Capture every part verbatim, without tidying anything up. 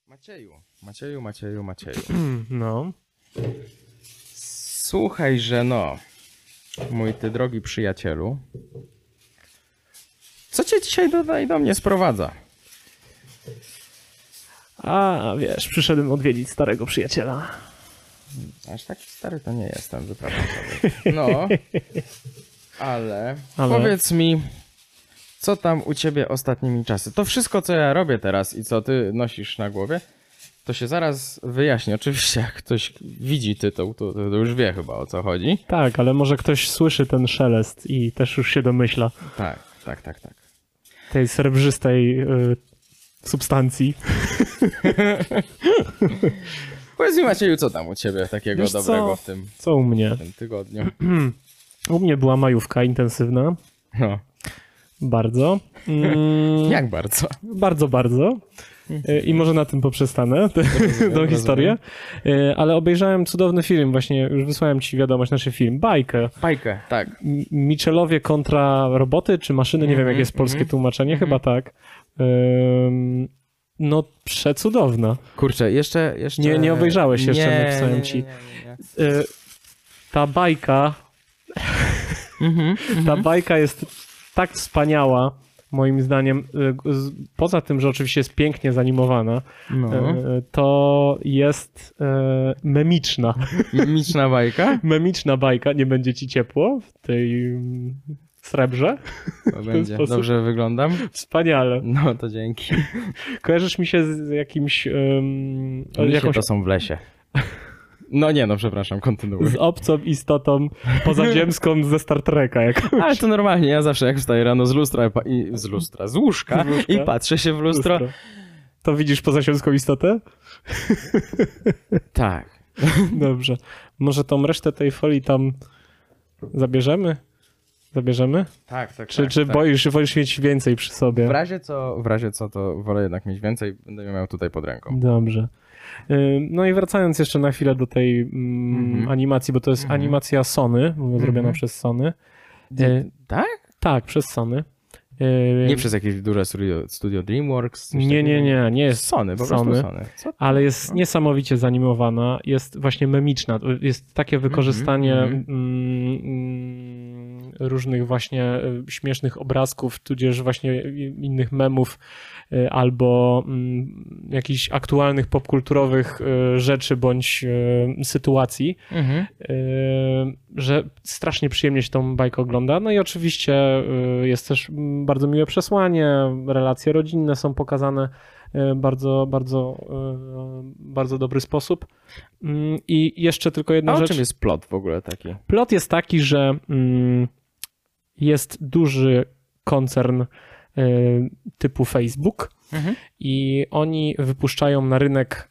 Macieju, Macieju, Macieju, Macieju. No. Słuchaj, że no, mój ty drogi przyjacielu, co cię dzisiaj tutaj do mnie sprowadza? A wiesz, przyszedłem odwiedzić starego przyjaciela. Aż taki stary to nie jestem, wypraszam sobie. No, ale, Ale- powiedz mi, co tam u ciebie ostatnimi czasy? To wszystko, co ja robię teraz i co ty nosisz na głowie, to się zaraz wyjaśni. Oczywiście, jak ktoś widzi tytuł, to, to już wie chyba, o co chodzi. Tak, ale może ktoś słyszy ten szelest i też już się domyśla Tak, tak, tak, tak. tej srebrzystej y, substancji. Powiedz mi, Macieju, co tam u ciebie takiego Wiesz co? dobrego w tym, Co u mnie? w tym tygodniu? U mnie była majówka intensywna. No, Bardzo. Mm, jak bardzo? Bardzo, bardzo. Y, I może na tym poprzestanę tę tą historię. Y, Ale obejrzałem cudowny film, właśnie już wysłałem ci wiadomość, nasz film, bajkę. Bajkę, tak. M- Michelowie kontra roboty czy maszyny, nie wiem jak jest polskie tłumaczenie, chyba tak. Ym, No przecudowna. Kurczę, jeszcze... jeszcze... Nie- nie obejrzałeś jeszcze, Nie, napisałem nie, nie, ci. nie, nie, nie. Y, Ta bajka, Mhm, ta bajka jest tak wspaniała, moim zdaniem, y, z- poza tym, że oczywiście jest pięknie zanimowana, No. y, to jest y, memiczna. Mimiczna bajka? Memiczna bajka, nie będzie ci ciepło w tej mm, srebrze. To będzie. sposób. Dobrze wyglądam? Wspaniale. No to dzięki. Kojarzysz mi się z jakimś... Um, Misie jakąś, to są w lesie. No nie, no przepraszam, kontynuuj. z obcą istotą pozaziemską ze Star Treka. Jak... Ale to normalnie, ja zawsze jak wstaję rano z lustra, pa- i z lustra, z łóżka, Z łóżka. i patrzę się w lustro. To widzisz pozaziemską istotę? Tak. Dobrze. Może tą resztę tej folii tam zabierzemy? Zabierzemy? Tak, tak, Czy, tak, czy tak. boisz, wolisz mieć więcej przy sobie? W razie co, w razie co, to wolę jednak mieć więcej, będę ją miał tutaj pod ręką. Dobrze. Ym, No i wracając jeszcze na chwilę do tej mm, Mhm. animacji, bo to jest Mhm. animacja Sony, zrobiona Mhm. przez Sony. Y, Tak? Tak, przez Sony. Y, Nie przez jakieś duże studio, studio DreamWorks? coś Nie, nie, takiego? nie, nie jest Sony, po Sony, prostu Sony. Co? ale jest niesamowicie zanimowana, jest właśnie memiczna, jest takie wykorzystanie mhm. mm, mm, różnych właśnie y, śmiesznych obrazków, tudzież właśnie innych memów y, albo mm, jakichś aktualnych popkulturowych y, rzeczy bądź y, sytuacji, Mhm. y, że strasznie przyjemnie się tą bajkę ogląda. No i oczywiście y, jest też mm, bardzo miłe przesłanie, relacje rodzinne są pokazane y, bardzo, bardzo, y, bardzo dobry sposób. Mm, I jeszcze tylko jedna A o rzecz. czym jest plot w ogóle taki? Plot jest taki, że mm, jest duży koncern y, typu Facebook Mhm. i oni wypuszczają na rynek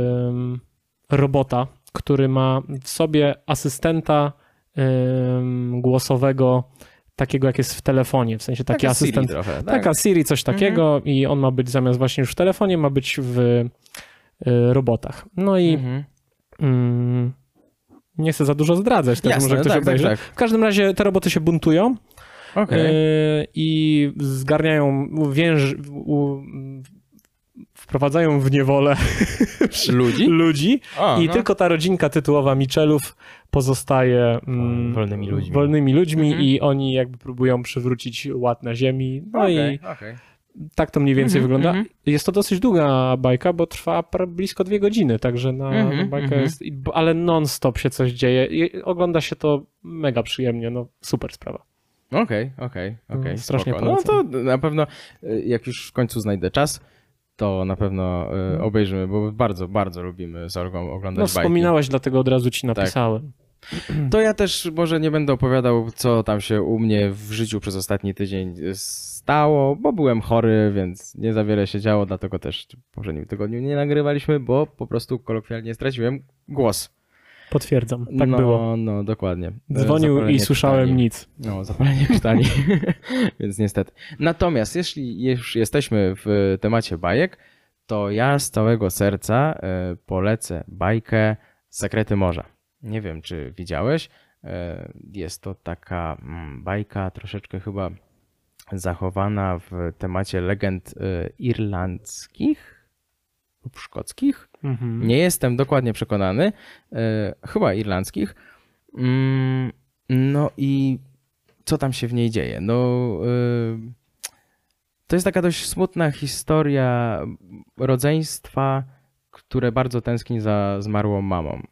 y, robota, który ma w sobie asystenta y, głosowego, takiego jak jest w telefonie, w sensie taki Taka asystent. Siri trochę, tak? Taka Siri, coś takiego i on ma być zamiast właśnie już w telefonie, ma być w y, robotach. No i Mhm. mm, nie chcę za dużo zdradzać, też Jasne, może ktoś tak, obejrzy. tak, tak. W każdym razie te roboty się buntują Okej. y, i zgarniają, więż, u, wprowadzają w niewolę Ludzi? ludzi O, i no. tylko ta rodzinka tytułowa Michelów pozostaje mm, Wolnymi ludźmi. wolnymi ludźmi Mhm. i oni jakby próbują przywrócić ład na ziemi. No Okej, i okej. tak to mniej więcej Mhm, wygląda. mhm. Jest to dosyć długa bajka, bo trwa pra- blisko dwie godziny, także na Mhm, na bajkę mhm. jest, i- bo- ale non-stop się coś dzieje. I ogląda się to mega przyjemnie, no super sprawa. Okej, okej, No, okej. strasznie spoko. No to polecam. na pewno, y, jak już w końcu znajdę czas, to na pewno y, obejrzymy, bo bardzo, bardzo lubimy z Olgą oglądać No bajki. wspominałeś, dlatego od razu ci napisałem. To ja też może nie będę opowiadał, co tam się u mnie w życiu przez ostatni tydzień stało, bo byłem chory, więc nie za wiele się działo, dlatego też w poprzednim tygodniu nie nagrywaliśmy, bo po prostu kolokwialnie straciłem głos. Potwierdzam, tak no, było. No, dokładnie. Dzwonił Zapalenie i słyszałem krtani. nic. No, zapalenie krtani, więc niestety. Natomiast jeśli już jesteśmy w temacie bajek, to ja z całego serca e, polecę bajkę Sekrety Morza. Nie wiem, czy widziałeś. E, jest to taka mm, bajka troszeczkę chyba zachowana w temacie legend e, irlandzkich. lub szkockich. Mhm. Nie jestem dokładnie przekonany. E, chyba irlandzkich. Mm, no i co tam się w niej dzieje? No, e, to jest taka dość smutna historia rodzeństwa, które bardzo tęskni za zmarłą mamą.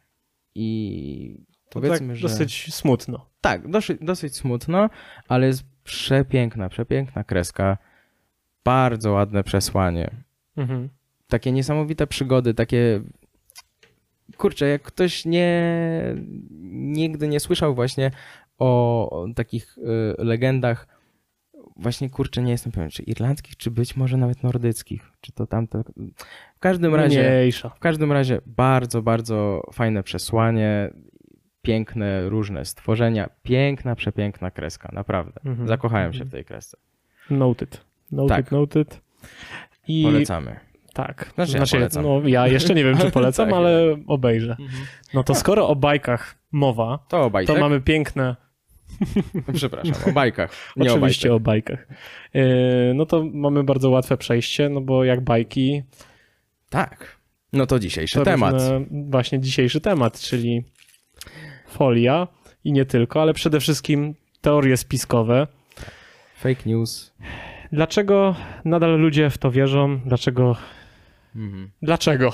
I To powiedzmy, tak że... dosyć smutno. Tak, dosyć, dosyć smutno, ale jest przepiękna, przepiękna kreska. Bardzo ładne przesłanie. Mhm. Takie niesamowite przygody, takie... Kurczę, jak ktoś nie... nigdy nie słyszał właśnie o, o takich y, legendach, właśnie kurczę, nie jestem pewien, czy irlandzkich, czy być może nawet nordyckich, czy to tamto. W każdym razie, Mniejsza. w każdym razie bardzo, bardzo fajne przesłanie, piękne, różne stworzenia, piękna, przepiękna kreska, naprawdę. Mhm. Zakochałem się Mhm. w tej kresce. Noted. Noted, Tak. noted. I Polecamy. tak. Znaczy, ja polecam. no ja jeszcze nie wiem, czy polecam, Tak. ale obejrzę. No to skoro o bajkach mowa, To o bajkach. to mamy piękne... Przepraszam, o bajkach. Nie Oczywiście o o bajkach. Yy, no to mamy bardzo łatwe przejście, no bo jak bajki, Tak. No to dzisiejszy to temat. różne, właśnie dzisiejszy temat, czyli folia i nie tylko, ale przede wszystkim teorie spiskowe. Fake news. Dlaczego nadal ludzie w to wierzą? Dlaczego? Mhm. Dlaczego?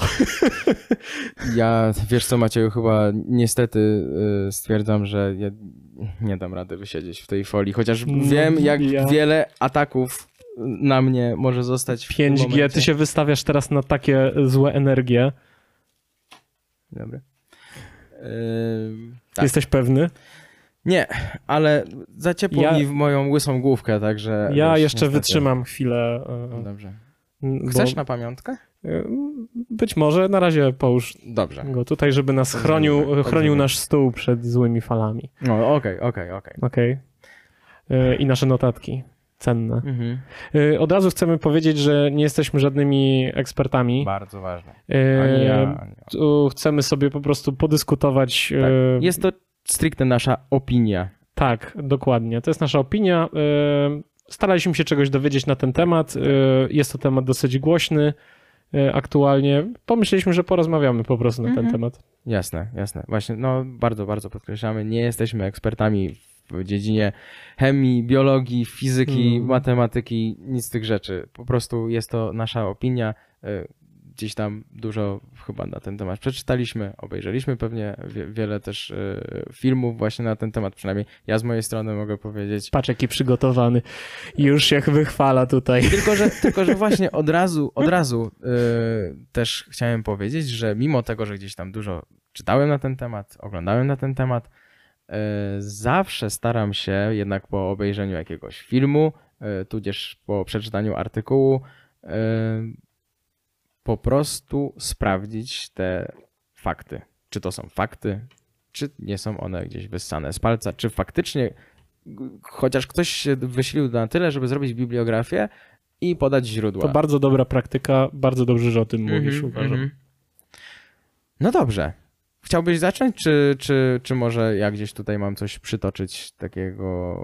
Ja, wiesz co Macieju, chyba niestety y, stwierdzam, że ja nie dam rady wysiedzieć w tej folii, chociaż Mm, wiem, jak ja- wiele ataków na mnie może zostać w tym pięć G, momencie. ty się wystawiasz teraz na takie złe energie. Dobra. Ym, tak. Jesteś pewny? Nie, ale za ciepło Ja- mi w moją łysą główkę, także... Ja wiesz, jeszcze niestety. wytrzymam chwilę. yy, Dobrze. bo- Chcesz na pamiątkę? yy, Być może, na razie połóż Dobrze. go tutaj, żeby nas Tak chronił, zrobimy, tak chronił zrobimy. nasz stół przed złymi falami. No, okej, okej, okej. Okej. Yy, I nasze notatki cenne. Mhm. Yy, Od razu chcemy powiedzieć, że nie jesteśmy żadnymi ekspertami. Bardzo ważne. Yy, Ani ja, ani ja. Tu chcemy sobie po prostu podyskutować. Tak. yy, Jest to stricte nasza opinia. Tak, dokładnie. To jest nasza opinia. Yy, Staraliśmy się czegoś dowiedzieć na ten temat. Yy, Jest to temat dosyć głośny yy, aktualnie. Pomyśleliśmy, że porozmawiamy po prostu na ten Mhm. temat. Jasne, jasne. Właśnie, no bardzo, bardzo podkreślamy, nie jesteśmy ekspertami w dziedzinie chemii, biologii, fizyki, Mm. matematyki, nic z tych rzeczy. Po prostu jest to nasza opinia. y, Gdzieś tam dużo chyba na ten temat przeczytaliśmy, obejrzeliśmy pewnie wie, wiele też y, filmów właśnie na ten temat, przynajmniej ja z mojej strony mogę powiedzieć. Patrz, jaki przygotowany. Już się wychwala tutaj. Tylko, że, tylko, że właśnie od razu, od razu y, też chciałem powiedzieć, że mimo tego, że gdzieś tam dużo czytałem na ten temat, oglądałem na ten temat, y, zawsze staram się jednak po obejrzeniu jakiegoś filmu, y, tudzież po przeczytaniu artykułu, y, po prostu sprawdzić te fakty. Czy to są fakty, czy nie są one gdzieś wyssane z palca, czy faktycznie g- chociaż ktoś się wysilił na tyle, żeby zrobić bibliografię i podać źródła. To bardzo dobra praktyka. Bardzo dobrze, że o tym Mhm, mówisz, uważam. mhm. No dobrze. Chciałbyś zacząć, czy, czy, czy może ja gdzieś tutaj mam coś przytoczyć takiego...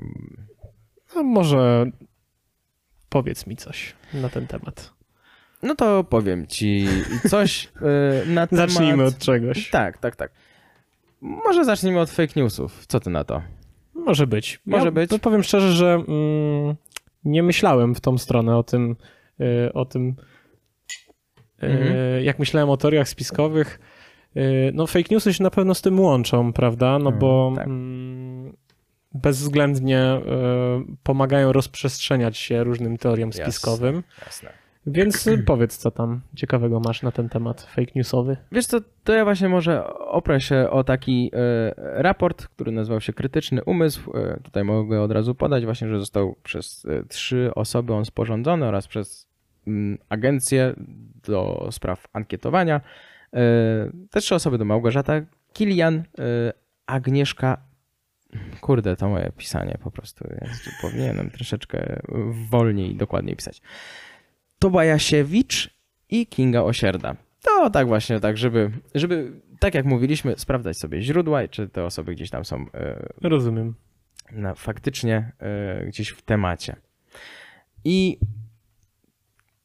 A może powiedz mi coś na ten temat. No to powiem ci coś yy, na temat... Zacznijmy od czegoś. Tak, tak, tak. Może zacznijmy od fake newsów. Co ty na to? Może być. Może ja być. To powiem szczerze, że mm, nie myślałem w tą stronę o tym, y, o tym y, Mhm. jak myślałem o teoriach spiskowych. Y, no fake newsy się na pewno z tym łączą, prawda? No Mm, bo tak. mm, bezwzględnie y, pomagają rozprzestrzeniać się różnym teoriom Jasne. spiskowym. Jasne. Więc y, powiedz, co tam ciekawego masz na ten temat fake newsowy. Wiesz co, to ja właśnie może oprę się o taki e, raport, który nazywał się Krytyczny Umysł. E, tutaj mogę od razu podać właśnie, że został przez e, trzy osoby on sporządzony oraz przez mm, agencję do spraw ankietowania. E, te trzy osoby to Małgorzata Kilian, e, Agnieszka... Kurde, to moje pisanie po prostu. Ja powinienem troszeczkę wolniej i dokładniej pisać. Tobajasiewicz i Kinga Osierda. To tak właśnie, tak, żeby, żeby, tak jak mówiliśmy, sprawdzać sobie źródła i czy te osoby gdzieś tam są e, Rozumiem. na, faktycznie e, gdzieś w temacie. I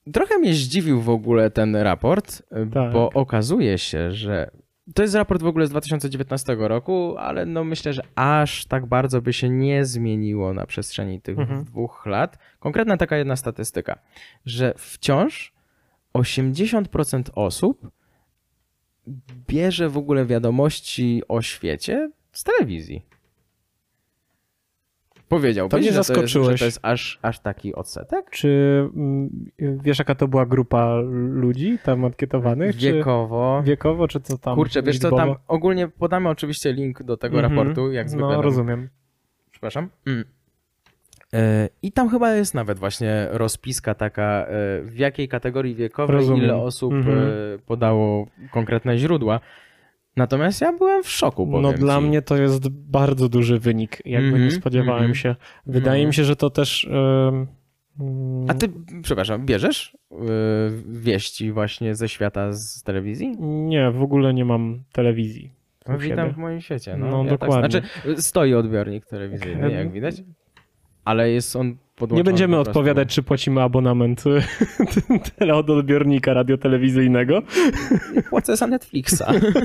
Trochę mnie zdziwił w ogóle ten raport, Tak. bo okazuje się, że to jest raport w ogóle z dwa tysiące dziewiętnastego roku, ale no myślę, że aż tak bardzo by się nie zmieniło na przestrzeni tych Mhm. dwóch lat. Konkretna taka jedna statystyka, że wciąż osiemdziesiąt procent osób bierze w ogóle wiadomości o świecie z telewizji. Powiedziałbyś, To mnie że, to jest, że zaskoczyłeś. to jest aż, aż taki odsetek? Czy mm, wiesz, jaka to była grupa ludzi tam ankietowanych? Wiekowo. Czy wiekowo, czy co tam? Kurczę, wiesz co, liczbowo? tam ogólnie podamy oczywiście link do tego Mhm. raportu, jak zwykle. No, nam- rozumiem. Przepraszam. Mm. E, I tam chyba jest nawet właśnie rozpiska taka, e, w jakiej kategorii wiekowej Rozumiem. ile osób Mhm. e, podało konkretne źródła. Natomiast ja byłem w szoku, powiem No dla ci. mnie to jest bardzo duży wynik, jakby Mhm, nie spodziewałem mhm. się. Wydaje Mhm. mi się, że to też... ym, mm, A ty, przepraszam, bierzesz e, wieści właśnie ze świata z telewizji? Nie, w ogóle nie mam telewizji. u No, witam siebie. w moim świecie. No, No, ja dokładnie. Tak, znaczy, stoi odbiornik telewizyjny, jak widać, ale jest on podłączony. Nie będziemy po prostu- odpowiadać, czy płacimy abonament teleodbiornika radiotelewizyjnego, Płacę za Netflixa.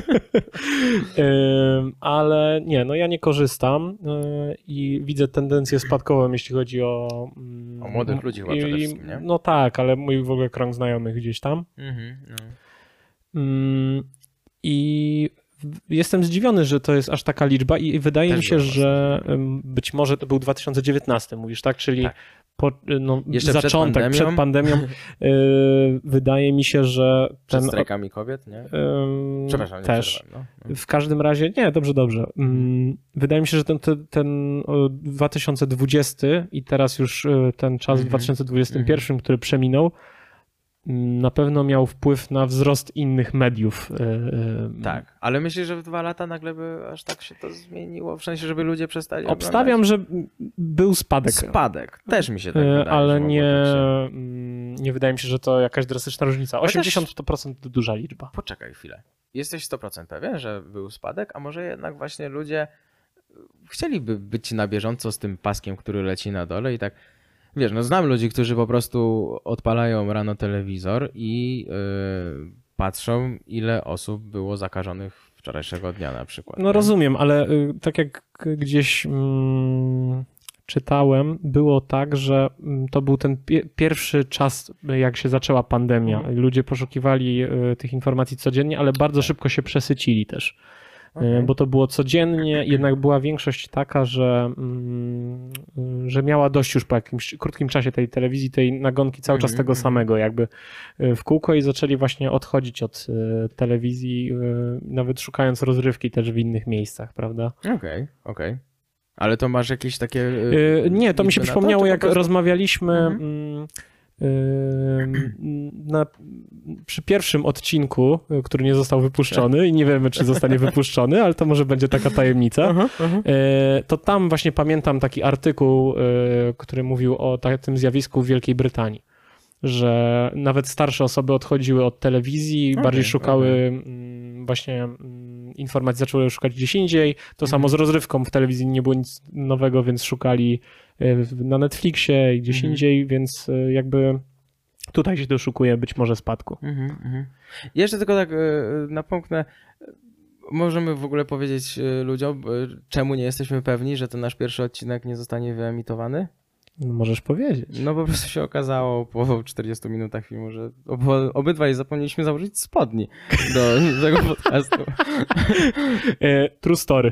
Ym, ale nie, no ja nie korzystam yy, i widzę tendencję spadkową, jeśli chodzi o... mm, O młodych ludzi chyba przede i- wszystkim, nie? No tak, ale mój w ogóle krąg znajomych gdzieś tam. Mhm, no. Mm, I w- jestem zdziwiony, że to jest aż taka liczba i wydaje Też mi się, byłem że ym, być może to był dwa tysiące dziewiętnasty, mówisz, tak? Czyli Tak. po, no, Jeszcze przed zaczątek, pandemią. przed pandemią. Yy, wydaje mi się, że Przed ten... strajkami kobiet, nie? ym, Przepraszam, nie też. przerwałem, no. W każdym razie, nie, dobrze, dobrze. Mm, Wydaje mi się, że ten, ten, ten o, dwa tysiące dwudziesty i teraz już y, ten czas w Mhm. dwa tysiące dwudziestym pierwszym, który przeminął, mm, na pewno miał wpływ na wzrost innych mediów. y, y, Tak, ale myślisz, że w dwa lata nagle by aż tak się to zmieniło? W sensie, żeby ludzie przestali Obstawiam, że był spadek. oglądać? Spadek, też mi się tak y, wydaje. ale że mogło nie, tak się- mm, nie wydaje mi się, że to jakaś drastyczna różnica. Chociaż- osiemdziesiąt procent to duża liczba. Poczekaj chwilę. Jesteś sto procent pewien, że był spadek, a może jednak właśnie ludzie chcieliby być na bieżąco z tym paskiem, który leci na dole i tak, wiesz, no znam ludzi, którzy po prostu odpalają rano telewizor i yy, patrzą, ile osób było zakażonych wczorajszego dnia na przykład. No nie? rozumiem, ale y, tak jak gdzieś mm, czytałem, było tak, że mm, to był ten pie- pierwszy czas, jak się zaczęła pandemia. Mhm. Ludzie poszukiwali y, tych informacji codziennie, ale bardzo szybko się przesycili też. Y, Okej. Bo to było codziennie, jednak była większość taka, że, mm, y, że miała dość już po jakimś krótkim czasie tej telewizji, tej nagonki cały czas Mhm, tego mhm. samego jakby y, w kółko i zaczęli właśnie odchodzić od y, telewizji, y, nawet szukając rozrywki też w innych miejscach, prawda? Okej, okej. Ale to masz jakieś takie... Y, Nie, to mi się liczby na przypomniało, czy po jak prostu- rozmawialiśmy Mhm. mm, y, na, przy pierwszym odcinku, y, który nie został wypuszczony i nie wiemy, czy zostanie wypuszczony, ale to może będzie taka tajemnica. Aha, aha. Y, To tam właśnie pamiętam taki artykuł, y, który mówił o ta- tym zjawisku w Wielkiej Brytanii, że nawet starsze osoby odchodziły od telewizji, Okej, bardziej szukały okej. mm, właśnie mm, informacji, zaczęły szukać gdzieś indziej. To samo Mhm. z rozrywką w telewizji nie było nic nowego, więc szukali y, w- na Netflixie i gdzieś Mhm. indziej, więc y, jakby tutaj się doszukuje być może spadku. Mhm, mhm. Jeszcze tylko tak e, napomknę. Możemy w ogóle powiedzieć e, ludziom, e, czemu nie jesteśmy pewni, że ten nasz pierwszy odcinek nie zostanie wyemitowany? No, możesz powiedzieć. No po prostu się okazało po czterdziestu minutach filmu, że obo, obydwaj zapomnieliśmy założyć spodni do tego podcastu. E, true story.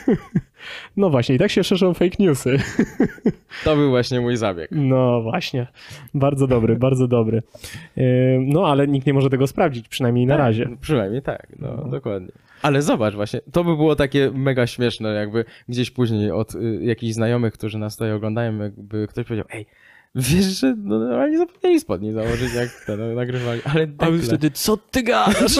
No właśnie, i tak się szerzą fake newsy. To był właśnie mój zabieg. No właśnie, bardzo dobry, bardzo dobry. E, No ale nikt nie może tego sprawdzić, przynajmniej na Tak, razie. no, przynajmniej tak, no, No. dokładnie. Ale zobacz właśnie, to by było takie mega śmieszne, jakby gdzieś później od y, jakichś znajomych, którzy nas tutaj oglądają, jakby ktoś powiedział, ej, wiesz, że no, normalnie zapomnieli spodni założyć, jak to no, nagrywali, ale A my dekle. wtedy, co ty gadasz?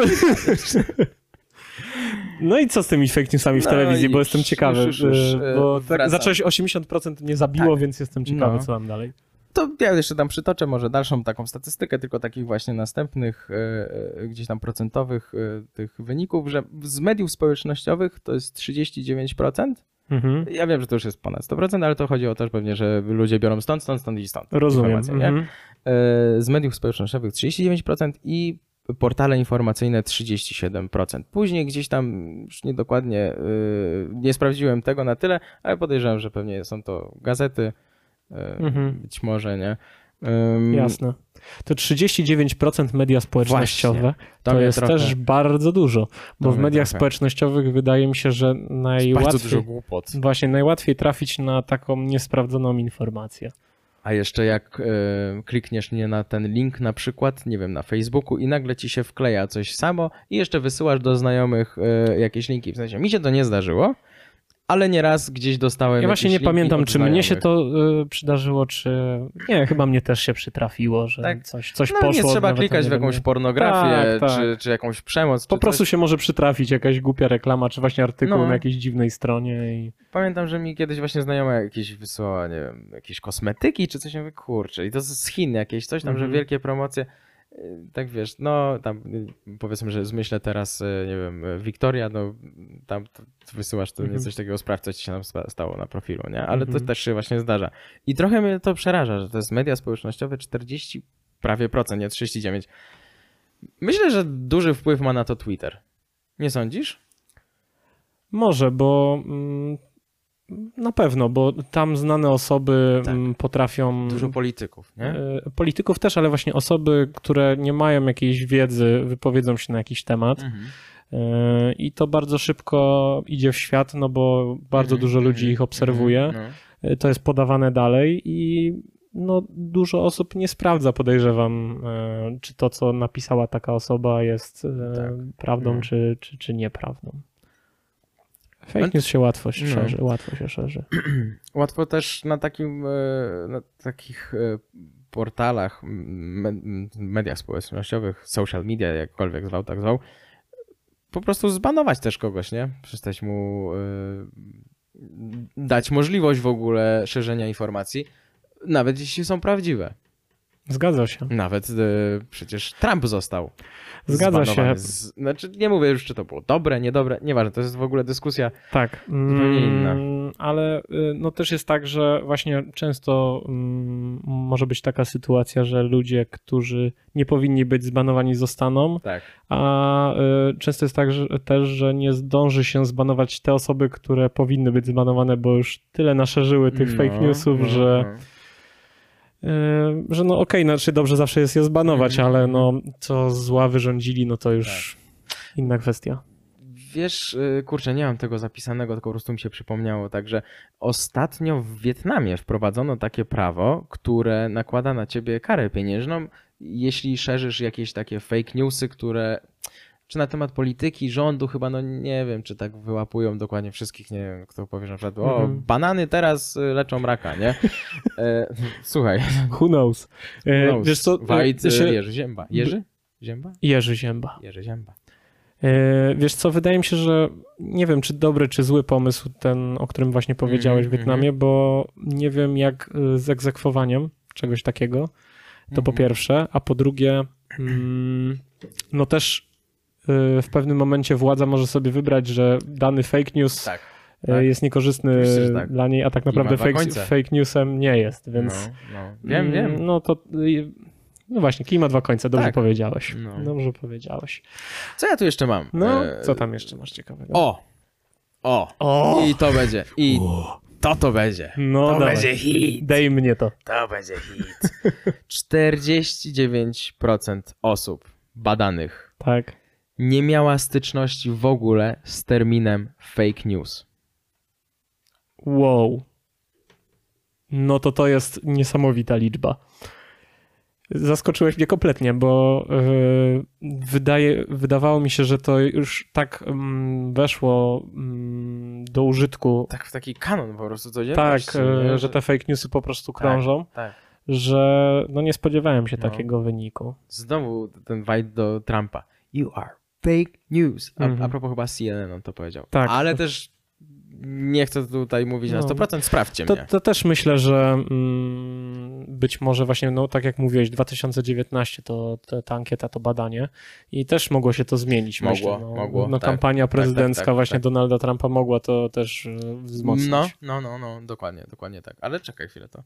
No i co z tymi fake newsami w No telewizji, bo już, jestem ciekawy, już, już, już, e, bo e, tak wracam. zacząłeś osiemdziesiąt procent mnie zabiło, Tak. więc jestem ciekawy, No. co tam dalej. To ja jeszcze tam przytoczę może dalszą taką statystykę, tylko takich właśnie następnych e, e, gdzieś tam procentowych e, tych wyników, że z mediów społecznościowych to jest trzydzieści dziewięć procent Mhm. Ja wiem, że to już jest ponad sto procent, ale to chodzi o to, że pewnie, że ludzie biorą stąd, stąd, stąd i stąd. Rozumiem. informacje, nie? Mhm. Z mediów społecznościowych trzydzieści dziewięć procent i portale informacyjne trzydzieści siedem procent. Później gdzieś tam, już niedokładnie, yy, nie sprawdziłem tego na tyle, ale podejrzewam, że pewnie są to gazety, yy, Mhm. być może, nie? Ym, Jasne. To trzydzieści dziewięć procent media społecznościowe Właśnie. To to mnie jest trochę- też bardzo dużo, bo To w mnie mediach trochę- społecznościowych wydaje mi się, że jest bardzo najłatwiej, dużo głupot. właśnie najłatwiej trafić na taką niesprawdzoną informację. A jeszcze jak y, klikniesz nie na ten link na przykład, nie wiem, na Facebooku i nagle ci się wkleja coś samo i jeszcze wysyłasz do znajomych y, jakieś linki. W sensie mi się to nie zdarzyło, ale nieraz gdzieś dostałem Ja właśnie nie jakieś linki pamiętam, od czy mnie się znajomych. to y, przydarzyło, czy... Nie, chyba mnie też się przytrafiło, że Tak. coś, coś No poszło. nie trzeba nawet klikać nie w wiem, jakąś nie- pornografię, Tak, czy, tak. czy jakąś przemoc. Po czy prostu coś. się może przytrafić jakaś głupia reklama, czy właśnie artykuł No. na jakiejś dziwnej stronie i... Pamiętam, że mi kiedyś właśnie znajoma jakieś wysłała, nie wiem, jakieś kosmetyki czy coś, ja mówię, kurczę, i to z Chin jakieś, coś tam, Mhm. że wielkie promocje, y, tak wiesz, no tam y, powiedzmy, że zmyślę teraz, y, nie wiem, y, Wiktoria, no tam to wysyłasz to nie Mhm. coś takiego, sprawdź, co ci się tam sta- stało na profilu, nie? Ale to Mhm. też się właśnie zdarza. I trochę mnie to przeraża, że to jest media społecznościowe czterdzieści prawie procent, nie trzydzieści dziewięć. Myślę, że duży wpływ ma na to Twitter. Nie sądzisz? Może, bo mm, na pewno, bo tam znane osoby Tak. mm, potrafią... Dużo polityków, nie? e, Polityków też, ale właśnie osoby, które nie mają jakiejś wiedzy, wypowiedzą się na jakiś temat. Mhm. E, I to bardzo szybko idzie w świat, no bo bardzo Mhm, dużo ludzi mhm, ich obserwuje. mhm, no. E, To jest podawane dalej i no, dużo osób nie sprawdza, podejrzewam, e, czy to, co napisała taka osoba, jest e, Tak. prawdą, No. czy, czy, czy nieprawdą. Fake No, news się łatwo się no. szerzy, łatwo się szerzy. Łatwo też na takim, e, na takich e, portalach, me, mediach społecznościowych, social media, jakkolwiek zwał, tak zwał, po prostu zbanować też kogoś, nie? Przestać mu e, dać możliwość w ogóle szerzenia informacji, nawet jeśli są prawdziwe. Zgadza się. Nawet e, przecież Trump został Zgadza zbanowany. się. Z, znaczy, nie mówię już, czy to było dobre, niedobre, nieważne, to jest w ogóle dyskusja. Tak. Zupełnie inna. Mm, Ale y, no też jest tak, że właśnie często mm, może być taka sytuacja, że ludzie, którzy nie powinni być zbanowani, zostaną, Tak. a y, często jest tak że, też, że nie zdąży się zbanować te osoby, które powinny być zbanowane, bo już tyle naszerzyły tych fake newsów, że, y, że no okej, znaczy dobrze zawsze jest je zbanować, Mhm. ale no co zła wyrządzili, no to już inna kwestia. Wiesz, y, kurczę, nie mam tego zapisanego, tylko po prostu mi się przypomniało. Także ostatnio w Wietnamie wprowadzono takie prawo, które nakłada na ciebie karę pieniężną, jeśli szerzysz jakieś takie fake newsy, które czy na temat polityki, rządu, chyba, no nie wiem, czy tak wyłapują dokładnie wszystkich, nie wiem, kto powie na przykład, o, Mhm. banany teraz y, leczą raka, nie? E, słuchaj, Who knows? E, no, Wiesz co? Wajt, e, się- Jerzy Zięba. Jerzy? Zięba? Jerzy Zięba. Jerzy Zięba. E, Wiesz co, wydaje mi się, że nie wiem, czy dobry, czy zły pomysł ten, o którym właśnie powiedziałeś w Mhm, Wietnamie, bo nie wiem jak y, z egzekwowaniem czegoś takiego, to po Mhm. pierwsze, a po drugie, mm, no też y, w pewnym momencie władza może sobie wybrać, że dany fake news Tak. y, tak. jest niekorzystny Oczywiście, że tak. dla niej, a tak I ma naprawdę dwa fake, końce. fake newsem nie jest, więc... No, no. Wiem, Mm, wiem. No to... y, No właśnie, kij ma dwa końce, dobrze Tak. powiedziałeś. No. Dobrze powiedziałeś. Co ja tu jeszcze mam? No, E, co tam jeszcze masz ciekawego? O! O! O! I to będzie. I to to będzie. No To dawaj. będzie hit. Daj mnie to. To będzie hit. czterdzieści dziewięć procent osób badanych Tak. nie miała styczności w ogóle z terminem fake news. Wow. No to to jest niesamowita liczba. Zaskoczyłeś mnie kompletnie, bo yy, wydaje, wydawało mi się, że to już tak mm, weszło mm, do użytku, Tak w taki kanon po prostu tak, codzienności. yy, nie? że te fake newsy po prostu krążą, Tak. że no nie spodziewałem się No. takiego wyniku. Znowu ten fight do Trumpa. You are fake news. A, Mhm. a propos chyba C N N on to powiedział. Tak. Ale też nie chcę tutaj mówić No. na sto procent, sprawdźcie To, mnie. to też myślę, że mm, być może właśnie, no tak jak mówiłeś, dwa tysiące dziewiętnasty to, to ta ankieta, to badanie i też mogło się to zmienić, Mogło, myślę. No, mogło, no tak, kampania tak, tak, prezydencka tak, właśnie tak. Donalda Trumpa mogła to też e, wzmocnić. No, no, no, no, dokładnie, dokładnie tak. Ale czekaj chwilę to.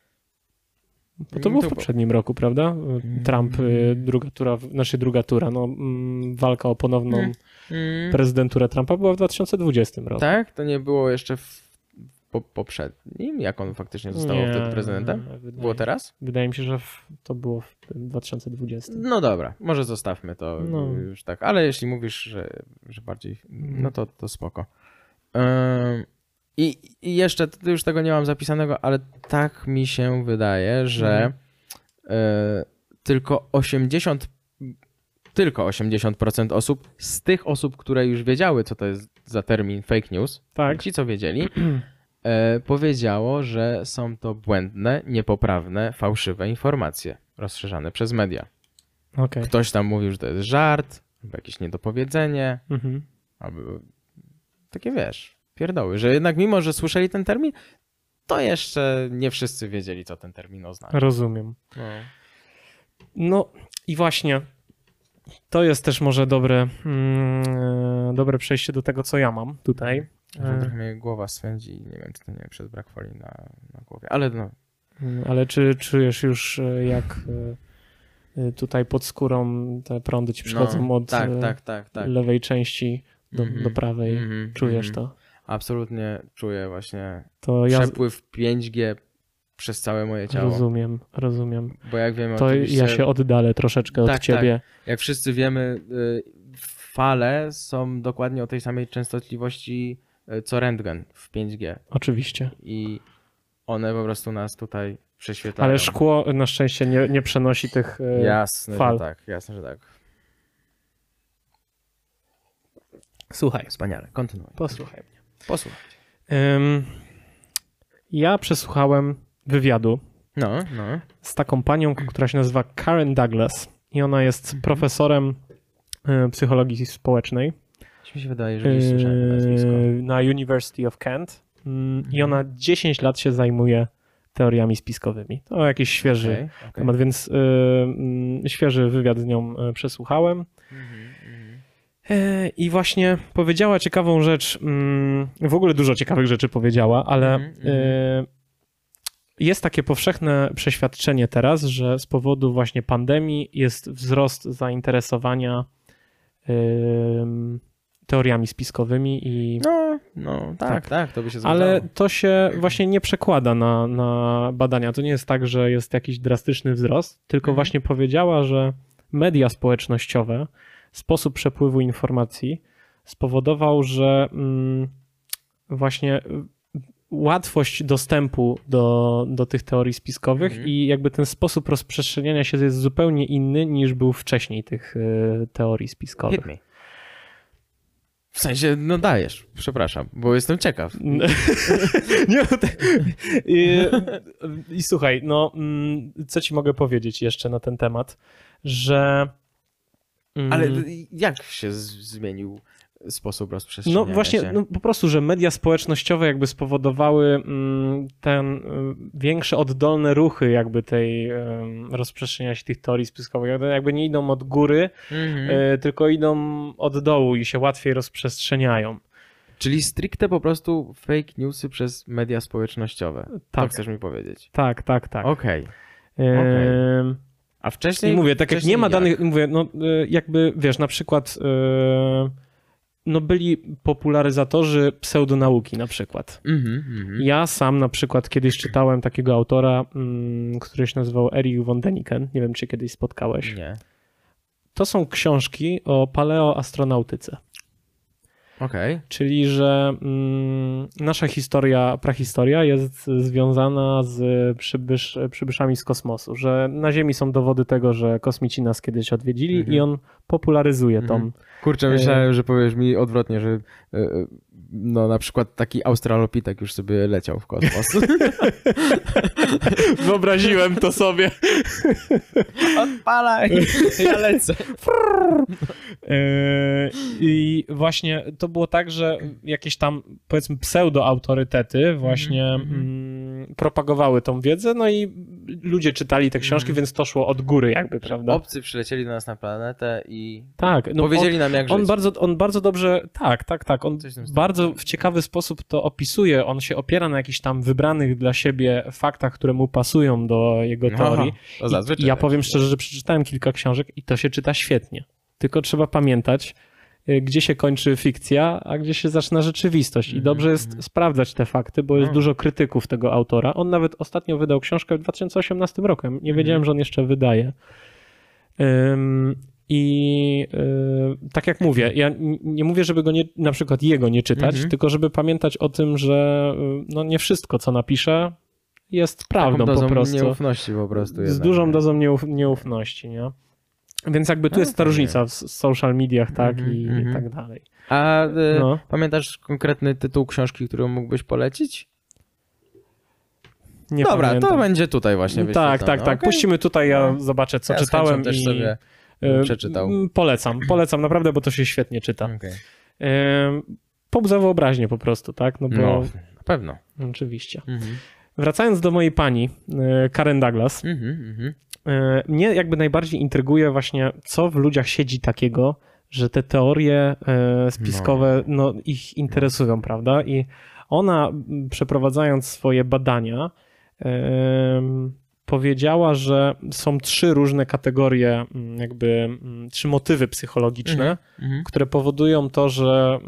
Bo to było w To- poprzednim roku, prawda? Trump, y, druga tura, znaczy druga tura, no mm, walka o ponowną Mm, prezydenturę Trumpa była w dwa tysiące dwudziestym roku. tak? To nie było jeszcze w po, poprzednim, jak on faktycznie został Nie, wtedy prezydentem? wydaje- Było teraz? Wydaje mi się, że w, to było w tym dwa tysiące dwudziestym. No dobra, może zostawmy to No. już tak, ale jeśli mówisz, że, że bardziej, Mhm. no to, to spoko. Ym, i, I jeszcze, to już tego nie mam zapisanego, ale tak mi się wydaje, że Mhm. y, tylko osiemdziesiąt tylko osiemdziesiąt procent osób z tych osób, które już wiedziały, co to jest za termin fake news, Tak. ci co wiedzieli, e, powiedziało, że są to błędne, niepoprawne, fałszywe informacje rozszerzane przez media. Okej. Ktoś tam mówił, że to jest żart, albo jakieś niedopowiedzenie, Mhm. albo takie wiesz, pierdoły, że jednak mimo, że słyszeli ten termin, to jeszcze nie wszyscy wiedzieli, co ten termin oznacza. Rozumiem. No. No i właśnie to jest też może dobre, mm, dobre przejście do tego, co ja mam tutaj. Że E, trochę mnie głowa swędzi i nie wiem, czy to nie wiem, przez brak folii na, na głowie, ale no, Mm, Ale czy czujesz już, e, jak e, e, tutaj pod skórą te prądy ci przychodzą no od tak, e, tak, tak, tak. lewej części do, Mhm, do prawej? mhm, Czujesz mhm. to? Absolutnie czuję właśnie To ja przepływ pięć G przez całe moje ciało. rozumiem, rozumiem. Bo jak wiemy, To oczywiście, ja się oddalę troszeczkę od Tak, ciebie. jak wszyscy wiemy, y, fale są dokładnie o tej samej częstotliwości y, co rentgen w pięć G Oczywiście. i one po prostu nas tutaj prześwietlają. Ale szkło na szczęście nie, nie przenosi tych e, Jasne, fal. że tak, jasne, że tak. Słuchaj, Wspaniale, kontynuuj. posłuchaj mnie. Posłuchaj. Ym, ja przesłuchałem wywiadu No, no. z taką panią, która się nazywa Karen Douglas i ona jest Mhm. profesorem y, psychologii społecznej Mi się wydaje, że gdzieś słyszałem to nazwisko. y, na University of Kent mm, i Mhm. ona dziesięć lat się zajmuje teoriami spiskowymi. To jakiś świeży Okej, okej. temat, więc y, mm, świeży wywiad z nią y, przesłuchałem. Mhm, mhm. E, I właśnie powiedziała ciekawą rzecz, mm, w ogóle dużo ciekawych rzeczy powiedziała, ale Mhm, mhm. e, jest takie powszechne przeświadczenie teraz, że z powodu właśnie pandemii jest wzrost zainteresowania em, teoriami spiskowymi i No, no, tak, Tak. tak, to by się zgadzało. ale to się właśnie nie przekłada na, na badania. To nie jest tak, że jest jakiś drastyczny wzrost, tylko Mhm. właśnie powiedziała, że media społecznościowe, sposób przepływu informacji spowodował, że mm, właśnie łatwość dostępu do, do tych teorii spiskowych Mhm. i jakby ten sposób rozprzestrzeniania się jest zupełnie inny niż był wcześniej tych y, teorii spiskowych. Hit me. W sensie, no dajesz, przepraszam, bo jestem ciekaw. Nie, no te- I, I słuchaj, no mm, co ci mogę powiedzieć jeszcze na ten temat, że mm, Ale jak się z- zmienił sposób rozprzestrzeniania no właśnie, się? no po prostu, że media społecznościowe jakby spowodowały mm, ten y, większe oddolne ruchy jakby tej em, rozprzestrzeniania się tych teorii spiskowych, jakby- jakby nie idą od góry, Mhm. y, tylko idą od dołu i się łatwiej rozprzestrzeniają. Czyli stricte po prostu fake newsy przez media społecznościowe. To Tak, chcesz mi powiedzieć. tak, tak, tak. Okej. Em, A wcześniej... I mówię, tak jak wcześniej nie ma danych, mówię, no y, jakby wiesz, na przykład y, no byli popularyzatorzy pseudonauki na przykład. Mhm, mhm. Ja sam na przykład kiedyś czytałem takiego autora, mm, który się nazywał Erich von Däniken. Nie wiem, czy kiedyś spotkałeś. Nie. To są książki o paleoastronautyce. Okej. Czyli, że mm, nasza historia, prahistoria jest związana z przybysz, przybyszami z kosmosu, że na Ziemi są dowody tego, że kosmici nas kiedyś odwiedzili Mhm. i on popularyzuje tą. Mhm. Kurczę, myślałem, że powiesz mi odwrotnie, że y, y, no na przykład taki australopitek już sobie leciał w kosmos. Wyobraziłem to sobie. Odpalaj, ja lecę. E, I właśnie to było tak, że jakieś tam powiedzmy pseudo-autorytety właśnie mm-hmm. mm, propagowały tą wiedzę, no i ludzie czytali te książki, mm-hmm. więc to szło od góry jakby, prawda? Obcy przylecieli do nas na planetę i tak, no powiedzieli on, nam jak on żyć. Bardzo, on bardzo dobrze, tak, tak, tak, on bardzo w ciekawy sposób to opisuje, on się opiera na jakichś tam wybranych dla siebie faktach, które mu pasują do jego teorii. No, to I, I ja powiem szczerze, że przeczytałem kilka książek i to się czyta świetnie. Tylko trzeba pamiętać, gdzie się kończy fikcja, a gdzie się zaczyna rzeczywistość. I dobrze jest mm-hmm. sprawdzać te fakty, bo jest no. dużo krytyków tego autora. On nawet ostatnio wydał książkę w dwa tysiące osiemnastym roku. Nie wiedziałem, mm-hmm. że on jeszcze wydaje. Um, I y, tak jak mówię, ja nie mówię, żeby go nie, na przykład jego nie czytać, mm-hmm. tylko żeby pamiętać o tym, że no nie wszystko, co napisze, jest prawdą po prostu. Nieufności po prostu. Z jednak, dużą dozą nieuf, nieufności, nie? Więc jakby tu no, jest ta różnica w social mediach, tak, mm-hmm, i, mm-hmm. i tak dalej. A y, no. pamiętasz konkretny tytuł książki, którą mógłbyś polecić? Nie Dobra, pamiętam. to będzie tutaj właśnie Tak, tak, tak. Okay. Puścimy tutaj, ja no. zobaczę, co ja czytałem też i sobie przeczytał. Polecam, polecam naprawdę, bo to się świetnie czyta. Okay. Pop za wyobraźnię po prostu, tak? No, bo... no na pewno. Oczywiście. Mm-hmm. Wracając do mojej pani, Karen Douglas, mm-hmm. mnie jakby najbardziej intryguje właśnie, co w ludziach siedzi takiego, że te teorie spiskowe no. no, ich interesują, prawda? I ona, przeprowadzając swoje badania, powiedziała, że są trzy różne kategorie, jakby trzy motywy psychologiczne, mm-hmm. które powodują to, że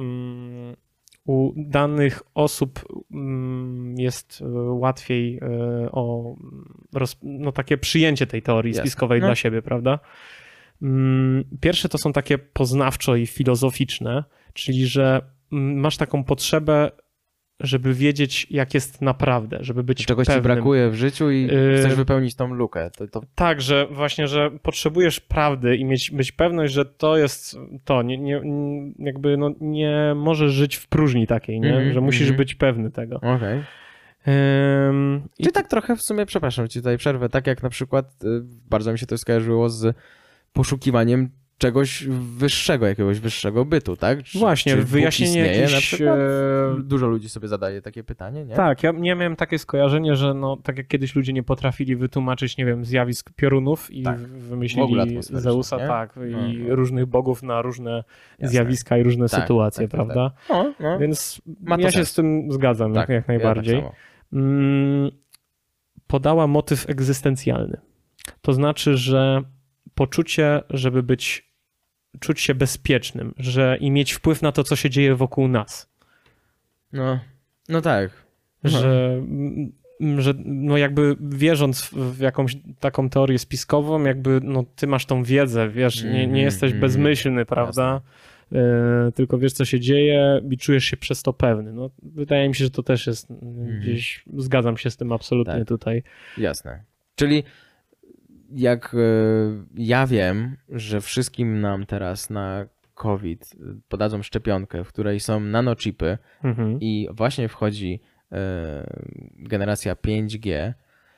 u danych osób jest łatwiej o roz, no, takie przyjęcie tej teorii yes. spiskowej no. dla siebie, prawda? Pierwsze to są takie poznawczo i filozoficzne, czyli że masz taką potrzebę, żeby wiedzieć, jak jest naprawdę, żeby być czegoś pewnym. Ci brakuje w życiu i yy... chcesz wypełnić tą lukę. To, to... Tak, że właśnie, że potrzebujesz prawdy i mieć być pewność, że to jest to. Nie, nie, jakby no, nie możesz żyć w próżni takiej, nie? Mm-hmm, że musisz mm-hmm. być pewny tego. Okej. Okay. Ym... Czy i... tak trochę w sumie, przepraszam ci tutaj przerwę, tak jak na przykład, y, bardzo mi się to skojarzyło z poszukiwaniem czegoś wyższego, jakiegoś wyższego bytu, tak? Czy, Właśnie, czy wyjaśnienie jakieś... na przykład? Dużo ludzi sobie zadaje takie pytanie, nie? Tak, ja, ja miałem takie skojarzenie, że no, tak jak kiedyś ludzie nie potrafili wytłumaczyć, nie wiem, zjawisk piorunów i tak. wymyślili Zeusa, nie? tak, no, i no. różnych bogów na różne Jasne. zjawiska i różne tak, sytuacje, tak, tak, prawda? Tak. No, no. Więc Ma ja sens. się z tym zgadzam tak, jak, jak najbardziej. Ja tak mm, podała motyw egzystencjalny. To znaczy, że poczucie, żeby być czuć się bezpiecznym, że i mieć wpływ na to, co się dzieje wokół nas. No, no tak. Że, że no jakby wierząc w jakąś taką teorię spiskową, jakby no ty masz tą wiedzę, wiesz, nie, nie jesteś mm, bezmyślny, prawda? E, tylko wiesz, co się dzieje i czujesz się przez to pewny. No, wydaje mi się, że to też jest mm. gdzieś, zgadzam się z tym absolutnie tak. tutaj. Jasne. Czyli jak ja wiem, że wszystkim nam teraz na COVID podadzą szczepionkę, w której są nanochipy mhm. i właśnie wchodzi generacja pięć G,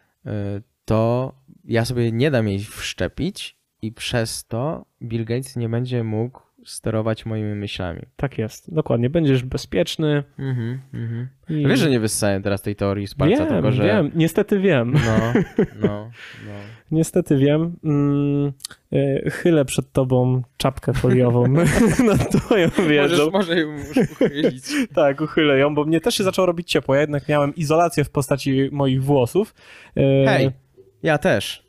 to ja sobie nie dam jej wszczepić i przez to Bill Gates nie będzie mógł sterować moimi myślami. Tak jest, dokładnie. Będziesz bezpieczny. Mm-hmm, mm-hmm. I... Wiesz, że nie wyssałem teraz tej teorii z palca, wiem, tylko że... wiem, niestety wiem. No, no, no. Niestety wiem. Mm, chylę przed tobą czapkę foliową nad twoją wiedzą. Możesz, może ją uchylić. Tak, uchylę ją, bo mnie też się zaczęło robić ciepło. Ja jednak miałem izolację w postaci moich włosów. Hej, ja też.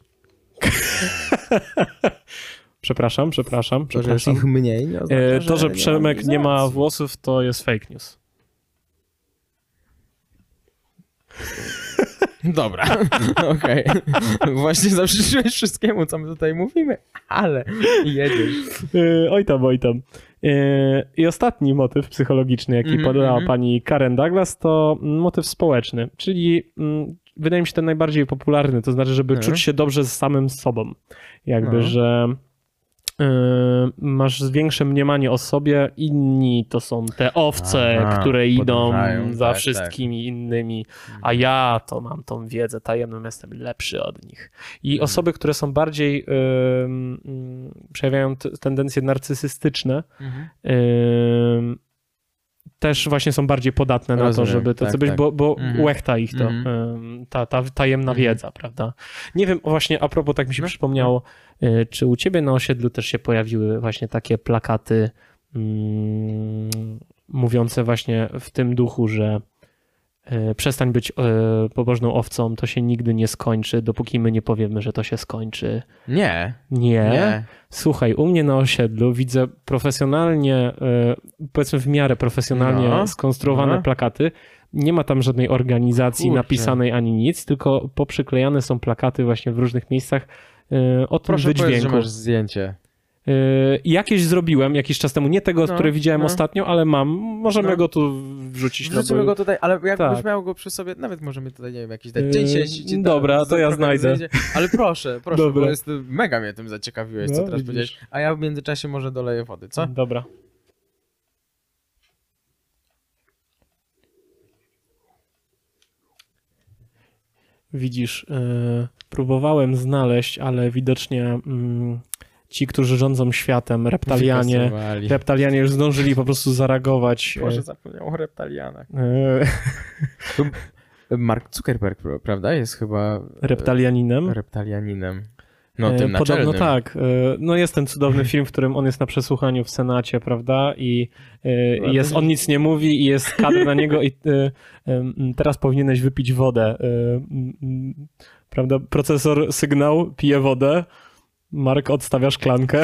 Przepraszam, przepraszam, to, przepraszam. Że ich mniej nie oznacza, To, że nie Przemek nie ma włosów, to jest fake news. Dobra, okej. Okay. Właśnie zaprzeczyłeś wszystkiemu, co my tutaj mówimy, ale jedziesz. Oj tam, oj tam. I ostatni motyw psychologiczny, jaki mm-hmm. podała pani Karen Douglas, to motyw społeczny, czyli wydaje mi się ten najbardziej popularny, to znaczy, żeby mm. czuć się dobrze z samym sobą. Jakby, mm. że masz większe mniemanie o sobie, inni to są te owce, Aha, które idą podążają, za tak, wszystkimi innymi, a ja to mam tą wiedzę tajemną, jestem lepszy od nich. I Mhm. osoby, które są bardziej ym, przejawiają t- tendencje narcysystyczne, Mhm. ym, też właśnie są bardziej podatne na Rozumiem, to, żeby to tak, co być, tak. bo, bo Mhm. łechta ich to, Mhm. ym, ta, ta tajemna Mhm. wiedza, prawda? Nie wiem, właśnie a propos, tak mi się No, przypomniało, y, czy u ciebie na osiedlu też się pojawiły właśnie takie plakaty mm, mówiące właśnie w tym duchu, że y, przestań być y, pobożną owcą, to się nigdy nie skończy, dopóki my nie powiemy, że to się skończy. Nie, Nie. nie. Słuchaj, u mnie na osiedlu widzę profesjonalnie, y, powiedzmy w miarę profesjonalnie No, skonstruowane no. plakaty. Nie ma tam żadnej organizacji Kurczę. napisanej ani nic, tylko poprzyklejane są plakaty właśnie w różnych miejscach y, o tym Proszę powiedzieć, że wydźwięku. masz zdjęcie. Y, Jakieś zrobiłem jakiś czas temu, nie tego, No, które widziałem no. ostatnio, ale mam. Możemy No. go tu wrzucić. no Wrzucimy bo- go tutaj, ale jakbyś tak. miał go przy sobie, nawet możemy tutaj, nie wiem, jakiś dać Yy, dzień sieci. ci dobra, da- to ja trochę znajdę. zejdzie. Ale proszę, proszę, Dobra. bo jest, mega mnie tym zaciekawiłeś, No, co teraz widzisz. powiedziałeś. A ja w międzyczasie może doleję wody, co? Dobra. Widzisz, yy, próbowałem znaleźć, ale widocznie mm, ci, którzy rządzą światem, reptalianie, Wykasowali. reptalianie już zdążyli po prostu zareagować. Boże, zapomniał o reptalianach. Yy, Mark Zuckerberg, prawda? Jest chyba e, reptalianinem. reptalianinem. No, E, tym Podobno naczelnym. tak. E, No jest ten cudowny film, w którym on jest na przesłuchaniu w Senacie, prawda? I e, Ładnie. jest, on nic nie mówi i jest kadr na niego i e, em, teraz powinieneś wypić wodę. E, m, m, Prawda? Procesor sygnał, pije wodę. Mark odstawia szklankę.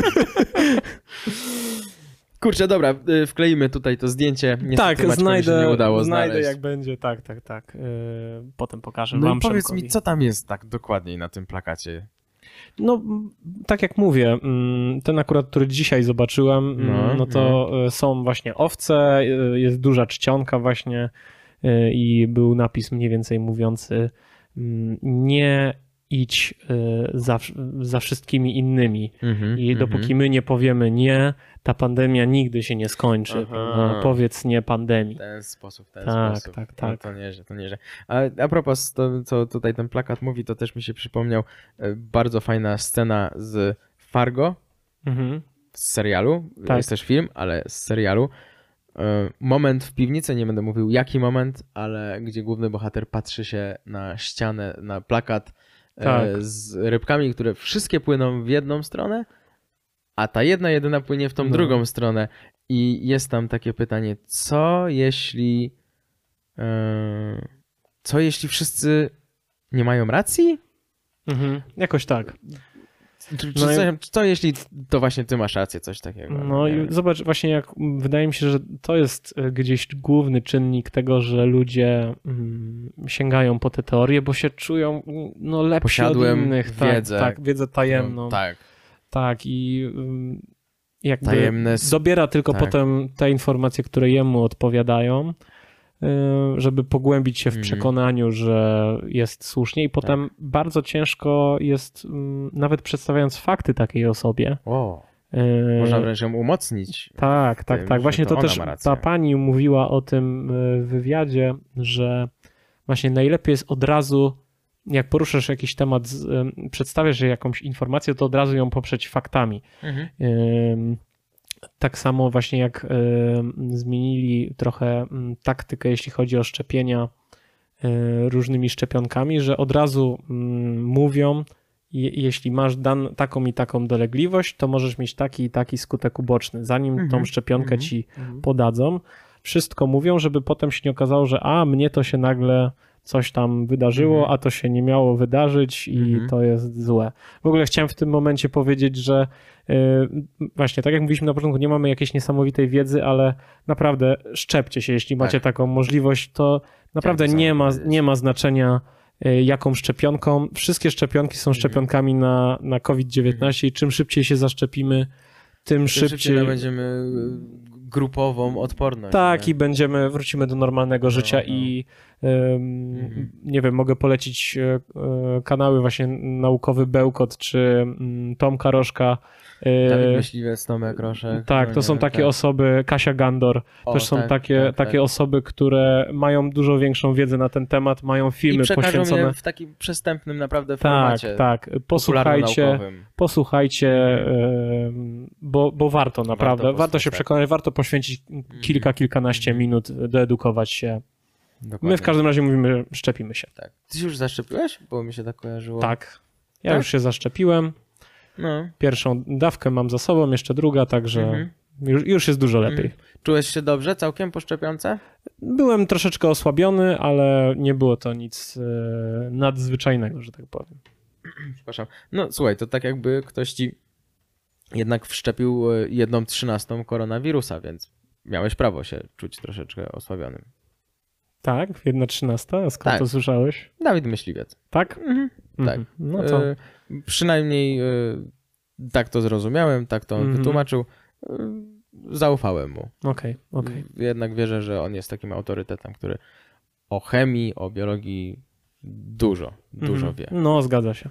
Kurczę, dobra, y, wkleimy tutaj to zdjęcie. Niestety Tak, Maćkowi znajdę, się nie udało znajdę znaleźć. jak będzie. Tak, tak, tak. E, Potem pokażę No wam, i powiedz Przemkowi. mi, co tam jest tak dokładniej na tym plakacie? No, m, tak jak mówię, mm, ten akurat, który dzisiaj zobaczyłem, mm, No, no to y, są właśnie owce, y, jest duża czcionka właśnie y, i był napis mniej więcej mówiący mm, nie idź y, za, za wszystkimi innymi Mhm, i dopóki my nie powiemy nie, ta pandemia nigdy się nie skończy. Aha. No, powiedz nie pandemii. W ten sposób, w ten Tak, sposób. tak, No, tak. to nieźle, to nieźle. A, a propos, to, co tutaj ten plakat mówi, to też mi się przypomniał e, bardzo fajna scena z Fargo, Mhm. z serialu. Tak. Jest też film, ale z serialu. E, Moment w piwnicy, nie będę mówił jaki moment, ale gdzie główny bohater patrzy się na ścianę, na plakat e, Tak. z rybkami, które wszystkie płyną w jedną stronę, a ta jedna jedyna płynie w tą No. drugą stronę. I jest tam takie pytanie, co jeśli e, co jeśli wszyscy nie mają racji? Mhm. Jakoś tak. Czy, czy, No i- co, co jeśli to właśnie ty masz rację, coś takiego? No nie i wiem. zobacz, właśnie jak wydaje mi się, że to jest e, gdzieś główny czynnik tego, że ludzie mm, sięgają po te teorie, bo się czują mm, no, lepsi Posiadłem od innych. wiedzę. Tak, tak, wiedzę tajemną. No, tak. Tak, i ym, jakby Tajemne sp- dobiera tylko tak. potem te informacje, które jemu odpowiadają, y, żeby pogłębić się w Mhm. przekonaniu, że jest słusznie i potem bardzo ciężko jest, ym, nawet przedstawiając fakty takiej osobie. O, y, można wręcz ją umocnić. tak, tak, tym, tak. że Właśnie to to, ona też ma rację. ta pani mówiła o tym y, w wywiadzie, że właśnie najlepiej jest od razu, jak poruszasz jakiś temat, z- y, przedstawiasz jakąś informację, to od razu ją poprzeć faktami. Mhm. Ym, Tak samo właśnie jak ym, zmienili trochę ym, taktykę, jeśli chodzi o szczepienia y, różnymi szczepionkami, że od razu ym, mówią, je, jeśli masz dan, taką i taką dolegliwość, to możesz mieć taki i taki skutek uboczny. Zanim Mhm, tą szczepionkę mhm, ci mhm. podadzą, wszystko mówią, żeby potem się nie okazało, że a, mnie to się nagle coś tam wydarzyło, Mhm. a to się nie miało wydarzyć i Mhm. to jest złe. W ogóle chciałem w tym momencie powiedzieć, że yy, właśnie, tak jak mówiliśmy na początku, nie mamy jakiejś niesamowitej wiedzy, ale naprawdę szczepcie się, jeśli macie Tak. taką możliwość, to naprawdę Chciałem to nie samo ma, powiedzieć. nie ma znaczenia yy, jaką szczepionką. Wszystkie szczepionki są Mhm. szczepionkami na, na COVID dziewiętnaście i czym szybciej się zaszczepimy, tym Tym szybciej szybciej... nabędziemy y, grupową odporność. Tak, nie? i będziemy, wrócimy do normalnego życia no. i ym, Mhm. nie wiem, mogę polecić e, e, kanały właśnie Naukowy Bełkot czy mm, Tomka Rożka, Dawid Myśliwiec, Tomek Roszek. Tak, no to nie, są takie tak. osoby, Kasia Gandor, O, też są tak, takie, tak, takie tak. osoby, które mają dużo większą wiedzę na ten temat, mają I filmy przekażą poświęcone. je w takim przystępnym naprawdę Tak, formacie. tak. Posłuchajcie, popularno-naukowym. posłuchajcie, em, bo, bo warto naprawdę, warto, posłuchać, się tak. przekonać, warto poświęcić kilka, kilkanaście minut, dooedukować się. Dokładnie. My w każdym razie mówimy, szczepimy się. Tak. Ty się już zaszczepiłeś? Bo mi się tak kojarzyło. Tak. Ja Tak? już się zaszczepiłem. No. Pierwszą dawkę mam za sobą, jeszcze druga, także Mhm. już, już jest dużo lepiej. Mhm. Czułeś się dobrze całkiem po szczepionce? Byłem troszeczkę osłabiony, ale nie było to nic e, nadzwyczajnego, że tak powiem. Przepraszam. No słuchaj, to tak jakby ktoś ci jednak wszczepił e, jedną trzynastą koronawirusa, więc miałeś prawo się czuć troszeczkę osłabionym. Tak, jedna trzynasta? A skąd Tak. to słyszałeś? Dawid Myśliwiec. Tak? Mhm. Tak. Mhm. No to E, przynajmniej e, tak to zrozumiałem, tak to on Mhm. wytłumaczył. E, zaufałem mu. okej, okej. Jednak wierzę, że on jest takim autorytetem, który o chemii, o biologii dużo, dużo Mhm. wie. No, zgadza się.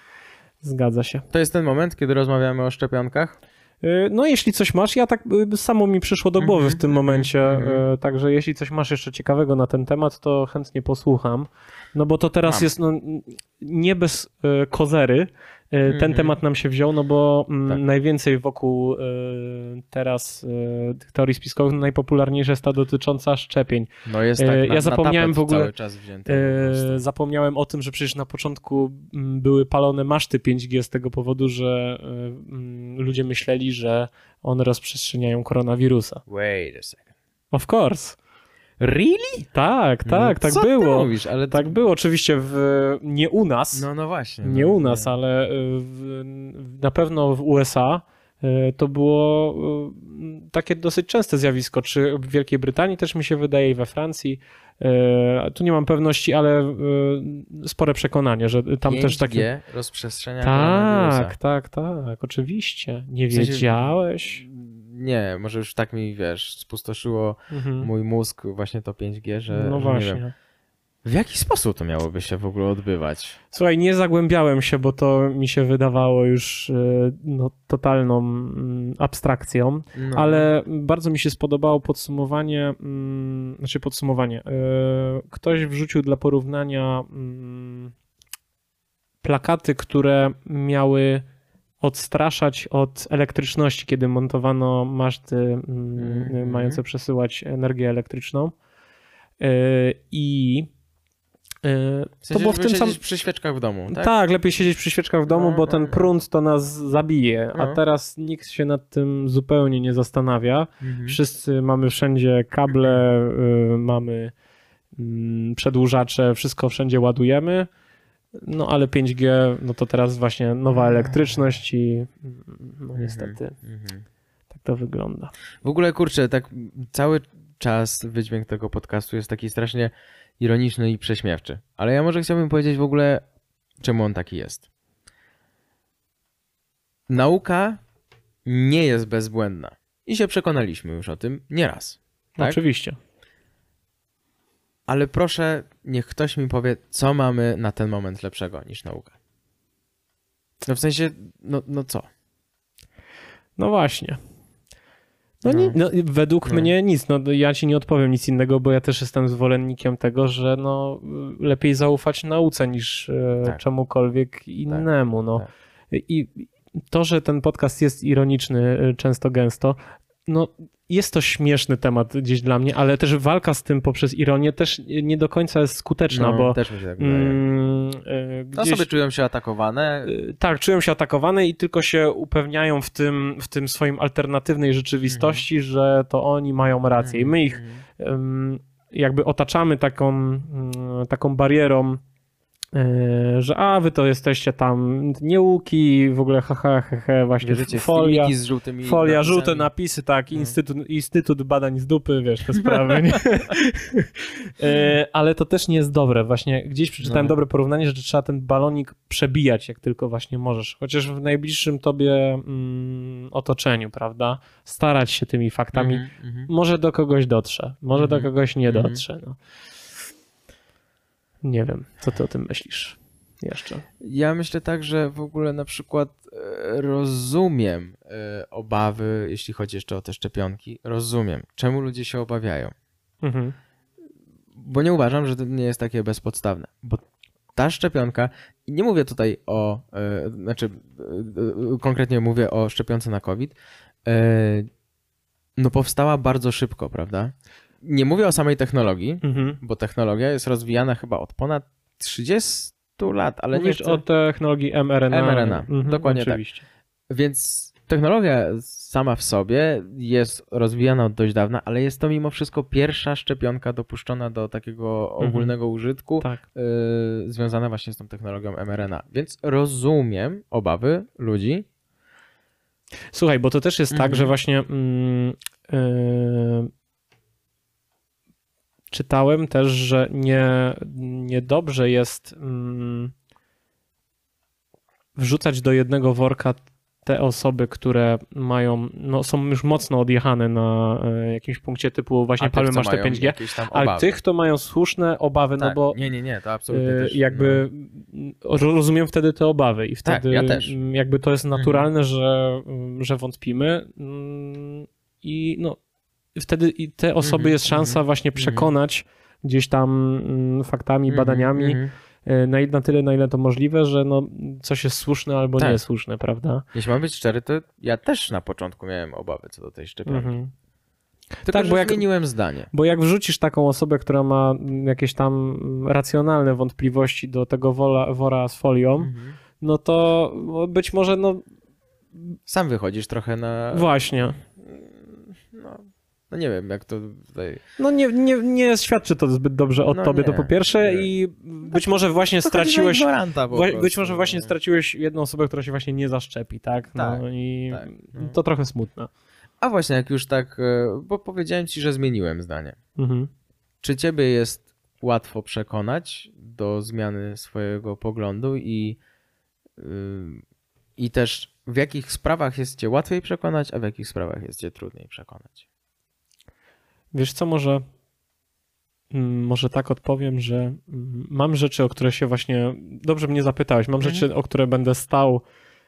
Zgadza się. To jest ten moment, kiedy rozmawiamy o szczepionkach. Y, No, jeśli coś masz, ja tak y, samo mi przyszło do głowy Mhm, w tym momencie, mhm. y, także jeśli coś masz jeszcze ciekawego na ten temat, to chętnie posłucham. No bo to teraz Mam. jest no, nie bez y, kozery. y, Ten Mhm. temat nam się wziął, no bo mm, Tak. najwięcej wokół y, teraz y, tych teorii spiskowych, najpopularniejsza jest ta dotycząca szczepień. No jest E, tak na, ja zapomniałem na tapet w ogóle- cały czas wzięty. po prostu. E, Zapomniałem o tym, że przecież na początku mm, były palone maszty pięć G z tego powodu, że e, mm, ludzie myśleli, że one rozprzestrzeniają koronawirusa. Wait a second. Of course. Really? Tak, tak, No, tak co ty było. mówisz? Ale Tak było, oczywiście w, nie u nas, No, no właśnie. nie no, u nas, ale e, w, na pewno w U S A e, to było e, takie dosyć częste zjawisko, czy w Wielkiej Brytanii też mi się wydaje i we Francji. E, Tu nie mam pewności, ale e, spore przekonanie, że tam też takie... pięć G rozprzestrzenia koronawirusa. Tak, tak, tak, oczywiście. Nie W sensie- wiedziałeś? Nie, może już tak mi, wiesz, spustoszyło Mhm. mój mózg właśnie to pięć G, że, No że nie właśnie. wiem. W jaki sposób to miałoby się w ogóle odbywać? Słuchaj, nie zagłębiałem się, bo to mi się wydawało już e, no, totalną mm, abstrakcją, No. ale bardzo mi się spodobało podsumowanie, mm, znaczy podsumowanie. e, Ktoś wrzucił dla porównania mm, plakaty, które miały odstraszać od elektryczności, kiedy montowano maszty mm, Mhm. mające przesyłać energię elektryczną. E, I e, W sensie, to było w żeby tym samym... siedzieć przy świeczkach w domu, tak? Tak? lepiej siedzieć przy świeczkach w domu, No, bo no, ten no. prąd to nas zabije, a No. teraz nikt się nad tym zupełnie nie zastanawia. Mhm. Wszyscy mamy wszędzie kable, y, mamy mm, przedłużacze, wszystko wszędzie ładujemy. No ale pięć G, no to teraz właśnie nowa elektryczność i mm, no niestety Mhm. tak to wygląda. W ogóle, kurczę, tak cały czas wydźwięk tego podcastu jest taki strasznie ironiczny i prześmiewczy. Ale ja może chciałbym powiedzieć w ogóle, czemu on taki jest. Nauka nie jest bezbłędna. I się przekonaliśmy już o tym nieraz. Tak? Oczywiście. Ale proszę, niech ktoś mi powie, co mamy na ten moment lepszego niż nauka. No w sensie, no, no co? No właśnie. No, No. Nie, no według No. mnie nic, no ja ci nie odpowiem nic innego, bo ja też jestem zwolennikiem tego, że no lepiej zaufać nauce niż e, Tak. czemukolwiek innemu, no. tak. I to, że ten podcast jest ironiczny e, często gęsto, no jest to śmieszny temat gdzieś dla mnie, ale też walka z tym poprzez ironię też nie do końca jest skuteczna, No, bo też mi się tak wydaje. mm, e, To gdzieś... osoby czują się atakowane. Y, Tak, czują się atakowane i tylko się upewniają w tym, w tym swoim alternatywnej rzeczywistości, Mhm. że to oni mają rację. I my ich Mhm. ym, jakby otaczamy taką, ym, taką barierą, y, że a, wy to jesteście tam nieuki, w ogóle haha, hehe, właśnie Wierzycie w folia, filmiki z żółtymi folia, napisami. żółte napisy, tak, No. Instytut, Instytut Badań z Dupy, wiesz, te sprawy, nie? E, ale to też nie jest dobre. Właśnie gdzieś przeczytałem No. dobre porównanie, że trzeba ten balonik przebijać, jak tylko właśnie możesz. Chociaż w najbliższym tobie mm, otoczeniu, prawda? Starać się tymi faktami. Mhm, mhm. Może do kogoś dotrze, może Mhm. do kogoś nie Mhm. dotrze. No. Nie wiem, co ty o tym myślisz? jeszcze. Ja myślę tak, że w ogóle na przykład e, rozumiem e, obawy, jeśli chodzi jeszcze o te szczepionki. Rozumiem, czemu ludzie się obawiają. Mhm. Bo nie uważam, że to nie jest takie bezpodstawne. Bo ta szczepionka, i nie mówię tutaj o, e, znaczy e, e, konkretnie mówię o szczepionce na COVID, e, no powstała bardzo szybko, prawda? Nie mówię o samej technologii, Mhm. bo technologia jest rozwijana chyba od ponad trzydziestu lat, ale Mówisz nie chcę... o technologii mRNA. mRNA, Mhm, dokładnie tak. oczywiście. Więc technologia sama w sobie jest rozwijana od dość dawna, ale jest to mimo wszystko pierwsza szczepionka dopuszczona do takiego ogólnego Mhm. użytku, Tak. y, związana właśnie z tą technologią mRNA. Więc rozumiem obawy ludzi. Słuchaj, bo to też jest Mhm. tak, że właśnie mm, yy, czytałem też, że nie, niedobrze jest mm, wrzucać do jednego worka te osoby, które mają, no, są już mocno odjechane na y, jakimś punkcie typu właśnie A tych, palmy co masz te mają pięć G, jakieś tam ale obawy. tych, kto mają słuszne obawy, Tak, no bo nie, nie, nie, to absolutnie y, też. jakby no. rozumiem wtedy te obawy i Tak, wtedy ja też. mm, jakby to jest naturalne, że, mm, że wątpimy mm, i no wtedy i te osoby Mhm, jest szansa mhm, właśnie mhm. przekonać gdzieś tam mm, faktami, Mhm, badaniami mhm. y, na, na tyle, na ile to możliwe, że no coś jest słuszne albo Tak. nie jest słuszne, prawda? Jeśli mam być szczery, to ja też na początku miałem obawy co do tej szczepionki. Mhm. Tylko, Tak, że bo jak- zmieniłem zdanie. Bo jak wrzucisz taką osobę, która ma jakieś tam racjonalne wątpliwości do tego wola, wora z folią, Mhm. no to być może, no Sam wychodzisz trochę na... właśnie, No, no nie wiem, jak to tutaj... no nie, nie, nie świadczy to zbyt dobrze o No tobie, to nie, po pierwsze nie. i być może właśnie To chodzi na straciłeś, ignoranta po wa- prostu, być może właśnie nie? straciłeś jedną osobę, która się właśnie nie zaszczepi, tak? No Tak, i tak, no. to trochę smutne. A właśnie, jak już tak... e, Bo powiedziałem ci, że zmieniłem zdanie. Mhm. Czy ciebie jest łatwo przekonać do zmiany swojego poglądu i... y, I też w jakich sprawach jest cię łatwiej przekonać, a w jakich sprawach jest cię trudniej przekonać? Wiesz co, może, mm, może tak odpowiem, że mm, mam rzeczy, o które się właśnie, dobrze mnie zapytałeś, mam Mhm. rzeczy, o które będę stał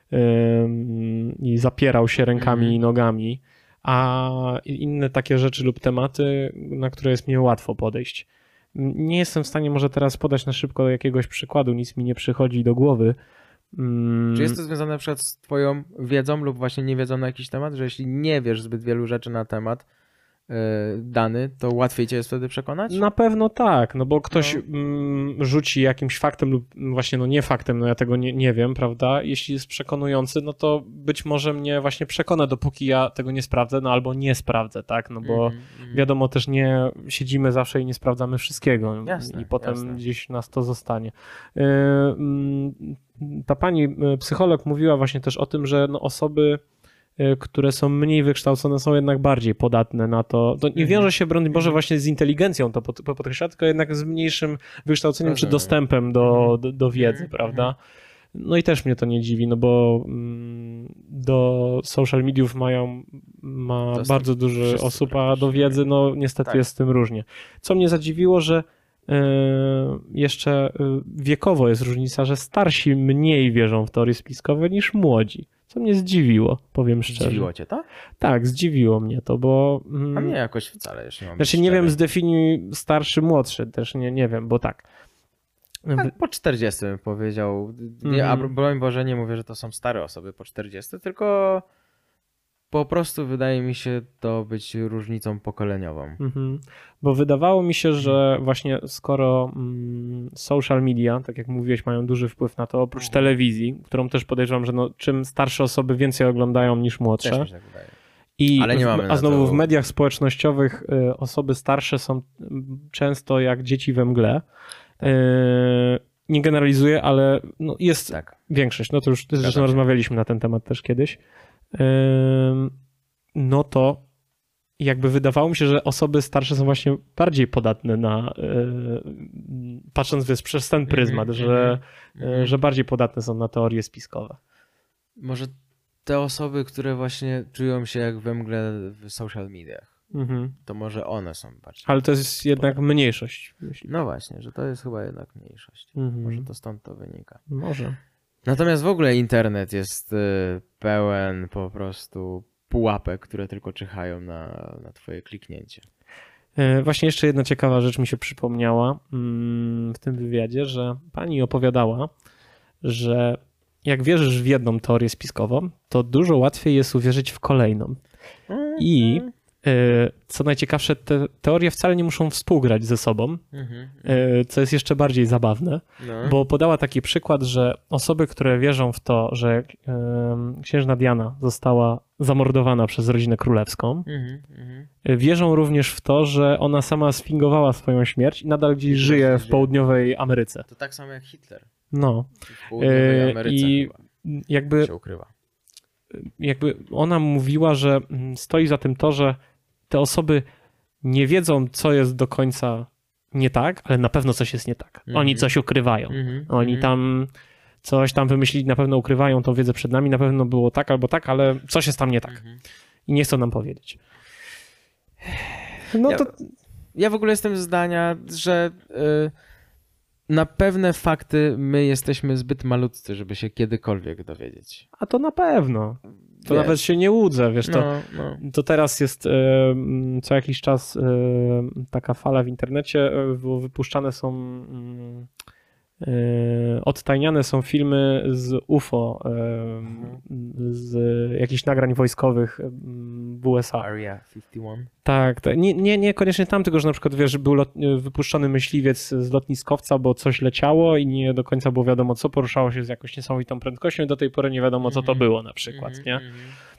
ym, i zapierał się rękami Mhm. i nogami, a inne takie rzeczy lub tematy, na które jest mi łatwo podejść. Nie jestem w stanie może teraz podać na szybko jakiegoś przykładu, nic mi nie przychodzi do głowy. Ym, Czy jest to związane na przykład z twoją wiedzą lub właśnie niewiedzą na jakiś temat, że jeśli nie wiesz zbyt wielu rzeczy na temat yy, dany, to łatwiej cię jest wtedy przekonać? Na pewno tak, no bo ktoś No. mm, rzuci jakimś faktem lub właśnie no nie faktem, no ja tego nie, nie wiem, prawda? Jeśli jest przekonujący, no to być może mnie właśnie przekona, dopóki ja tego nie sprawdzę, no albo nie sprawdzę, tak? No bo Mhm, mhm. wiadomo też nie siedzimy zawsze i nie sprawdzamy wszystkiego Jasne, i potem jasne. gdzieś nas to zostanie. Yy, mm, Ta pani y, psycholog mówiła właśnie też o tym, że no osoby, y, które są mniej wykształcone, są jednak bardziej podatne na to. To nie Mhm. wiąże się, broń Boże, Mhm. właśnie z inteligencją, to pod- podkreśla, tylko jednak z mniejszym wykształceniem czy Rozumiem. dostępem do, Mhm. do, do wiedzy, Mhm. prawda? No i też mnie to nie dziwi, no bo mm, do social mediów mają ma Dostęp bardzo dużo wszyscy osób, a praktycznie. do wiedzy no niestety Tak. jest z tym różnie. Co mnie zadziwiło, że y, jeszcze y, wiekowo jest różnica, że starsi mniej wierzą w teorie spiskowe niż młodzi. Co mnie zdziwiło, powiem szczerze. Zdziwiło cię to? Tak, zdziwiło mnie to, bo... mm, A mnie jakoś wcale, jeśli mam być Znaczy nie wiem, szczery. zdefiniuj starszy, młodszy, też nie, nie wiem, bo tak. Tak, po czterdziestu bym powiedział. Nie, a Mhm. broń Boże, nie mówię, że to są stare osoby po czterdziestu, tylko po prostu wydaje mi się to być różnicą pokoleniową. Mhm. Bo wydawało mi się, że właśnie skoro mm, social media, tak jak mówiłeś, mają duży wpływ na to, oprócz Mhm. telewizji, którą też podejrzewam, że no, czym starsze osoby więcej oglądają niż Też młodsze. mi się tak wydaje. I Ale nie w- mamy a na znowu to- w mediach społecznościowych y, osoby starsze są mm, często jak dzieci we mgle. Y, nie generalizuję, ale no jest Tak. większość, no to już Zgadzam zresztą się. rozmawialiśmy na ten temat też kiedyś. Ym, No to jakby wydawało mi się, że osoby starsze są właśnie bardziej podatne na, yy, patrząc wiesz, przez ten pryzmat, Mhm, że, mhm. yy, że bardziej podatne są na teorie spiskowe. Może te osoby, które właśnie czują się jak we mgle w social mediach. Mhm. to może one są bardziej. Ale to jest jednak mniejszość, myślę. No właśnie, że to jest chyba jednak mniejszość. Mhm. Może to stąd to wynika. Może. Natomiast w ogóle internet jest y, pełen po prostu pułapek, które tylko czyhają na, na twoje kliknięcie. E, Właśnie jeszcze jedna ciekawa rzecz mi się przypomniała mm, w tym wywiadzie, że pani opowiadała, że jak wierzysz w jedną teorię spiskową, to dużo łatwiej jest uwierzyć w kolejną. I e, co najciekawsze, te teorie wcale nie muszą współgrać ze sobą, Mhm. e, co jest jeszcze bardziej zabawne, No. bo podała taki przykład, że osoby, które wierzą w to, że e, księżna Diana została zamordowana przez rodzinę królewską, Mhm. Mhm. wierzą również w to, że ona sama sfingowała swoją śmierć i nadal gdzieś żyje w żyje. południowej Ameryce. To tak samo jak Hitler. No. W południowej E, Ameryce I chyba jakby, się ukrywa. jakby ona mówiła, że stoi za tym to, że te osoby nie wiedzą, co jest do końca nie tak, ale na pewno coś jest nie tak. Oni Mhm. coś ukrywają. Mhm. Oni Mhm. tam coś tam wymyślili, na pewno ukrywają tą wiedzę przed nami, na pewno było tak albo tak, ale coś jest tam nie tak. Mhm. I nie chcą nam powiedzieć. No Ja- to Ja w ogóle jestem zdania, że y, na pewne fakty my jesteśmy zbyt malutcy, żeby się kiedykolwiek dowiedzieć. A to na pewno. To Wiesz. nawet się nie łudzę, wiesz, to, No, no. to teraz jest e, m, co jakiś czas e, taka fala w internecie, e, bo wypuszczane są, mm, e, odtajniane są filmy z U F O, e, z jakichś nagrań wojskowych m, w U S A. Area pięćdziesiąt jeden. Tak, tak. Nie, nie, niekoniecznie tam, tylko że na przykład wiesz, był lot, wypuszczony myśliwiec z lotniskowca, bo coś leciało i nie do końca było wiadomo co, poruszało się z jakąś niesamowitą prędkością i do tej pory nie wiadomo co to Mhm. było na przykład, Mhm, nie? mhm.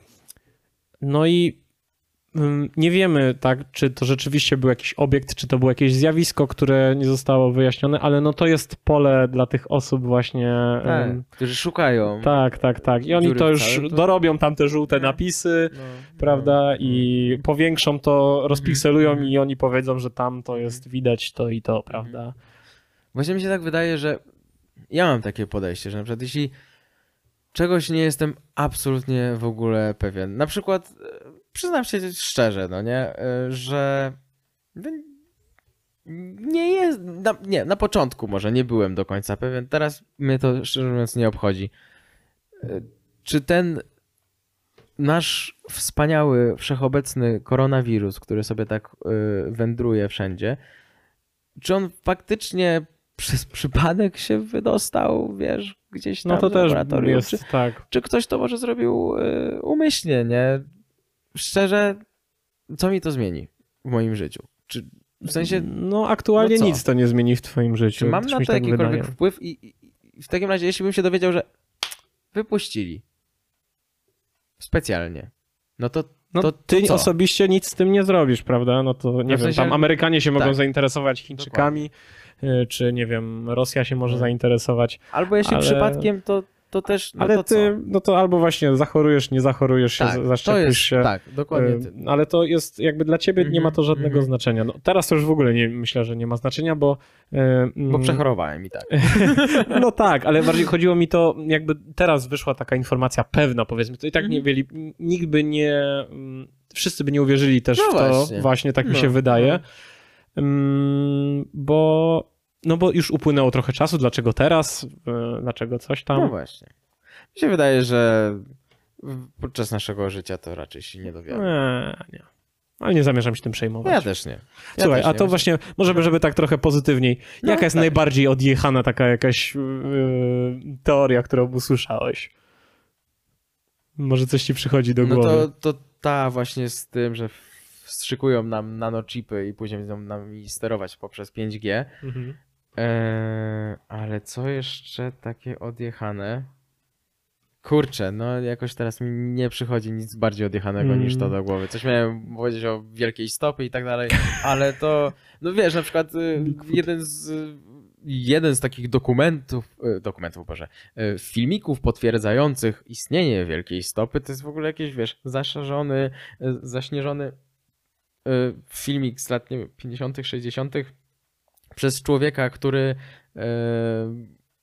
No i ym, nie wiemy tak, czy to rzeczywiście był jakiś obiekt, czy to było jakieś zjawisko, które nie zostało wyjaśnione, ale no to jest pole dla tych osób właśnie. Tak, ym, którzy szukają. tak, tak, tak. I oni Dziury to w już całym, to- dorobią tam te żółte No. napisy, No, prawda, no, i powiększą to, rozpikselują Mhm. i oni powiedzą, że tam to jest widać to i to, prawda? Właśnie mi się tak wydaje, że ja mam takie podejście, że na przykład jeśli czegoś nie jestem absolutnie w ogóle pewien, na przykład e, przyznam się szczerze, no nie, e, że no, nie jest, na, nie, na początku może nie byłem do końca pewien, teraz mnie to szczerze mówiąc nie obchodzi. E, Czy ten nasz wspaniały, wszechobecny koronawirus, który sobie tak e, wędruje wszędzie, czy on faktycznie przez przypadek się wydostał, wiesz, gdzieś tam No to w też laboratorium? jest Czy, tak. czy ktoś to może zrobił y, umyślnie, nie? Szczerze, co mi to zmieni w moim życiu? Czy w sensie, No aktualnie no co? nic to nie zmieni w twoim życiu. czy mam Coś na mi to tak jakikolwiek wydaje. wpływ? I, i, I w takim razie, jeśli bym się dowiedział, że wypuścili specjalnie, no to, No to, to ty co? osobiście nic z tym nie zrobisz, prawda? No to nie w wiem, sensie- tam Amerykanie się mogą tak. zainteresować Chińczykami, y, czy nie wiem, Rosja się może No. zainteresować. Albo jeśli ale- przypadkiem, to, to też, no Ale to ty, co? no to albo właśnie zachorujesz, nie zachorujesz się, Tak, za- to zaszczepisz jest, się. tak, dokładnie. Y, ty. Ale to jest jakby dla ciebie nie ma to Mhm, żadnego mhm. znaczenia. No, teraz to już w ogóle nie myślę, że nie ma znaczenia, bo. y, Bo mm, przechorowałem i tak. No tak, ale bardziej chodziło mi to, jakby teraz wyszła taka informacja pewna, powiedzmy, to i tak nie Mhm. mieli, nikt by nie, mm, wszyscy by nie uwierzyli też No w to, właśnie. właśnie tak mi No, się wydaje, no. Mm, bo, no bo już upłynęło trochę czasu, dlaczego teraz, y, dlaczego coś tam. No właśnie. Mi się wydaje, że w- podczas naszego życia to raczej się nie dowiemy. Nie, nie. Ale nie zamierzam się tym przejmować. Ja też nie. Ja Słuchaj, też a nie. to właśnie, może żeby tak trochę pozytywniej, No, jaka jest tak. najbardziej odjechana taka jakaś yy, teoria, którą usłyszałeś? Może coś ci przychodzi do No głowy? to, to ta właśnie z tym, że wstrzykują nam nanochipy i później będą nami sterować poprzez pięć G. Mhm. Eee, ale co jeszcze takie odjechane? Kurczę, no jakoś teraz mi nie przychodzi nic bardziej odjechanego Mm. niż to do głowy. Coś miałem powiedzieć o wielkiej stopy i tak dalej, ale to, no wiesz, na przykład y, jeden z jeden z takich dokumentów, y, dokumentów, Boże, y, filmików potwierdzających istnienie wielkiej stopy, to jest w ogóle jakiś, wiesz, zaszerzony, y, zaśnieżony y, filmik z lat, nie wiem, pięćdziesiątych, sześćdziesiątych przez człowieka, który y,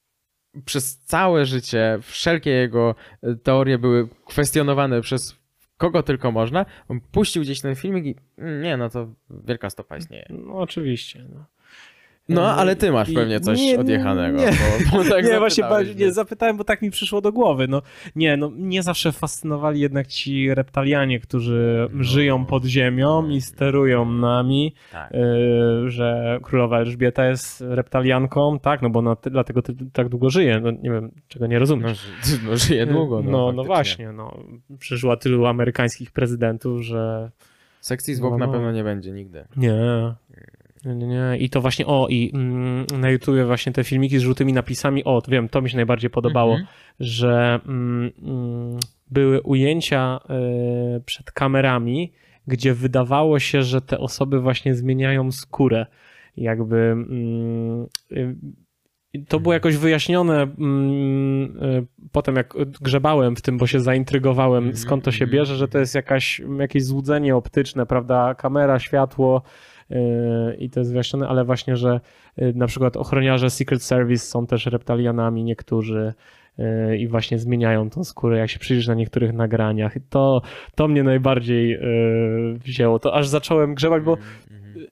przez całe życie wszelkie jego teorie były kwestionowane przez kogo tylko można. On puścił gdzieś ten filmik i nie, no to wielka stopa istnieje. No oczywiście, no. No, ale ty masz I- pewnie coś nie, odjechanego. nie. Bo, bo tak nie, właśnie zapytałeś, ba- nie, zapytałem, bo tak mi przyszło do głowy. No, nie, no mnie zawsze fascynowali jednak ci reptalianie, którzy No. żyją pod ziemią i sterują nami, Tak. y, że królowa Elżbieta jest reptalianką, tak, no bo na ty, dlatego ty, tak długo żyje. No, nie wiem, czego nie No, rozumiesz. ży- no żyje długo. No, no, no faktycznie. właśnie, no. Przeżyła tylu amerykańskich prezydentów, że Sekcji zwłok No, na no. pewno nie będzie nigdy. nie. Nie, nie, nie. I to właśnie, o, i mm, na YouTubie właśnie te filmiki z żółtymi napisami, o, to wiem, to mi się najbardziej podobało, Mhm. że mm, mm, były ujęcia y, przed kamerami, gdzie wydawało się, że te osoby właśnie zmieniają skórę. Jakby mm, y, to było jakoś wyjaśnione mm, y, potem, jak grzebałem w tym, bo się zaintrygowałem, Mhm, skąd to się mhm. bierze, że to jest jakaś, jakieś złudzenie optyczne, prawda? Kamera, światło y, i to jest wyjaśnione, ale właśnie, że y, na przykład ochroniarze Secret Service są też reptalianami niektórzy y, i właśnie zmieniają tą skórę, jak się przyjrzysz na niektórych nagraniach. I to, to mnie najbardziej y, wzięło. To aż zacząłem grzebać, bo Mhm.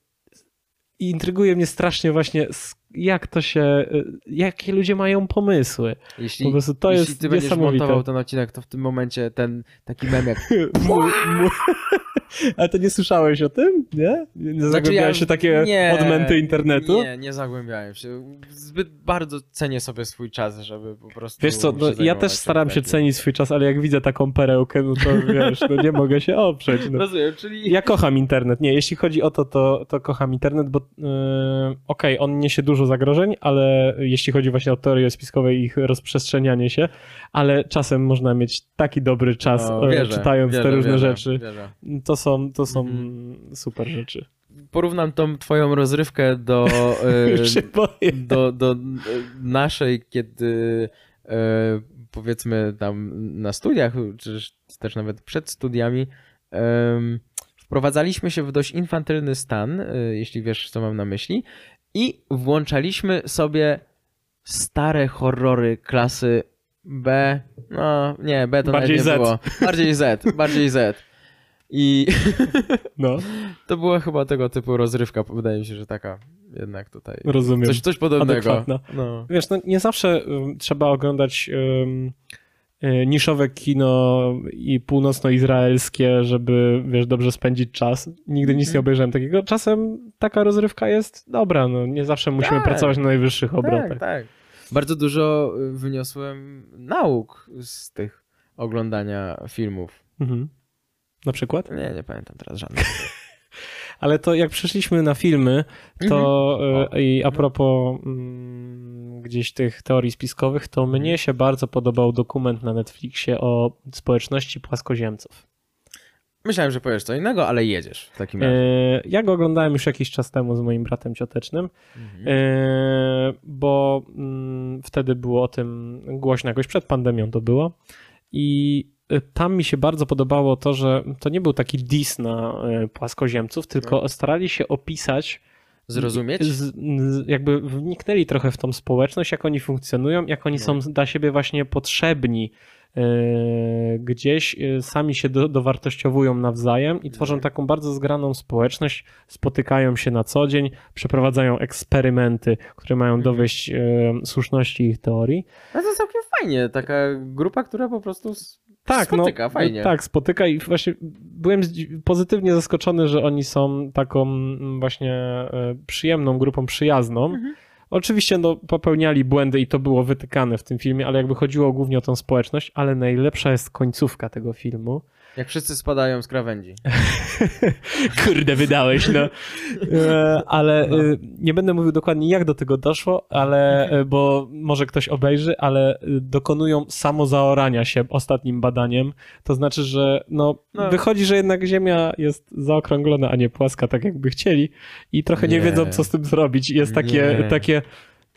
i intryguje mnie strasznie właśnie, s- jak to się, y, jakie ludzie mają pomysły. Jeśli, Po prostu to jeśli jest ty będziesz niesamowite. montował ten odcinek, to w tym momencie ten taki mem jak... Mu- mu- Ale to nie słyszałeś o tym? Nie? Nie zagłębiałeś się takie Znaczy nie, odmęty internetu? Nie, nie zagłębiałem się. Zbyt bardzo cenię sobie swój czas, żeby po prostu Wiesz co, się no, ja zajmować też tym staram się takim. cenić swój czas, ale jak widzę taką perełkę, no to wiesz, no nie mogę się oprzeć. No. Rozumiem, czyli... Ja kocham internet. Nie, jeśli chodzi o to, to, to kocham internet, bo yy, okej, on niesie dużo zagrożeń, ale jeśli chodzi właśnie o teorie spiskowe i ich rozprzestrzenianie się, ale czasem można mieć taki dobry czas No, e, wierzę, czytając wierzę, te różne wierzę, rzeczy. wierzę. To są, to są Mhm. super rzeczy. Porównam tą twoją rozrywkę do, Już się e, boję. do, do e, naszej, kiedy e, powiedzmy tam na studiach, czy też nawet przed studiami, em, wprowadzaliśmy się w dość infantylny stan, e, jeśli wiesz, co mam na myśli, i włączaliśmy sobie stare horrory klasy B, no nie, B to Bardziej nawet nie Z. było. Bardziej Z, bardziej Z. I No, to była chyba tego typu rozrywka, wydaje mi się, że taka jednak tutaj. rozumiem. Coś, coś podobnego. Adekwatna. No. Wiesz, no nie zawsze ym, trzeba oglądać ym, y, niszowe kino i północnoizraelskie, żeby, wiesz, dobrze spędzić czas. Nigdy nic nie Mhm. obejrzałem takiego. Czasem taka rozrywka jest dobra, no nie zawsze musimy Tak. pracować na najwyższych obrotach. Tak, tak. Bardzo dużo y, wyniosłem nauk z tych oglądania filmów. Mhm. Na przykład? Nie, nie pamiętam teraz żadnych. Ale to jak przeszliśmy na filmy, to Mhm. y, i a propos mm, gdzieś tych teorii spiskowych, to Mhm. mnie się bardzo podobał dokument na Netflixie o społeczności płaskoziemców. Myślałem, że powiesz co innego, ale jedziesz w takim razie. E, Ja go oglądałem już jakiś czas temu z moim bratem ciotecznym, Mhm. e, bo mm, wtedy było o tym głośno, jakoś przed pandemią to było i e, tam mi się bardzo podobało to, że to nie był taki diss na e, płaskoziemców, tylko starali się opisać, Zrozumieć? z, z, jakby wniknęli trochę w tą społeczność, jak oni funkcjonują, jak oni No. są dla siebie właśnie potrzebni, e, gdzieś e, sami się do, dowartościowują nawzajem i tworzą No. taką bardzo zgraną społeczność, spotykają się na co dzień, przeprowadzają eksperymenty, które mają Mhm. dowieść e, słuszności ich teorii. No to całkiem fajnie. Taka grupa, która po prostu s- Tak, spotyka. no, Fajnie. tak, spotyka i właśnie byłem zdzi- pozytywnie zaskoczony, że oni są taką mm, właśnie e, przyjemną grupą, przyjazną. Mhm. Oczywiście no, popełniali błędy i to było wytykane w tym filmie, ale jakby chodziło głównie o tą społeczność, ale najlepsza jest końcówka tego filmu. Jak wszyscy spadają z krawędzi. Kurde, wydałeś, no. E, ale No. e, nie będę mówił dokładnie jak do tego doszło, ale, e, bo może ktoś obejrzy, ale e, dokonują samozaorania się ostatnim badaniem. To znaczy, że no, No. wychodzi, że jednak Ziemia jest zaokrąglona, a nie płaska, tak jakby chcieli i trochę nie, Nie. wiedzą, co z tym zrobić. Jest takie, Nie. takie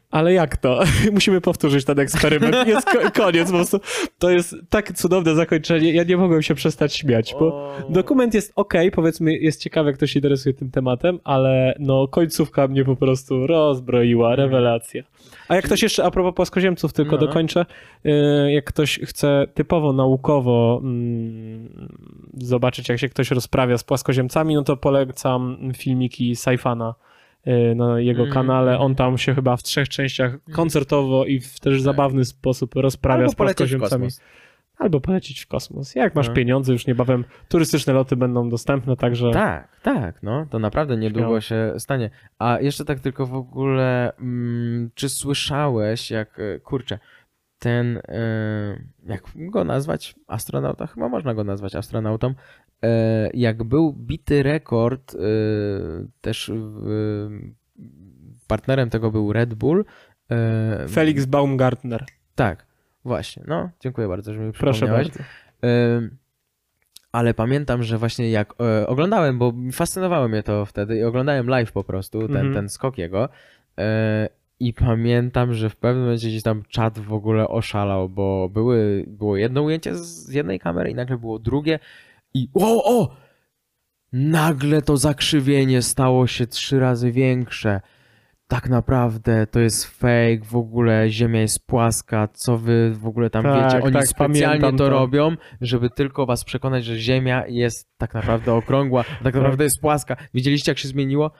Ale jak to? Musimy powtórzyć ten eksperyment. Jest ko- koniec po prostu. To jest tak cudowne zakończenie. Ja nie mogłem się przestać śmiać, bo dokument jest okej, powiedzmy, jest ciekawy, kto się interesuje tym tematem, ale no końcówka mnie po prostu rozbroiła, rewelacja. A jak ktoś jeszcze, a propos płaskoziemców, tylko No. dokończę, y, jak ktoś chce typowo naukowo mm, zobaczyć, jak się ktoś rozprawia z płaskoziemcami, no to polecam filmiki Saifana y, na jego Mm, kanale. mm. On tam się chyba w trzech częściach koncertowo i w też Tak. zabawny sposób rozprawia Albo z polecieć w płaskoziemcami. kosmos. Albo polecieć w kosmos. Jak masz No. pieniądze, już niebawem turystyczne loty będą dostępne, także... Tak, tak, no to naprawdę niedługo Śmiało. się stanie. A jeszcze tak tylko w ogóle, mm, czy słyszałeś, jak, e, kurczę, ten, e, jak go nazwać? Astronauta? Chyba można go nazwać astronautą. E, jak był bity rekord, e, też w, partnerem tego był Red Bull. E, Felix Baumgartner. Tak, właśnie, no dziękuję bardzo, że mi Proszę przypomniałeś. bardzo. Ym, Ale pamiętam, że właśnie jak e, oglądałem, bo fascynowało mnie to wtedy i oglądałem live po prostu, ten, Mhm. ten skok jego e, i pamiętam, że w pewnym momencie gdzieś tam czat w ogóle oszalał, bo były, było jedno ujęcie z jednej kamery i nagle było drugie i o, o! Nagle to zakrzywienie stało się trzy razy większe. Tak naprawdę to jest fake, w ogóle Ziemia jest płaska, co wy w ogóle tam Tak, wiecie? Oni tak, specjalnie pamiętam to, to. robią, żeby tylko was przekonać, że Ziemia jest tak naprawdę okrągła, tak naprawdę jest płaska. Widzieliście, jak się zmieniło?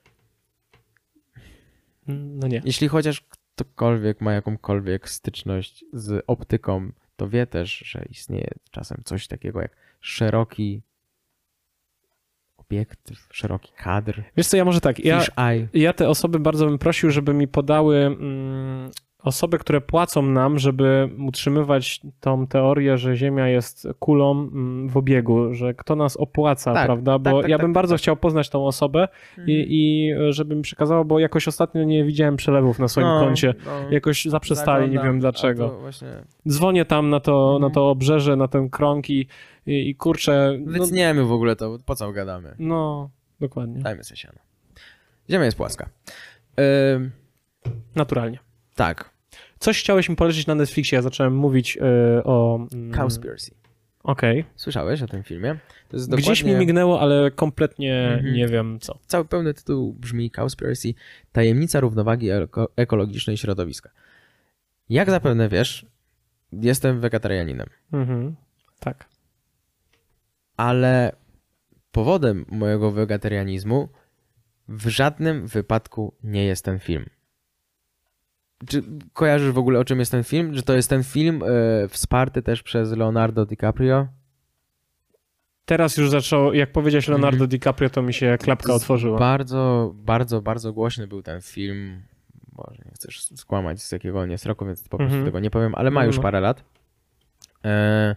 No nie. Jeśli chociaż ktokolwiek ma jakąkolwiek styczność z optyką, to wie też, że istnieje czasem coś takiego jak szeroki obiektyw, szeroki kadr, Wiesz co, ja może tak, ja, fish eye. ja te osoby bardzo bym prosił, żeby mi podały mm, osoby, które płacą nam, żeby utrzymywać tą teorię, że Ziemia jest kulą mm, w obiegu, że kto nas opłaca, Tak, prawda? Bo tak, tak, ja tak, bym tak, bardzo tak. chciał poznać tą osobę i, i żeby mi przekazało, bo jakoś ostatnio nie widziałem przelewów na swoim No, koncie. no. Jakoś zaprzestali, nie Zaglądam, wiem a dlaczego. to właśnie Dzwonię tam na to, Mhm. na to obrzeże, na ten krąg i, i, i kurczę, no, Wycniemy w ogóle to, po co gadamy? no dokładnie, Dajmy sobie siano. Ziemia jest płaska. Ym, naturalnie. tak. Coś chciałeś mi polecić na Netflixie, ja zacząłem mówić y, o... mm, Cowspiracy. Okej. Słyszałeś o tym filmie? To jest Gdzieś mi dokładnie- mignęło, ale kompletnie Mhm. nie wiem co. Cały pełny tytuł brzmi Cowspiracy. Tajemnica równowagi eko- ekologicznej środowiska. Jak zapewne wiesz, jestem wegetarianinem, Mhm. Tak. ale powodem mojego wegetarianizmu w żadnym wypadku nie jest ten film. Czy kojarzysz w ogóle, o czym jest ten film? Że to jest ten film e, wsparty też przez Leonardo DiCaprio? Teraz już zaczął, jak powiedziałeś Leonardo Mhm. DiCaprio, to mi się klapka To jest otworzyła. Bardzo, bardzo, bardzo głośny był ten film. Boże, nie chcesz skłamać, z jakiego on jest roku, więc po prostu Mhm. tego nie powiem, ale ma No, już no. parę lat. E,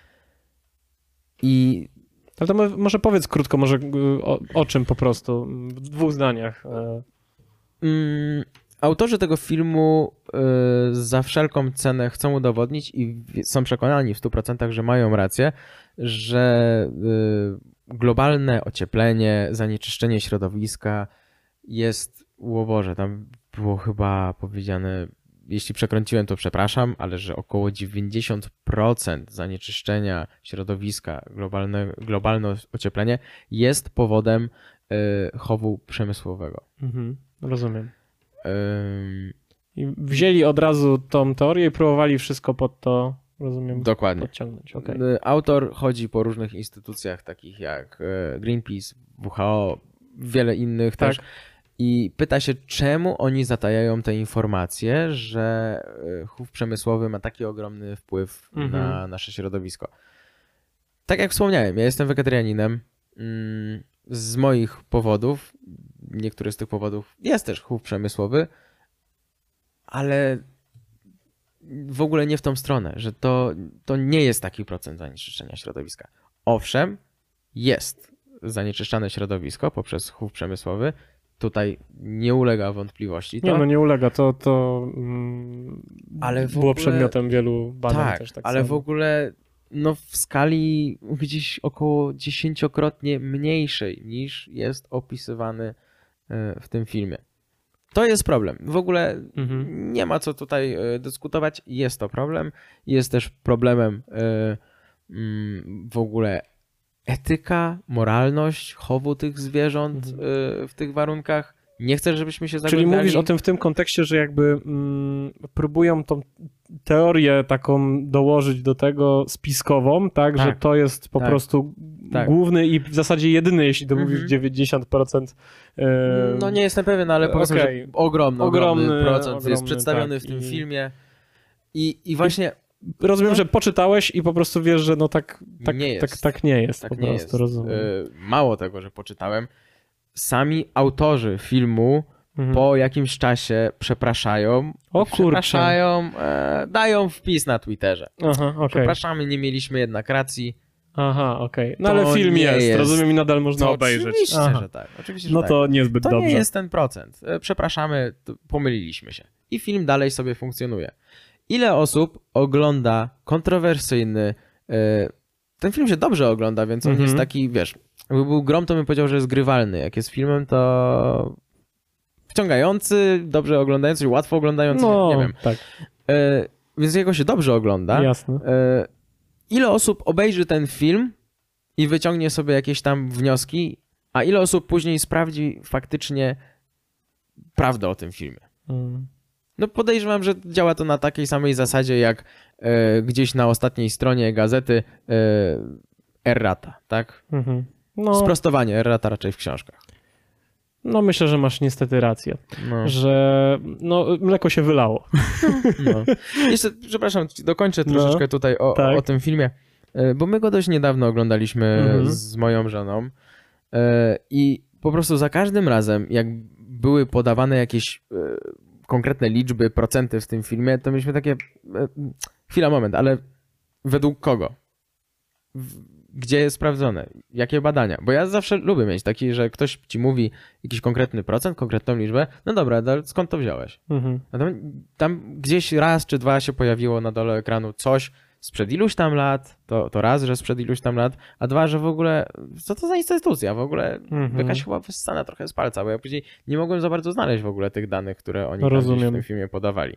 I Ale to mo- może powiedz krótko, może y, o, o czym po prostu, w dwóch zdaniach. e. mm, autorzy tego filmu y, za wszelką cenę chcą udowodnić i w- są przekonani w stu procentach, że mają rację, że y, globalne ocieplenie, zanieczyszczenie środowiska jest, o Boże, tam było chyba powiedziane, jeśli przekręciłem, to przepraszam, ale że około dziewięćdziesiąt procent zanieczyszczenia środowiska, globalne, globalne ocieplenie jest powodem y, chowu przemysłowego. Mhm. Rozumiem. Ym, I wzięli od razu tą teorię i próbowali wszystko pod to, rozumiem, dokładnie. podciągnąć. Okej. Y, Autor chodzi po różnych instytucjach, takich jak y, Greenpeace, W H O, wiele innych Tak. też. I pyta się, czemu oni zatajają te informacje, że y, chów przemysłowy ma taki ogromny wpływ Mhm. na nasze środowisko. Tak jak wspomniałem, ja jestem wegetarianinem. Mm, z moich powodów, niektóre z tych powodów jest też chów przemysłowy, ale w ogóle nie w tą stronę, że to, to nie jest taki procent zanieczyszczenia środowiska. Owszem, jest zanieczyszczane środowisko poprzez chów przemysłowy. Tutaj nie ulega wątpliwości. To, Nie, no nie ulega, to, to mm, Ale w było ogóle- To jest problem. W ogóle Mhm. nie ma co tutaj e, dyskutować. Jest to problem. Jest też problemem e, mm, w ogóle etyka, moralność chowu tych zwierząt Mhm. e, w tych warunkach. Nie chcę, żebyśmy się Czyli zagłębiali. mówisz o tym w tym kontekście, że jakby mm, próbują tą teorię taką dołożyć do tego spiskową, tak, Tak. że to jest po Tak. prostu Tak. główny i w zasadzie jedyny, jeśli to Mhm. mówisz dziewięćdziesiąt procent. e, No nie jestem pewien, ale powiedzmy, okej. że ogromny, ogromny, Ogromny, procent jest ogromny, przedstawiony tak. w tym I- filmie. I, I właśnie Rozumiem, No. że poczytałeś i po prostu wiesz, że no tak, tak, Nie tak, jest. tak nie jest tak po nie prostu, jest. rozumiem. Y, Mało tego, że poczytałem. Sami autorzy filmu Mhm. po jakimś czasie przepraszają. O kurczę. Przepraszają, e, dają wpis na Twitterze. Aha, okej. Przepraszamy, nie mieliśmy jednak racji. Aha, okej. No To ale film nie jest, jest. rozumiem, i nadal można To obejrzeć. Oczywiście, Aha. że tak. Oczywiście, że No tak. to niezbyt To dobrze. nie jest ten procent. E, Przepraszamy, to pomyliliśmy się. I film dalej sobie funkcjonuje. Ile osób ogląda kontrowersyjny... e, Ten film się dobrze ogląda, więc on Mhm. jest taki, wiesz... Jakby był Grom, to bym powiedział, że jest grywalny. Jak jest filmem, to... Wciągający, dobrze oglądający, łatwo oglądający, No, nie wiem. tak, E, Więc jego się dobrze ogląda. jasne. E, Ile osób obejrzy ten film i wyciągnie sobie jakieś tam wnioski, a ile osób później sprawdzi faktycznie prawdę o tym filmie? Mm. No podejrzewam, że działa to na takiej samej zasadzie jak e, gdzieś na ostatniej stronie gazety e, errata, tak? Mhm. No, Sprostowanie errata raczej w książkach. no myślę, że masz niestety rację, No. że no, mleko się wylało. No. Jeszcze, przepraszam, dokończę No, troszeczkę tutaj o, tak. o tym filmie, e, bo my go dość niedawno oglądaliśmy Mhm. z moją żoną e, i po prostu za każdym razem, jak były podawane jakieś e, konkretne liczby, procenty w tym filmie, to mieliśmy takie, e, chwila, moment, ale według kogo? W- Gdzie jest sprawdzone? Jakie badania? Bo ja zawsze lubię mieć taki, że ktoś ci mówi jakiś konkretny procent, konkretną liczbę, no dobra, ale skąd to wziąłeś? Mhm. A tam, tam gdzieś raz czy dwa się pojawiło na dole ekranu coś sprzed iluś tam lat, to, to raz, że sprzed iluś tam lat, a dwa, że w ogóle, co to za instytucja? W ogóle Mhm. jakaś chyba wyssana trochę z palca, bo ja później nie mogłem za bardzo znaleźć w ogóle tych danych, które oni tam Rozumiem. gdzieś w tym filmie podawali.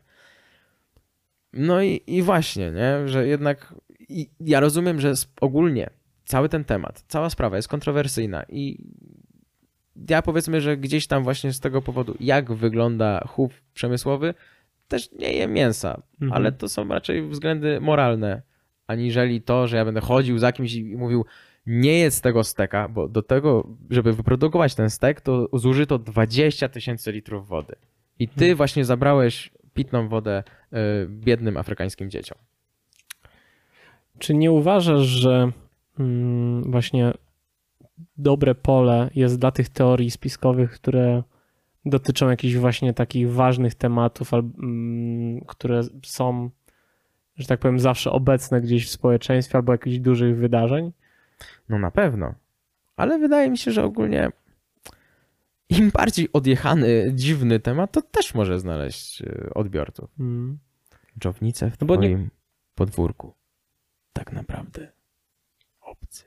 No i, i właśnie, nie, że jednak i ja rozumiem, że sp- ogólnie cały ten temat, cała sprawa jest kontrowersyjna i ja powiedzmy, że gdzieś tam właśnie z tego powodu, jak wygląda chów przemysłowy, też nie jem mięsa, Mhm. ale to są raczej względy moralne, aniżeli to, że ja będę chodził za kimś i mówił, nie jedz tego steka, bo do tego, żeby wyprodukować ten stek, to zużyto dwadzieścia tysięcy litrów wody. I ty Mhm. właśnie zabrałeś pitną wodę y, biednym afrykańskim dzieciom. Czy nie uważasz, że mm, właśnie dobre pole jest dla tych teorii spiskowych, które dotyczą jakichś właśnie takich ważnych tematów, al- mm, które są, że tak powiem, zawsze obecne gdzieś w społeczeństwie albo jakichś dużych wydarzeń? No na pewno. Ale wydaje mi się, że ogólnie im bardziej odjechany, dziwny temat, to też może znaleźć y, odbiorców. Mm. Dżownice w No bo nie- twoim podwórku. Tak naprawdę obcy.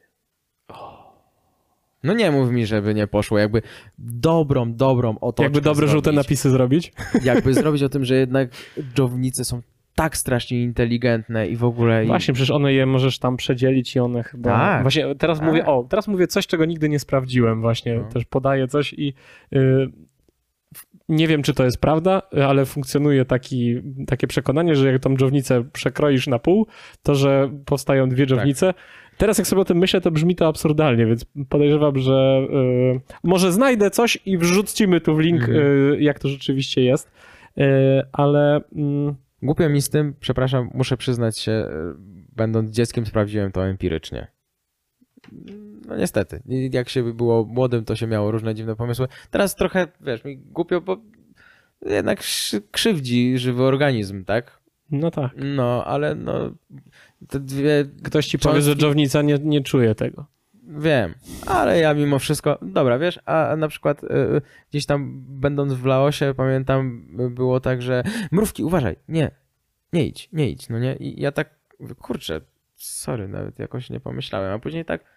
No nie mów mi, żeby nie poszło. Jakby dobrą, dobrą otoczkę Jakby dobre żółte zrobić. napisy zrobić? Jakby zrobić o tym, że jednak dżownice są tak strasznie inteligentne i w ogóle... i- Właśnie, przecież one je możesz tam przedzielić i one chyba... Tak. Właśnie teraz Tak. mówię, o, teraz mówię coś, czego nigdy nie sprawdziłem właśnie. No. Też podaję coś i y, nie wiem, czy to jest prawda, ale funkcjonuje taki, takie przekonanie, że jak tą dżownicę przekroisz na pół, to że powstają dwie dżownice. Teraz jak sobie o tym myślę, to brzmi to absurdalnie, więc podejrzewam, że y, może znajdę coś i wrzucimy tu w link, Mhm. y, jak to rzeczywiście jest, y, ale... Mm, Głupio mi z tym, przepraszam, muszę przyznać się, y, będąc dzieckiem sprawdziłem to empirycznie. No niestety, I jak się było młodym, to się miało różne dziwne pomysły. Teraz trochę, wiesz, mi głupio, bo jednak szy- krzywdzi żywy organizm, tak? no tak. No, ale no, te dwie, Ktoś ci powie, że Cząstki- dżownica nie, nie czuje tego. wiem, ale ja mimo wszystko, dobra, wiesz, a a na przykład y, y, gdzieś tam będąc w Laosie, pamiętam, y, było tak, że mrówki, uważaj, nie, nie idź, nie idź, no nie, i ja tak, kurczę, sorry, nawet jakoś nie pomyślałem, a później tak,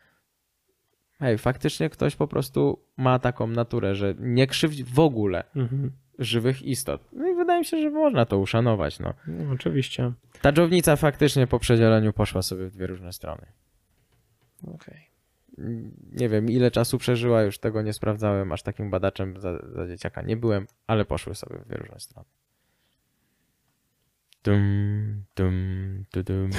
hej, faktycznie ktoś po prostu ma taką naturę, że nie krzywdzi w ogóle. Mhm. żywych istot. No i wydaje mi się, że można to uszanować. No. No, oczywiście. Ta dżownica faktycznie po przedzieleniu poszła sobie w dwie różne strony. Okej. Okay. Nie wiem, ile czasu przeżyła, już tego nie sprawdzałem, aż takim badaczem za, za dzieciaka nie byłem, ale poszły sobie w dwie różne strony. Dum, dum, du, dum.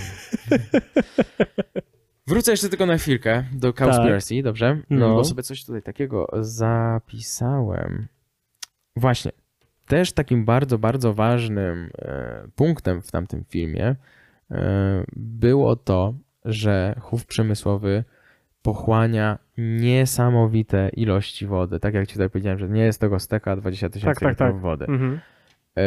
Wrócę jeszcze tylko na chwilkę do Cowspiracy, tak. Dobrze? No. Bo sobie coś tutaj takiego zapisałem. Właśnie. Też takim bardzo, bardzo ważnym e, punktem w tamtym filmie e, było to, że chów przemysłowy pochłania niesamowite ilości wody. Tak jak ci tutaj powiedziałem, że nie jest tego steka dwadzieścia tysięcy tak, litrów tak. wody. Mhm. E,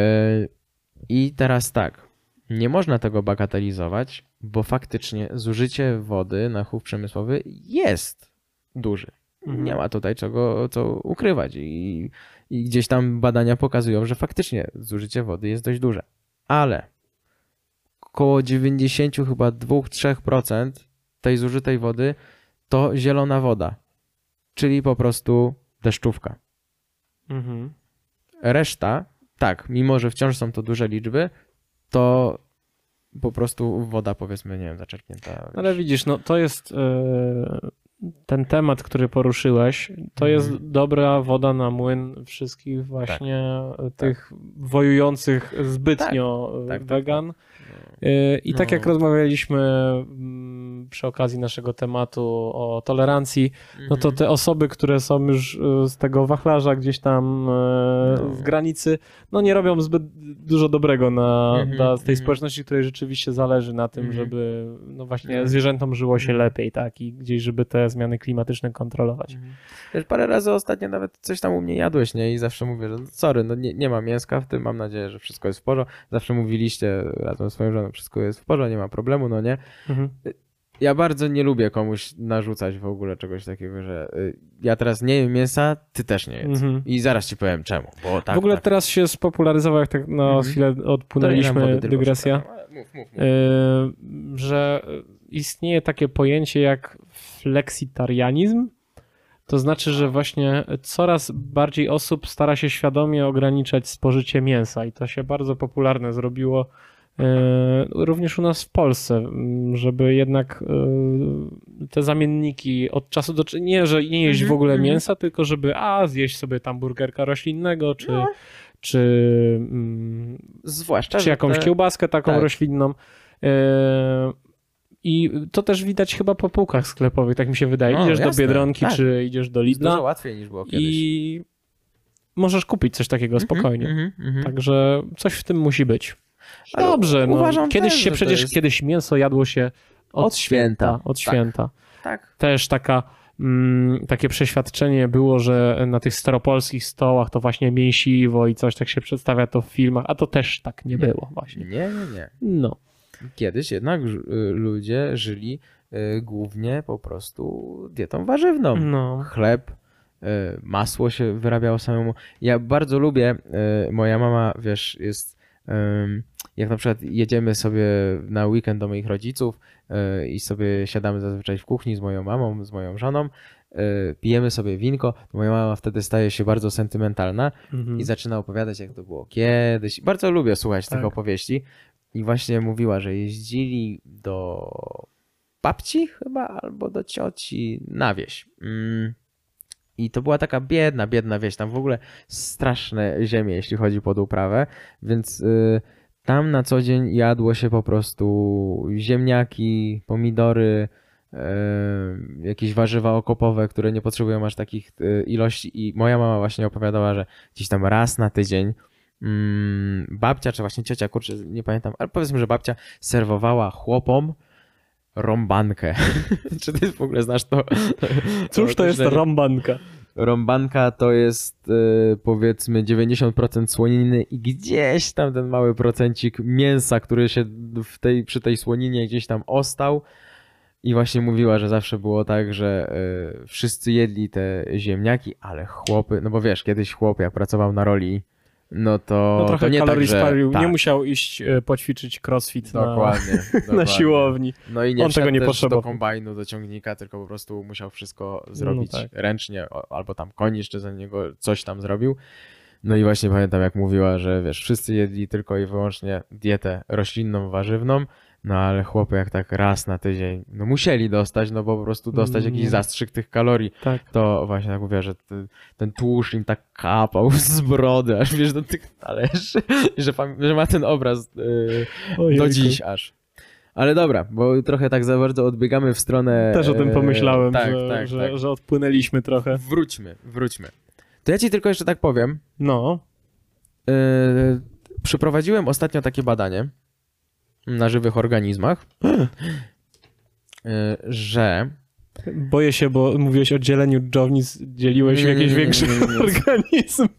I teraz tak, nie można tego bagatelizować, bo faktycznie zużycie wody na chów przemysłowy jest duży. Mhm. Nie ma tutaj czego co ukrywać i, i gdzieś tam badania pokazują, że faktycznie zużycie wody jest dość duże. Ale około dziewięćdziesiąt chyba dwa do trzech procent tej zużytej wody to zielona woda, czyli po prostu deszczówka. Mhm. Reszta, tak, mimo że wciąż są to duże liczby, to po prostu woda, powiedzmy, nie wiem, zaczerpnięta. Ale widzisz, no to jest yy, ten temat, który poruszyłeś, to mhm. jest dobra woda na młyn wszystkich właśnie tak. tych tak. wojujących zbytnio tak. Tak, wegan. Tak, tak. I tak no. jak rozmawialiśmy przy okazji naszego tematu o tolerancji, no to te osoby, które są już z tego wachlarza gdzieś tam no. w granicy, no nie robią zbyt dużo dobrego na, mm-hmm, dla tej mm-hmm. społeczności, której rzeczywiście zależy na tym, mm-hmm. żeby no właśnie mm-hmm. zwierzętom żyło się lepiej, tak, i gdzieś, żeby te zmiany klimatyczne kontrolować. Mm-hmm. Wiesz, parę razy ostatnio nawet coś tam u mnie jadłeś, nie? I zawsze mówię, że sorry, no nie, nie ma mięska w tym, mam nadzieję, że wszystko jest w porządku. Zawsze mówiliście razem z swoją żoną, wszystko jest w porządku, nie ma problemu, no nie? Mhm. Ja bardzo nie lubię komuś narzucać w ogóle czegoś takiego, że ja teraz nie jem mięsa, ty też nie jedz. Mhm. I zaraz ci powiem czemu. Bo tak, w ogóle tak. teraz się spopularyzował, jak tak na mhm. chwilę odpłynęliśmy, dygresja, mów, mów, mów. Yy, że istnieje takie pojęcie jak flexitarianizm. To znaczy, że właśnie coraz bardziej osób stara się świadomie ograniczać spożycie mięsa i to się bardzo popularne zrobiło również u nas w Polsce, żeby jednak te zamienniki od czasu do czasu, nie, że nie jeść w ogóle mięsa, tylko żeby a zjeść sobie tam burgerka roślinnego, czy, no. czy, Zwłaszcza, czy jakąś te... kiełbaskę taką tak. roślinną. I to też widać chyba po półkach sklepowych, tak mi się wydaje. No, idziesz jasne, do Biedronki, tak. czy idziesz do Lidla. Dużo łatwiej niż było kiedyś. I możesz kupić coś takiego spokojnie. Mm-hmm, mm-hmm. Także coś w tym musi być. Ale dobrze, no, uważam kiedyś też, się przecież, jest... kiedyś mięso jadło się od, od święta. święta. Od tak. święta. Tak. Też taka, mm, takie przeświadczenie było, że na tych staropolskich stołach to właśnie mięsiwo i coś tak się przedstawia to w filmach, a to też tak nie, nie. było właśnie. Nie, nie, nie. No. Kiedyś jednak ludzie żyli głównie po prostu dietą warzywną. No. Chleb, masło się wyrabiało samemu. Ja bardzo lubię, moja mama, wiesz, jest... Jak na przykład jedziemy sobie na weekend do moich rodziców i sobie siadamy zazwyczaj w kuchni z moją mamą, z moją żoną, pijemy sobie winko, to moja mama wtedy staje się bardzo sentymentalna mhm. i zaczyna opowiadać, jak to było kiedyś. Bardzo lubię słuchać tak. tych opowieści i właśnie mówiła, że jeździli do babci chyba albo do cioci na wieś. I to była taka biedna, biedna wieś, tam w ogóle straszne ziemie, jeśli chodzi pod uprawę, więc y, tam na co dzień jadło się po prostu ziemniaki, pomidory, y, jakieś warzywa okopowe, które nie potrzebują aż takich y, ilości i moja mama właśnie opowiadała, że gdzieś tam raz na tydzień mm, babcia, czy właśnie ciocia, kurczę, nie pamiętam, ale powiedzmy, że babcia serwowała chłopom rąbankę. Czy ty w ogóle znasz to? Cóż to jest rąbanka? Rąbanka to jest yy, powiedzmy dziewięćdziesiąt procent słoniny i gdzieś tam ten mały procencik mięsa, który się w tej, przy tej słoninie gdzieś tam ostał. I właśnie mówiła, że zawsze było tak, że yy, wszyscy jedli te ziemniaki, ale chłopy, no bo wiesz, kiedyś chłop jak pracował na roli, no to, no trochę to nie kalorii tak, że... spalił, tak. nie musiał iść poćwiczyć crossfit dokładnie, na, dokładnie. na siłowni. No i nie on tego nie potrzebował. do kombajnu, do ciągnika, tylko po prostu musiał wszystko zrobić no tak. ręcznie, albo tam koń jeszcze za niego coś tam zrobił. No i właśnie pamiętam, jak mówiła, że wiesz, wszyscy jedli tylko i wyłącznie dietę roślinną, warzywną, no ale chłopy jak tak raz na tydzień, no musieli dostać, no bo po prostu dostać jakiś Mm. zastrzyk tych kalorii. Tak. To właśnie tak mówię, że ty, ten tłuszcz im tak kapał z brody, aż wiesz, do tych talerzy, że, pam- że ma ten obraz yy, do Ojejku. dziś aż. Ale dobra, bo trochę tak za bardzo odbiegamy w stronę... Też o tym e, pomyślałem, tak, że, tak, że, tak. że odpłynęliśmy trochę. Wróćmy, wróćmy. To ja ci tylko jeszcze tak powiem. No, Yy, przeprowadziłem ostatnio takie badanie na żywych organizmach, yy, że... boję się, bo mówiłeś o dzieleniu dżownic, dzieliłeś w Nie, nie, jakieś nie, nie, większe nie, nie, nie. organizmy.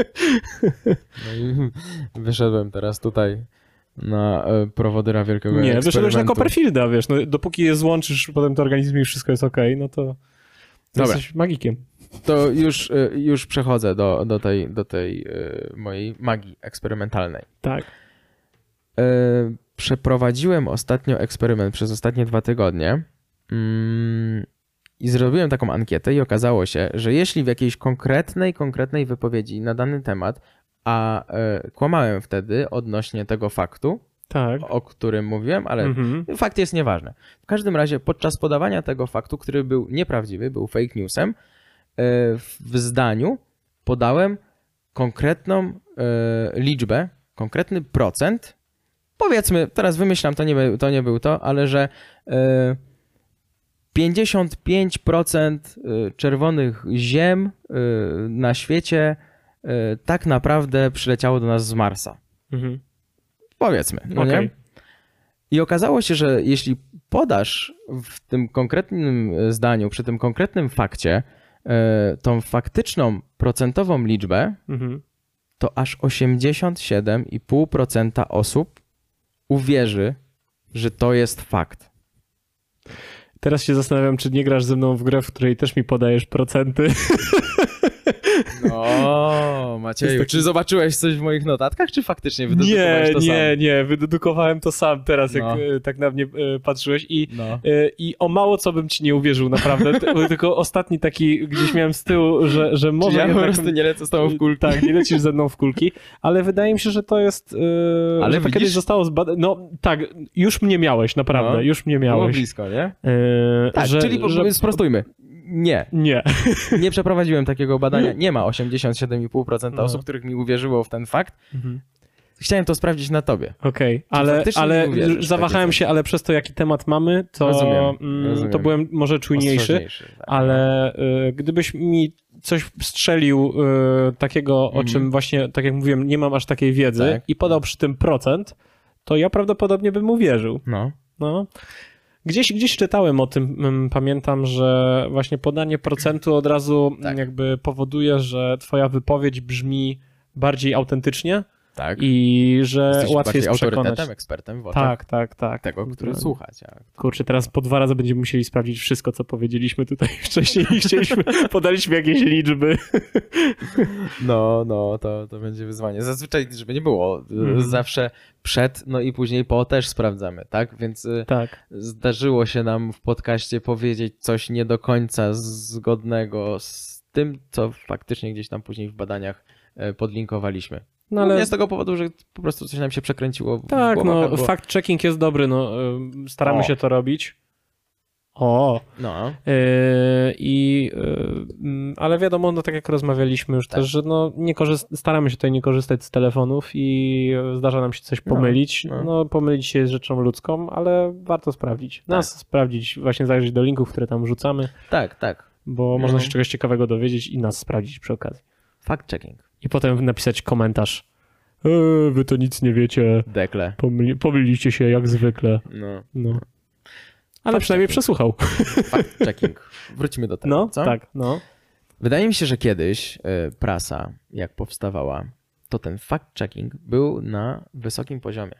No i wyszedłem teraz tutaj na e, prowodera wielkiego Nie, wyszedłeś na eksperymentu. Copperfielda, wiesz, no, dopóki je złączysz potem te organizmy i wszystko jest okej, no to, to Dobra. jesteś magikiem. To już, e, już przechodzę do, do tej, do tej e, mojej magii eksperymentalnej. Tak. E, Przeprowadziłem ostatnio eksperyment przez ostatnie dwa tygodnie mm, i zrobiłem taką ankietę i okazało się, że jeśli w jakiejś konkretnej, konkretnej wypowiedzi na dany temat, a e, kłamałem wtedy odnośnie tego faktu, Tak. o którym mówiłem, ale Mhm. fakt jest nieważny. W każdym razie podczas podawania tego faktu, który był nieprawdziwy, był fake newsem, e, w zdaniu podałem konkretną e, liczbę, konkretny procent. Powiedzmy, teraz wymyślam, to nie, był- to nie był to, ale że e, pięćdziesiąt pięć procent e, czerwonych ziem e, na świecie e, tak naprawdę przyleciało do nas z Marsa. Mhm. Powiedzmy, no Okej. nie? I okazało się, że jeśli podasz w tym konkretnym zdaniu, przy tym konkretnym fakcie, e, tą faktyczną procentową liczbę, Mhm. to aż osiemdziesiąt siedem i pół procent osób uwierzy, że to jest fakt. Teraz się zastanawiam, czy nie grasz ze mną w grę, w której też mi podajesz procenty. O, Macieju, taki- czy zobaczyłeś coś w moich notatkach, czy faktycznie wydedukowałeś Nie, to nie, sam? nie, wydedukowałem to sam teraz, jak No. e, tak na mnie e, patrzyłeś i No. E, I o mało co bym ci nie uwierzył, naprawdę. T- Tylko ostatni taki gdzieś miałem z tyłu, że, że może. Może ja po jednak- prostu nie lecę z tobą w kulki. Tak, nie lecisz ze mną w kulki, ale wydaje mi się, że to jest. Yy, Ale że to widzisz? kiedyś zostało zbadane. No tak, już mnie miałeś, naprawdę, No. już mnie Było miałeś. blisko, nie? Yy, Tak, że, czyli po, że... sprostujmy. Nie, Nie. nie przeprowadziłem takiego badania. Nie ma osiemdziesiąt siedem i pół procent No. osób, których mi uwierzyło w ten fakt. Mhm. Chciałem to sprawdzić na tobie. Okej, ale, faktycznie ale nie uwierzysz w zawahałem takie się, ale przez to, jaki temat mamy, to, Rozumiem, mm, rozumiem. to byłem może czujniejszy. Ostrożniejszy, tak. Ale y, gdybyś mi coś strzelił y, takiego, o Mhm. czym właśnie, tak jak mówiłem, nie mam aż takiej wiedzy Tak. i podał przy tym procent, to ja prawdopodobnie bym uwierzył. No. No. Gdzieś, gdzieś czytałem o tym, mm, pamiętam, że właśnie podanie procentu od razu Tak. jakby powoduje, że twoja wypowiedź brzmi bardziej autentycznie Tak. i że Jesteś łatwiej jest bardziej przekonać. autorytetem, ekspertem w oczach Tak, tak, tak. tego, który No. słucha cię. Kurczę, teraz po dwa razy będziemy musieli sprawdzić wszystko, co powiedzieliśmy tutaj wcześniej i chcieliśmy, podaliśmy jakieś liczby. No, no, to, to będzie wyzwanie. Zazwyczaj, żeby nie było, Mhm. zawsze przed, no i później po też sprawdzamy, tak? Więc y, Tak. zdarzyło się nam w podcaście powiedzieć coś nie do końca zgodnego z tym, co faktycznie gdzieś tam później w badaniach e, podlinkowaliśmy. No Ale... ale z tego powodu, że po prostu coś nam się przekręciło w tak, głowach, no albo... fact-checking jest dobry, no y, staramy O. się to robić. O, No, y, i y, mm, ale wiadomo, no tak jak rozmawialiśmy już Tak. też, że no nie korzyst- staramy się tutaj nie korzystać z telefonów i zdarza nam się coś No, pomylić. no. No, pomylić się jest rzeczą ludzką, ale warto sprawdzić. Nas sprawdzić, właśnie zajrzeć do linków, które tam wrzucamy, tak, tak. bo No. można się czegoś ciekawego dowiedzieć i nas sprawdzić przy okazji. Fact-checking. I potem napisać komentarz. Eee, wy to nic nie wiecie, Dekle. pomyli- pomyliliście się jak zwykle. No. No. Ale przynajmniej przesłuchał. Fact-checking. Wróćmy do tego, No, co? tak, no. Wydaje mi się, że kiedyś y, prasa, jak powstawała, to ten fact-checking był na wysokim poziomie.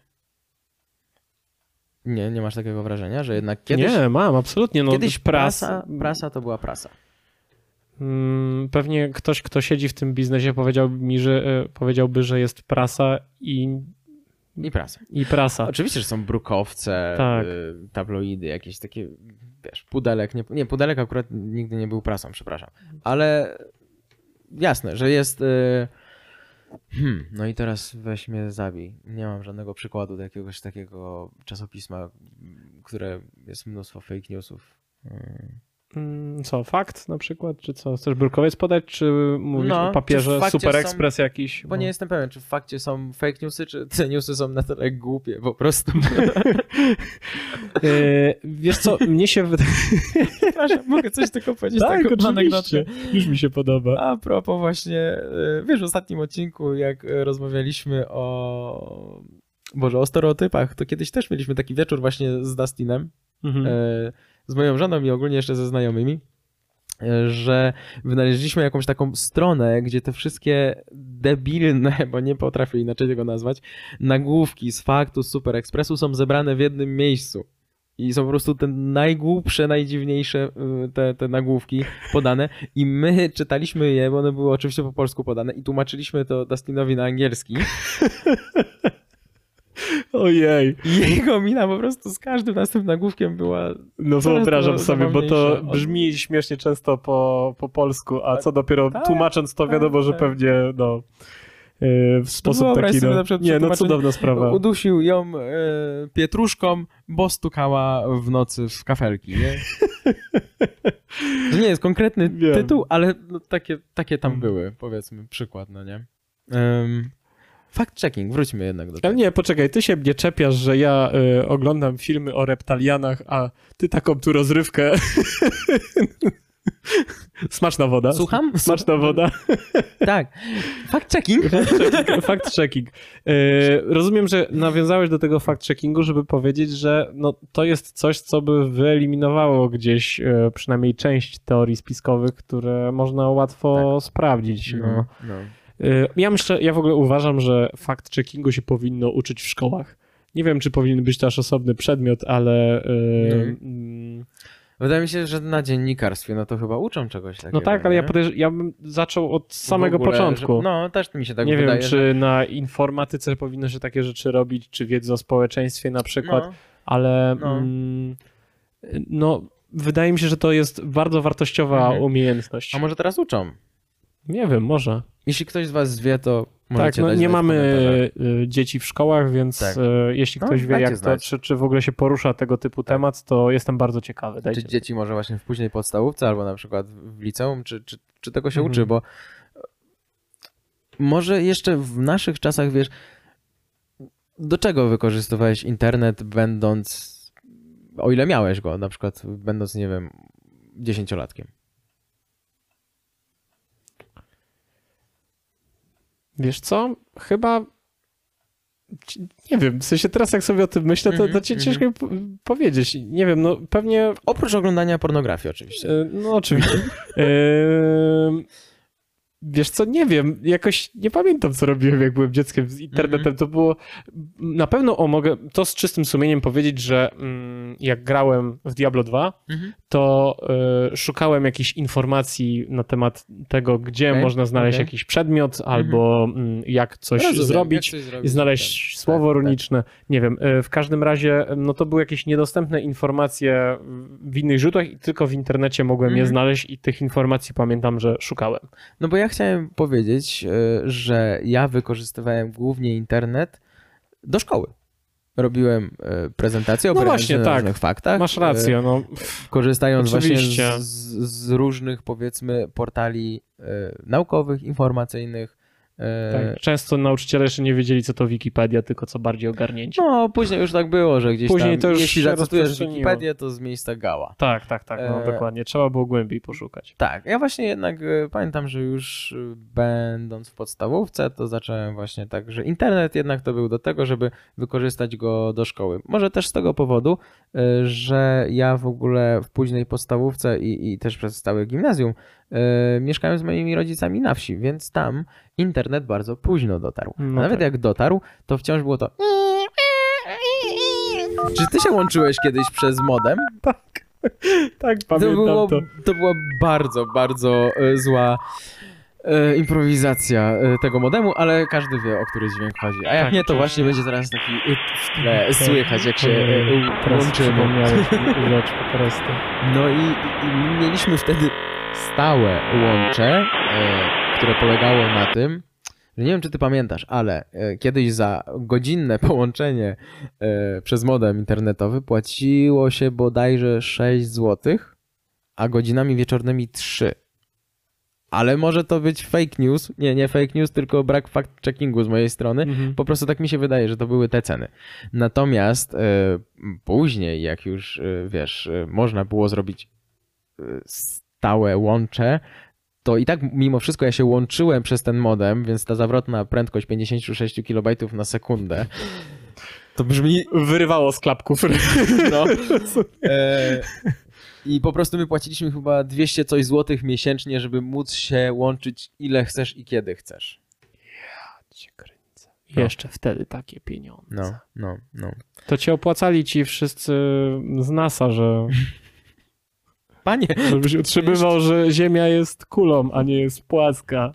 Nie, nie masz takiego wrażenia, że jednak kiedyś, Nie, mam, absolutnie. No, kiedyś pras, prasa, prasa to była prasa. Mm, pewnie ktoś, kto siedzi w tym biznesie, powiedziałby mi, że e, powiedziałby, że jest prasa i, I prasa. i prasa. Oczywiście, że są brukowce, Tak. y, tabloidy, jakieś takie, wiesz, pudelek. Nie, nie, pudelek akurat nigdy nie był prasą, przepraszam. Ale jasne, że jest... Y, Hmm, no i teraz weź mnie zabij. Nie mam żadnego przykładu do jakiegoś takiego czasopisma, które jest mnóstwo fake newsów. Hmm. Co, Fakt na przykład? Czy co? Chcesz brukowiec podać, czy mówisz No, o papierze czy w Super fakcie Express jakiś? Bo nie jestem pewien, czy w fakcie są fake newsy, czy te newsy są na tyle głupie po prostu. Yy, wiesz co, mnie się wydaje... Przepraszam, mogę coś tylko powiedzieć? Tak, taką oczywiście. anegdotkę? Już mi się podoba. A propos właśnie, wiesz, w ostatnim odcinku, jak rozmawialiśmy o... Boże, o stereotypach, to kiedyś też mieliśmy taki wieczór właśnie z Dustinem, Mhm. z moją żoną i ogólnie jeszcze ze znajomymi, że wynaleźliśmy jakąś taką stronę, gdzie te wszystkie debilne, bo nie potrafię inaczej tego nazwać, nagłówki z Faktu, z Super Expressu są zebrane w jednym miejscu. I są po prostu te najgłupsze, najdziwniejsze te, te nagłówki podane i my czytaliśmy je, bo one były oczywiście po polsku podane i tłumaczyliśmy to Dustinowi na angielski. Ojej. I jego mina po prostu z każdym następnym nagłówkiem była... No wyobrażam sobie, bo to zabawniejsza. brzmi śmiesznie często po, po polsku, a co dopiero tak, tłumacząc to wiadomo, że tak. pewnie no, yy, w sposób wyobraź taki, sobie no, na przykład nie, no przetłumaczenie- cudowna sprawa. Udusił ją e, pietruszką, bo stukała w nocy w kafelki, nie? To nie jest konkretny Wiem. tytuł, ale no, takie, takie tam Mm. były, powiedzmy, przykład, no nie? Um, fact-checking, wróćmy jednak do Ale tego. nie, poczekaj, ty się mnie czepiasz, że ja y, oglądam filmy o reptalianach, a ty taką tu rozrywkę... Smaczna woda. Słucham? Smaczna woda. Tak. Fact-checking? Fact-checking. Yy, rozumiem, że nawiązałeś do tego fact-checkingu, żeby powiedzieć, że no, to jest coś, co by wyeliminowało gdzieś yy, przynajmniej część teorii spiskowych, które można łatwo sprawdzić. No. No. Yy, ja myślę, ja w ogóle uważam, że fact-checkingu się powinno uczyć w szkołach. Nie wiem, czy powinien być to aż osobny przedmiot, ale... Yy, mm. Wydaje mi się, że na dziennikarstwie no to chyba uczą czegoś takiego. No tak, ale ja, nie? podejrz- ja bym zaczął od W samego ogóle, początku. Że, no, też mi się tak nie wydaje. wiem, czy na informatyce powinno się takie rzeczy robić, czy wiedzy o społeczeństwie na przykład, No, ale no. mm, no, wydaje mi się, że to jest bardzo wartościowa Mhm. umiejętność. a może teraz uczą? Nie wiem, może. Jeśli ktoś z was wie, to Tak, możecie no dać nie znać w mamy komentarzach. y, dzieci w szkołach, więc Tak. y, jeśli No, ktoś wie, dajcie jak to, znać. czy, czy w ogóle się porusza tego typu Tak. temat, to jestem bardzo ciekawy. Dajcie. Czy dzieci może właśnie w później podstawówce, albo na przykład w liceum, czy, czy, czy tego się Mhm. uczy, bo może jeszcze w naszych czasach, wiesz, do czego wykorzystywałeś internet, będąc, o ile miałeś go, na przykład będąc, nie wiem, dziesięciolatkiem? Wiesz co? Chyba nie wiem, w sensie teraz jak sobie o tym myślę, to, to ci Mhm, ciężko mi po- powiedzieć. Nie wiem, no pewnie, Oprócz oglądania pornografii oczywiście. e, no oczywiście. Em, Wiesz co, nie wiem, jakoś nie pamiętam, co robiłem, jak byłem dzieckiem z internetem. Mhm. To było, na pewno o, mogę to z czystym sumieniem powiedzieć, że mm, jak grałem w Diablo dwa, Mhm. to y, szukałem jakichś informacji na temat tego, gdzie Okej, można znaleźć okej. jakiś przedmiot, albo mm, jak coś Rozumiem, zrobić. jak coś zrobić, I znaleźć tak. słowo Tak, tak. runiczne. Nie wiem, y, w każdym razie no to były jakieś niedostępne informacje w innych źródłach i tylko w internecie mogłem je Mhm. znaleźć i tych informacji pamiętam, że szukałem. No bo ja chciałem powiedzieć, y, że ja wykorzystywałem głównie internet do szkoły. Robiłem y, prezentacje No opierające właśnie, na tak. różnych faktach. Masz rację, no. y, Korzystając Oczywiście. właśnie z, z różnych, powiedzmy, portali y, naukowych, informacyjnych. y, Tak. Często nauczyciele jeszcze nie wiedzieli, co to Wikipedia, tylko co bardziej ogarnięci. No, później już tak było, że gdzieś Później tam, to już jeśli się zacytujesz rozprzestrzeniło. Wikipedię, to z miejsca gała. Tak, tak, tak, no E, dokładnie. Trzeba było głębiej poszukać. Tak, ja właśnie jednak y, pamiętam, że już y, będąc w podstawówce, to zacząłem właśnie tak, że internet jednak to był do tego, żeby wykorzystać go do szkoły. Może też z tego powodu, y, że ja w ogóle w późnej podstawówce i, i też przez całe gimnazjum y, mieszkałem z moimi rodzicami na wsi, więc tam internet bardzo późno dotarł. No A nawet tak. jak dotarł, to wciąż było to... Czy ty się łączyłeś kiedyś przez modem? Tak, To, pamiętam było, to. to była bardzo, bardzo e, zła e, improwizacja e, tego modemu, ale każdy wie, o który dźwięk chodzi. A jak Tak, nie, to tak. właśnie będzie teraz taki y, w tle Tak. słychać, jak się e, Teraz łączymy. przypomniałeś mi rzecz po prostu. No i, i mieliśmy wtedy stałe łącze, e, które polegało na tym, że nie wiem, czy ty pamiętasz, ale e, kiedyś za godzinne połączenie e, przez modem internetowy płaciło się bodajże sześć złotych, a godzinami wieczornymi trzy. Ale może to być fake news. Nie, nie fake news, tylko brak fact-checkingu z mojej strony. Mhm. Po prostu tak mi się wydaje, że to były te ceny. Natomiast e, później, jak już, e, wiesz, e, można było zrobić e, stałe łącze, to i tak mimo wszystko ja się łączyłem przez ten modem, więc ta zawrotna prędkość pięćdziesiąt sześć kilobajtów na sekundę to brzmi... Wyrywało z klapków. No. E, I po prostu my płaciliśmy chyba dwieście coś złotych miesięcznie, żeby móc się łączyć ile chcesz i kiedy chcesz. Ja cię kręcę. No. Jeszcze wtedy takie pieniądze. No, no, no. To cię opłacali ci wszyscy z NASA, że Panie, żebyś utrzymywał, że Ziemia jest kulą, a nie jest płaska.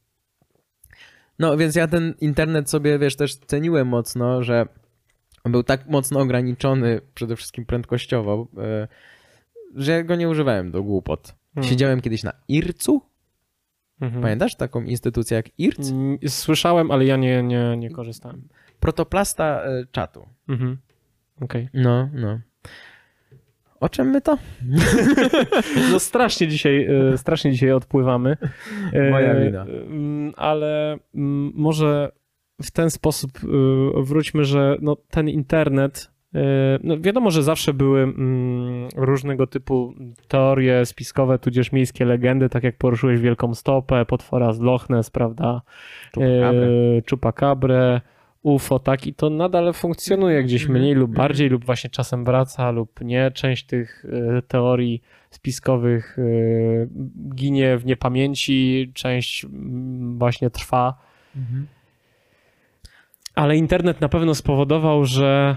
no więc ja ten internet sobie, wiesz, też ceniłem mocno, że był tak mocno ograniczony przede wszystkim prędkościowo, e, że ja go nie używałem do głupot. Hmm. Siedziałem kiedyś na IRC-u. Mhm. Pamiętasz taką instytucję jak I R C? Mm, Słyszałem, ale ja nie, nie, nie korzystałem. Protoplasta e, czatu. Mhm. Okej. No, no. O czym my to? No strasznie dzisiaj, e, strasznie dzisiaj odpływamy. E, Moja wina. mm, Ale mm, może w ten sposób e, wróćmy, że no, ten internet, e, no wiadomo, że zawsze były mm, różnego typu teorie spiskowe, tudzież miejskie legendy, tak jak poruszyłeś Wielką Stopę, potwora z Loch Ness, prawda? Chupacabra. E, Chupacabra, U F O, tak, i to nadal funkcjonuje gdzieś Mhm, mniej lub mhm. bardziej, lub właśnie czasem wraca, lub nie. Część tych e, teorii spiskowych e, ginie w niepamięci, część mm, właśnie trwa. Mhm. Ale internet na pewno spowodował, że,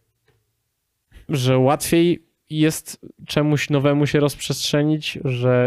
że łatwiej jest czemuś nowemu się rozprzestrzenić, że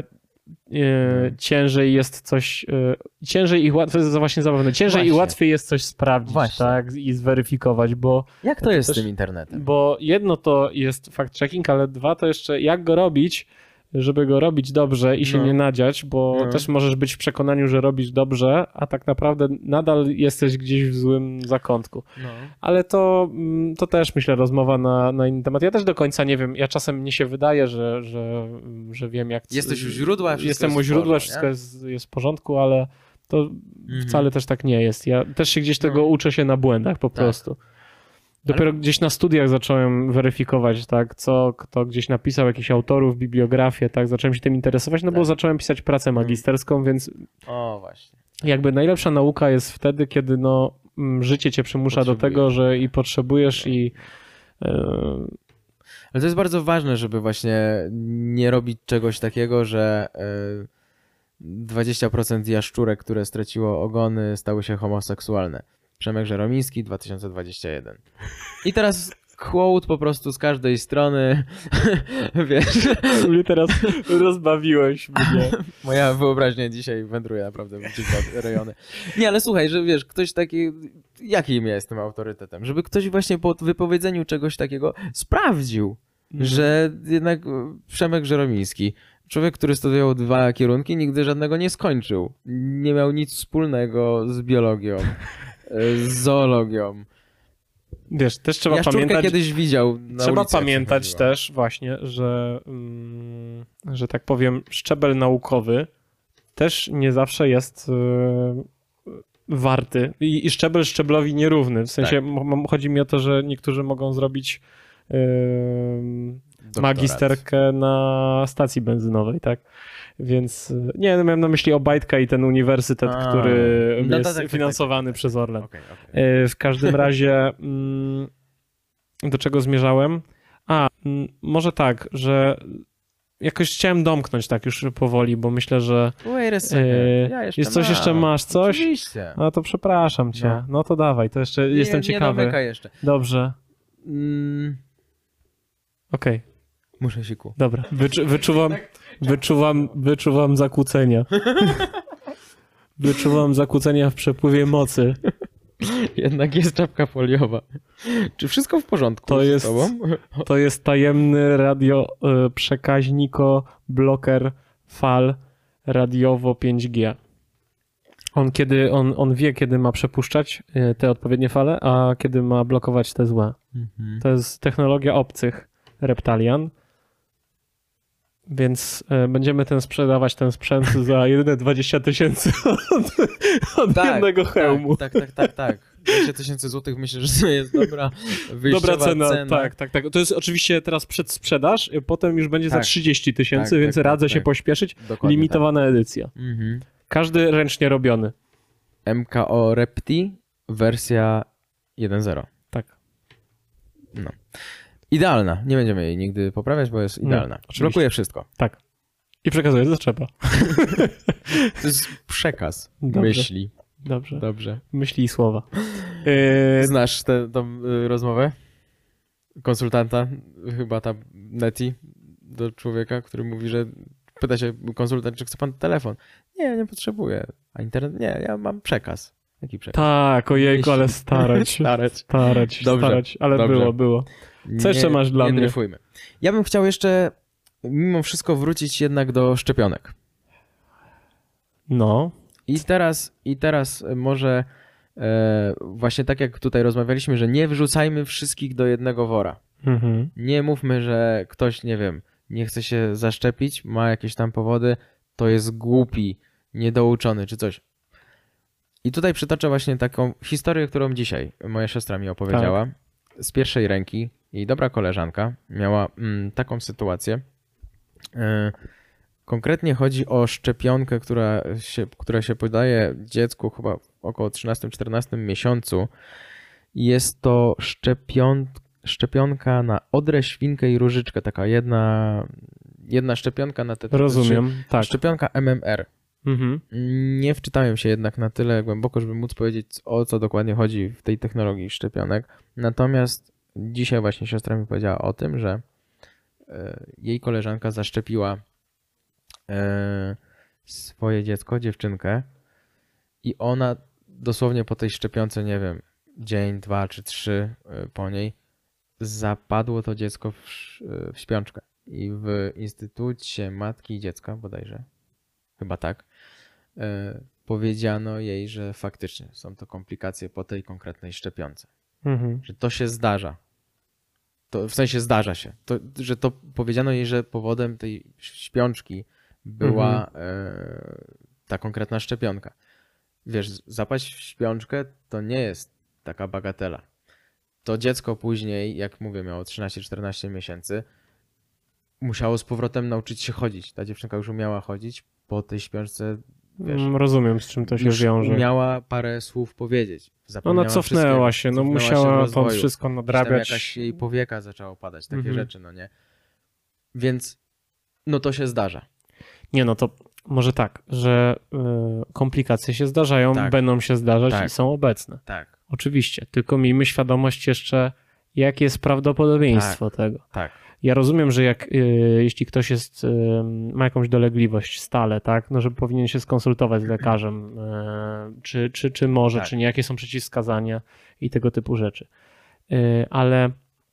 e, ciężej jest coś, e, ciężej i łatwiej, to jest właśnie zabawne, ciężej Właśnie. i łatwiej jest coś sprawdzić, Właśnie. tak, i zweryfikować, bo, Jak to jest też- z tym internetem? bo jedno to jest fact-checking, ale dwa to jeszcze jak go robić, żeby go robić dobrze i się No. nie nadziać, bo No. też możesz być w przekonaniu, że robisz dobrze, a tak naprawdę nadal jesteś gdzieś w złym zakątku. No. Ale to, mm, to też myślę rozmowa na, na inny temat. Ja też do końca nie wiem, ja czasem mnie się wydaje, że, że, że wiem jak... Jesteś u źródła, wszystko Jestem jest u w źródła, porządku, wszystko nie? jest, jest w porządku, ale to Mhm. wcale też tak nie jest. Ja też się gdzieś tego No. uczę się na błędach po Tak. prostu. Dopiero gdzieś na studiach zacząłem weryfikować, tak, co kto gdzieś napisał, jakichś autorów, bibliografię, tak, zacząłem się tym interesować, no bo Tak. zacząłem pisać pracę magisterską, więc O, właśnie. jakby najlepsza nauka jest wtedy, kiedy no mm, życie cię przymusza do Potrzebujesz. tego, że i potrzebujesz i yy, Ale to jest bardzo ważne, żeby właśnie nie robić czegoś takiego, że y, dwadzieścia procent jaszczurek, które straciło ogony, stały się homoseksualne. Przemek Żeromiński, dwa tysiące dwudziesty pierwszy. I teraz quote po prostu z każdej strony, wiesz, mnie teraz rozbawiłeś mnie. moja wyobraźnia dzisiaj wędruje naprawdę w dziwne rejony. Nie, ale słuchaj, że wiesz, ktoś taki, jakim ja jestem autorytetem, żeby ktoś właśnie po wypowiedzeniu czegoś takiego sprawdził, że jednak Przemek Żeromiński, człowiek, który studiował dwa kierunki, nigdy żadnego nie skończył. Nie miał nic wspólnego z biologią, z zoologią. Wiesz, też trzeba Jaszczurkę pamiętać, kiedyś widział na trzeba ulicy, jak pamiętać przechodziła. też właśnie, że, mm, że tak powiem, szczebel naukowy też nie zawsze jest yy, warty i, i szczebel szczeblowi nierówny. W sensie Tak. m- m- chodzi mi o to, że niektórzy mogą zrobić yy, Doktorat. magisterkę na stacji benzynowej, tak? Więc yy, nie, no miałem na myśli Obajtka i ten uniwersytet, A, który no to jest tak, tak, finansowany tak, tak, przez tak. Orlen. Okej, okej. Yy, W każdym razie mm, do czego zmierzałem? A, mm, może tak, że jakoś chciałem domknąć tak już powoli, bo myślę, że Wait a second. Yy, Ja jeszcze jest coś mam. jeszcze masz, coś? Oczywiście. no to przepraszam cię. No, No. to dawaj, to jeszcze Nie, jestem nie ciekawy. domykaj jeszcze. Dobrze, Mm, okej, muszę siku. dobra. Wyczu, wyczuwam, wyczuwam, wyczuwam zakłócenia. Wyczuwam zakłócenia w przepływie mocy. Jednak jest czapka foliowa. Czy wszystko w porządku To z jest- tobą? To jest tajemny radio y, przekaźniko bloker fal radiowo pięć G. On, kiedy, on, on wie, kiedy ma przepuszczać y, te odpowiednie fale, a kiedy ma blokować te złe. Mhm. To jest technologia obcych reptalian, więc y, będziemy ten sprzedawać ten sprzęt za jedyne dwadzieścia tysięcy od, od Tak, jednego hełmu. Tak, tak, tak, tak. dwadzieścia tysięcy złotych myślę, że to jest dobra wyjściowa Dobra cena, cena. tak, tak, tak. To jest oczywiście teraz przedsprzedaż, y, potem już będzie za Tak. trzydzieści tysięcy, Tak, więc tak, radzę tak, się tak. pośpieszyć. Dokładnie Limitowana edycja. tak. Mhm. Każdy ręcznie robiony. M K O Repti wersja jeden zero. Tak. No. Idealna. Nie będziemy jej nigdy poprawiać, bo jest idealna. oczywiście. Blokuje wszystko. Tak. I przekazuje, co trzeba. To jest przekaz Dobrze. myśli. Dobrze. Dobrze. Myśli i słowa. Yy, Znasz tę tą y, rozmowę? Konsultanta, chyba ta Neti, do człowieka, który mówi, że pyta się konsultant, czy chce pan telefon. Nie, nie potrzebuję. A internet? Nie, ja mam przekaz. Jaki przekaz? tak, ojejku, ale starać. Starać. Starać, Dobrze, starać. Ale dobrze. było, było. Co jeszcze masz dla nie mnie? dryfujmy. Ja bym chciał jeszcze mimo wszystko wrócić jednak do szczepionek. No. I teraz, i teraz może e, właśnie tak jak tutaj rozmawialiśmy, że nie wrzucajmy wszystkich do jednego wora. Mhm. Nie mówmy, że ktoś, nie wiem, nie chce się zaszczepić, ma jakieś tam powody, to jest głupi, niedouczony czy coś. I tutaj przytoczę właśnie taką historię, którą dzisiaj moja siostra mi opowiedziała. Z pierwszej ręki. Jej dobra koleżanka miała mm, taką sytuację. E, Konkretnie chodzi o szczepionkę, która się, która się podaje dziecku chyba w około trzynastym czternastym miesiącu. Jest to szczepion, szczepionka na odrę, świnkę i różyczkę. Taka jedna, jedna szczepionka na te... Rozumiem, znaczy, tak. Szczepionka M M R. Mhm. Nie wczytałem się jednak na tyle głęboko, żeby móc powiedzieć, o co dokładnie chodzi w tej technologii szczepionek. Natomiast dzisiaj właśnie siostra mi powiedziała o tym, że e, jej koleżanka zaszczepiła e, swoje dziecko, dziewczynkę i ona dosłownie po tej szczepionce, nie wiem, dzień, dwa czy trzy e, po niej zapadło to dziecko w, sz- w śpiączkę. I w Instytucie Matki i Dziecka bodajże, chyba tak, e, powiedziano jej, że faktycznie są to komplikacje po tej konkretnej szczepionce. Mhm. Że to się zdarza. To, w sensie zdarza się. To, że to powiedziano jej, że powodem tej śpiączki była e, ta konkretna szczepionka. Wiesz, zapaść w śpiączkę to nie jest taka bagatela. To dziecko później, jak mówię, miało trzynaście czternaście miesięcy, musiało z powrotem nauczyć się chodzić. Ta dziewczynka już umiała chodzić po tej śpiączce, wiesz, Mm, Rozumiem, z czym to się już wiąże. umiała parę słów powiedzieć. Zapomniała Ona cofnęła wszystkiego. się, no Cofnęła się w musiała to rozwoju. wszystko Gdzieś tam nadrabiać. jakaś jej powieka zaczęła padać, takie Mhm. rzeczy, no nie? Więc no to się zdarza. Nie, no to może tak, że y, komplikacje się zdarzają, Tak. będą się zdarzać Tak. i są obecne. Tak, Oczywiście, tylko miejmy świadomość jeszcze, jakie jest prawdopodobieństwo tego. tak. Ja rozumiem, że jak, y, jeśli ktoś jest, y, ma jakąś dolegliwość stale, tak, no że powinien się skonsultować z lekarzem, y, czy, czy, czy może, Tak. czy nie, jakie są przeciwwskazania i tego typu rzeczy. Y, ale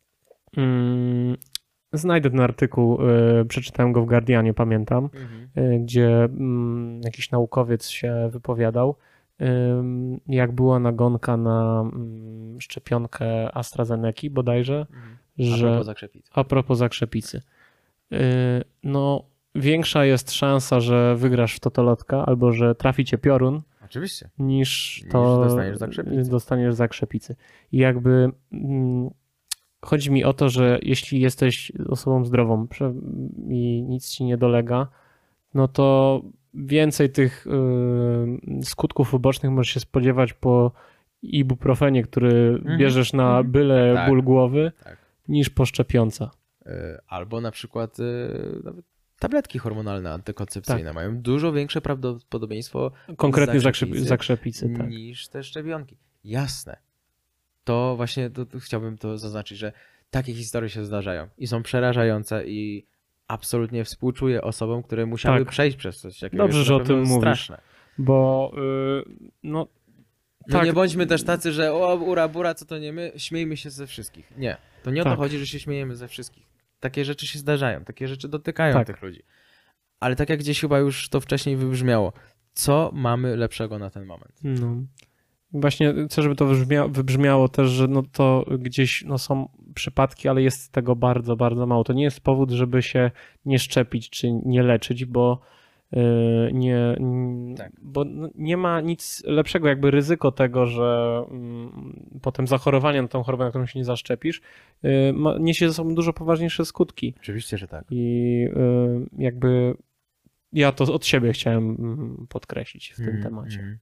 mm, znajdę ten artykuł, y, przeczytałem go w Guardianie, pamiętam, Mhm. y, gdzie mm, jakiś naukowiec się wypowiadał, ym, jak była nagonka na mm, szczepionkę AstraZeneki bodajże, Mhm. A że propos zakrzepicy. a propos zakrzepicy. Yy, no, większa jest szansa, że wygrasz w totolotka albo że trafi cię piorun, Oczywiście. niż Niż to dostaniesz zakrzepicy. dostaniesz zakrzepicy. I jakby mm, chodzi mi o to, że jeśli jesteś osobą zdrową prze- i nic ci nie dolega, no to więcej tych yy, skutków ubocznych możesz się spodziewać po ibuprofenie, który Mhm. bierzesz na Mhm. byle Tak. ból głowy, Tak. niż po szczepionce. Y, Albo na przykład y, nawet tabletki hormonalne antykoncepcyjne mają dużo większe prawdopodobieństwo Konkretnie zakrzepicy zakrzepicy, zakrzepicy tak. niż te szczepionki. Jasne. To właśnie to, to chciałbym to zaznaczyć, że takie historie się zdarzają i są przerażające i absolutnie współczuję osobom, które musiały Tak. przejść przez coś takiego. Dobrze, Jest że na o pewno tym mówisz. straszne. Bo yy, no No tak. nie bądźmy też tacy, że o, ura, bura, co to nie my, śmiejmy się ze wszystkich. Nie, to nie o Tak. to chodzi, że się śmiejemy ze wszystkich. Takie rzeczy się zdarzają, takie rzeczy dotykają Tak. tych ludzi. Ale tak jak gdzieś chyba już to wcześniej wybrzmiało, co mamy lepszego na ten moment. No. Właśnie chcę, żeby to wybrzmiało, wybrzmiało też, że no to gdzieś no są przypadki, ale jest tego bardzo, bardzo mało. To nie jest powód, żeby się nie szczepić czy nie leczyć, bo yy, nie, Tak. bo nie ma nic lepszego, jakby ryzyko tego, że yy, potem zachorowanie na tą chorobę, na którą się nie zaszczepisz, yy, ma, niesie ze sobą dużo poważniejsze skutki. Oczywiście, że tak. I yy, jakby ja to od siebie chciałem podkreślić w tym Mm, temacie. mm.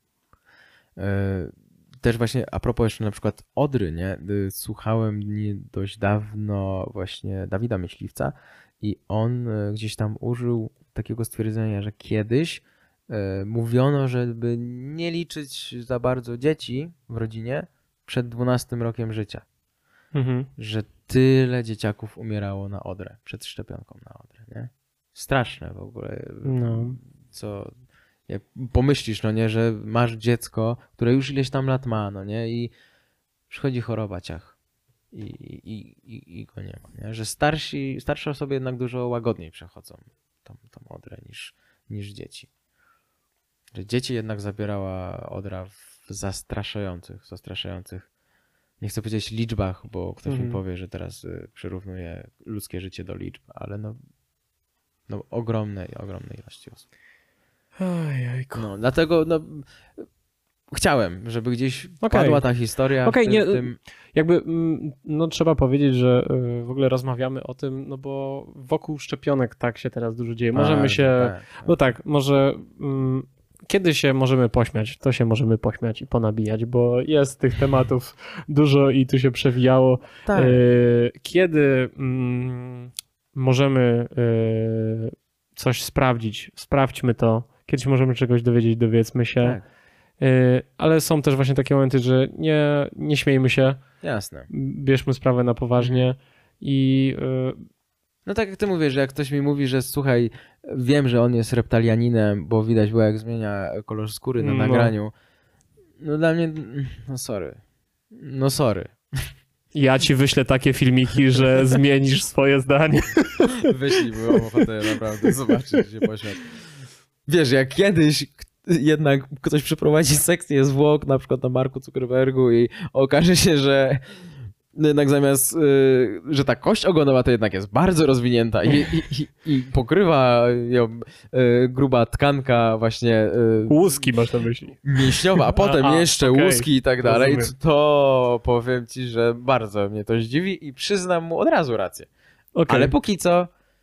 Też właśnie a propos jeszcze na przykład Odry, nie? Słuchałem nie dość dawno właśnie Dawida Myśliwca i on gdzieś tam użył takiego stwierdzenia, że kiedyś mówiono, żeby nie liczyć za bardzo dzieci w rodzinie przed dwunastym rokiem życia. Mhm. Że tyle dzieciaków umierało na Odrę, przed szczepionką na Odrę, nie? Straszne w ogóle. No. Co... Jak pomyślisz, no nie, że masz dziecko, które już ileś tam lat ma, no nie, i przychodzi choroba ciach i, i, i, i go nie ma, nie? Że starsi, starsze osoby jednak dużo łagodniej przechodzą tą, tą Odrę niż, niż dzieci. Że dzieci jednak zabierała Odra w zastraszających, zastraszających, nie chcę powiedzieć liczbach, bo ktoś Mhm. mi powie, że teraz y, przyrównuje ludzkie życie do liczb, ale no, no ogromnej, ogromnej ilości osób. Ojejku. No, dlatego no, chciałem, żeby gdzieś Okej. padła ta historia Okej, w tym, nie, w tym... Jakby, mm, no trzeba powiedzieć, że y, w ogóle rozmawiamy o tym, no bo wokół szczepionek tak się teraz dużo dzieje. Możemy A, się, tak, tak. no tak, może mm, kiedy się możemy pośmiać, to się możemy pośmiać i ponabijać, bo jest tych tematów dużo i tu się przewijało. Tak. Y, Kiedy mm, możemy y, coś sprawdzić, sprawdźmy to. Kiedyś możemy czegoś dowiedzieć, dowiedzmy się. Tak, Y, Ale są też właśnie takie momenty, że nie, nie śmiejmy się, jasne. bierzmy sprawę na poważnie i y, No tak jak ty mówisz, że jak ktoś mi mówi, że słuchaj, wiem, że on jest reptalianinem, bo widać było jak zmienia kolor skóry na No. nagraniu. No dla mnie, no sorry. No sorry. ja ci wyślę takie filmiki, że zmienisz swoje zdanie. Wyślij, bo mam ochotę naprawdę zobaczyć, się pośmiać. Wiesz, jak kiedyś jednak ktoś przeprowadzi sekcję zwłok, na przykład na Marku Zuckerbergu i okaże się, że jednak zamiast, y, że ta kość ogonowa to jednak jest bardzo rozwinięta i, i, i pokrywa ją y, gruba tkanka właśnie y, Łuski masz na myśli. mięśniowa, a potem A, jeszcze okej. łuski i tak dalej, Rozumiem. to powiem ci, że bardzo mnie to zdziwi i przyznam mu od razu rację. Okay. Ale póki co,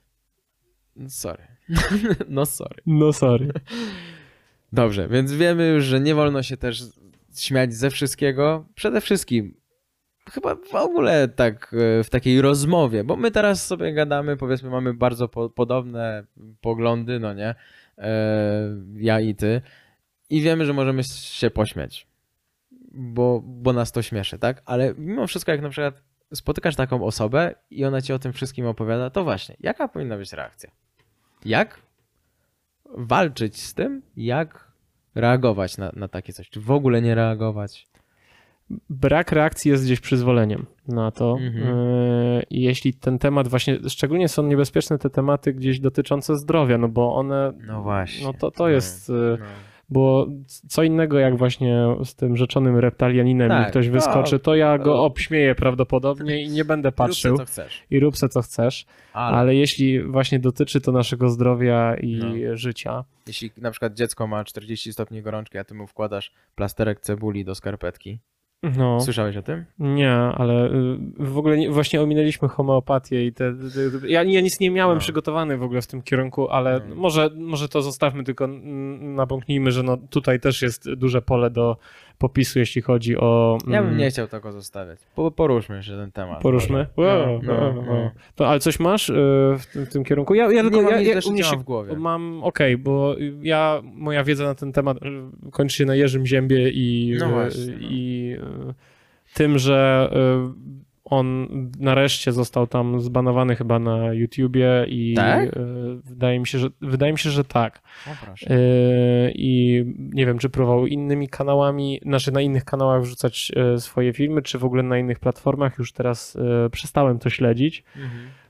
sorry. No sorry. No sorry. Dobrze, więc wiemy już, że nie wolno się też śmiać ze wszystkiego. Przede wszystkim chyba w ogóle tak e, w takiej rozmowie, bo my teraz sobie gadamy, powiedzmy mamy bardzo po, podobne poglądy, no nie? E, ja i ty. I wiemy, że możemy się pośmiać, bo, bo nas to śmieszy, tak? Ale mimo wszystko, jak na przykład spotykasz taką osobę i ona ci o tym wszystkim opowiada, to właśnie, jaka powinna być reakcja? Jak walczyć z tym, jak reagować na, na takie coś? Czy w ogóle nie reagować? Brak reakcji jest gdzieś przyzwoleniem na to. Mhm. I jeśli ten temat właśnie, szczególnie są niebezpieczne te tematy gdzieś dotyczące zdrowia, no bo one, No właśnie. no to, to No, jest, no. bo co innego jak właśnie z tym rzeczonym reptalianinem Tak, mi ktoś to- wyskoczy, to ja go to- obśmieję prawdopodobnie i nie będę Rób se, patrzył co chcesz. i rób se co chcesz, Ale, ale jeśli właśnie dotyczy to naszego zdrowia i No. życia, jeśli na przykład dziecko ma czterdzieści stopni gorączki, a ty mu wkładasz plasterek cebuli do skarpetki. no. Słyszałeś o tym? Nie, ale y, w ogóle nie, właśnie ominęliśmy homeopatię i te, te, te ja, ja nic nie miałem No. przygotowany w ogóle w tym kierunku, ale No. może, może to zostawmy, tylko mm, nabąknijmy, że no, tutaj też jest duże pole do popisu, jeśli chodzi o... Ja bym mm, nie chciał tego zostawiać. Po, poruszmy jeszcze ten temat. Poruszmy? może. Wow, No, wow, no, wow. no. To, ale coś masz y, w, tym, w tym kierunku? Ja, ja tylko... Nie mam ja, nic, ja, też u mnie nie się, mam w głowie. mam, okej, bo ja, moja wiedza na ten temat y, kończy się na Jerzym Ziębie i, No y, właśnie, no. i y, tym, że y, on nareszcie został tam zbanowany chyba na YouTubie i Tak? y, wydaje mi się, że wydaje mi się, że tak. O, proszę. Y, I nie wiem, czy próbował innymi kanałami, znaczy na innych kanałach wrzucać y, swoje filmy, czy w ogóle na innych platformach. Już teraz y, przestałem to śledzić. Mhm.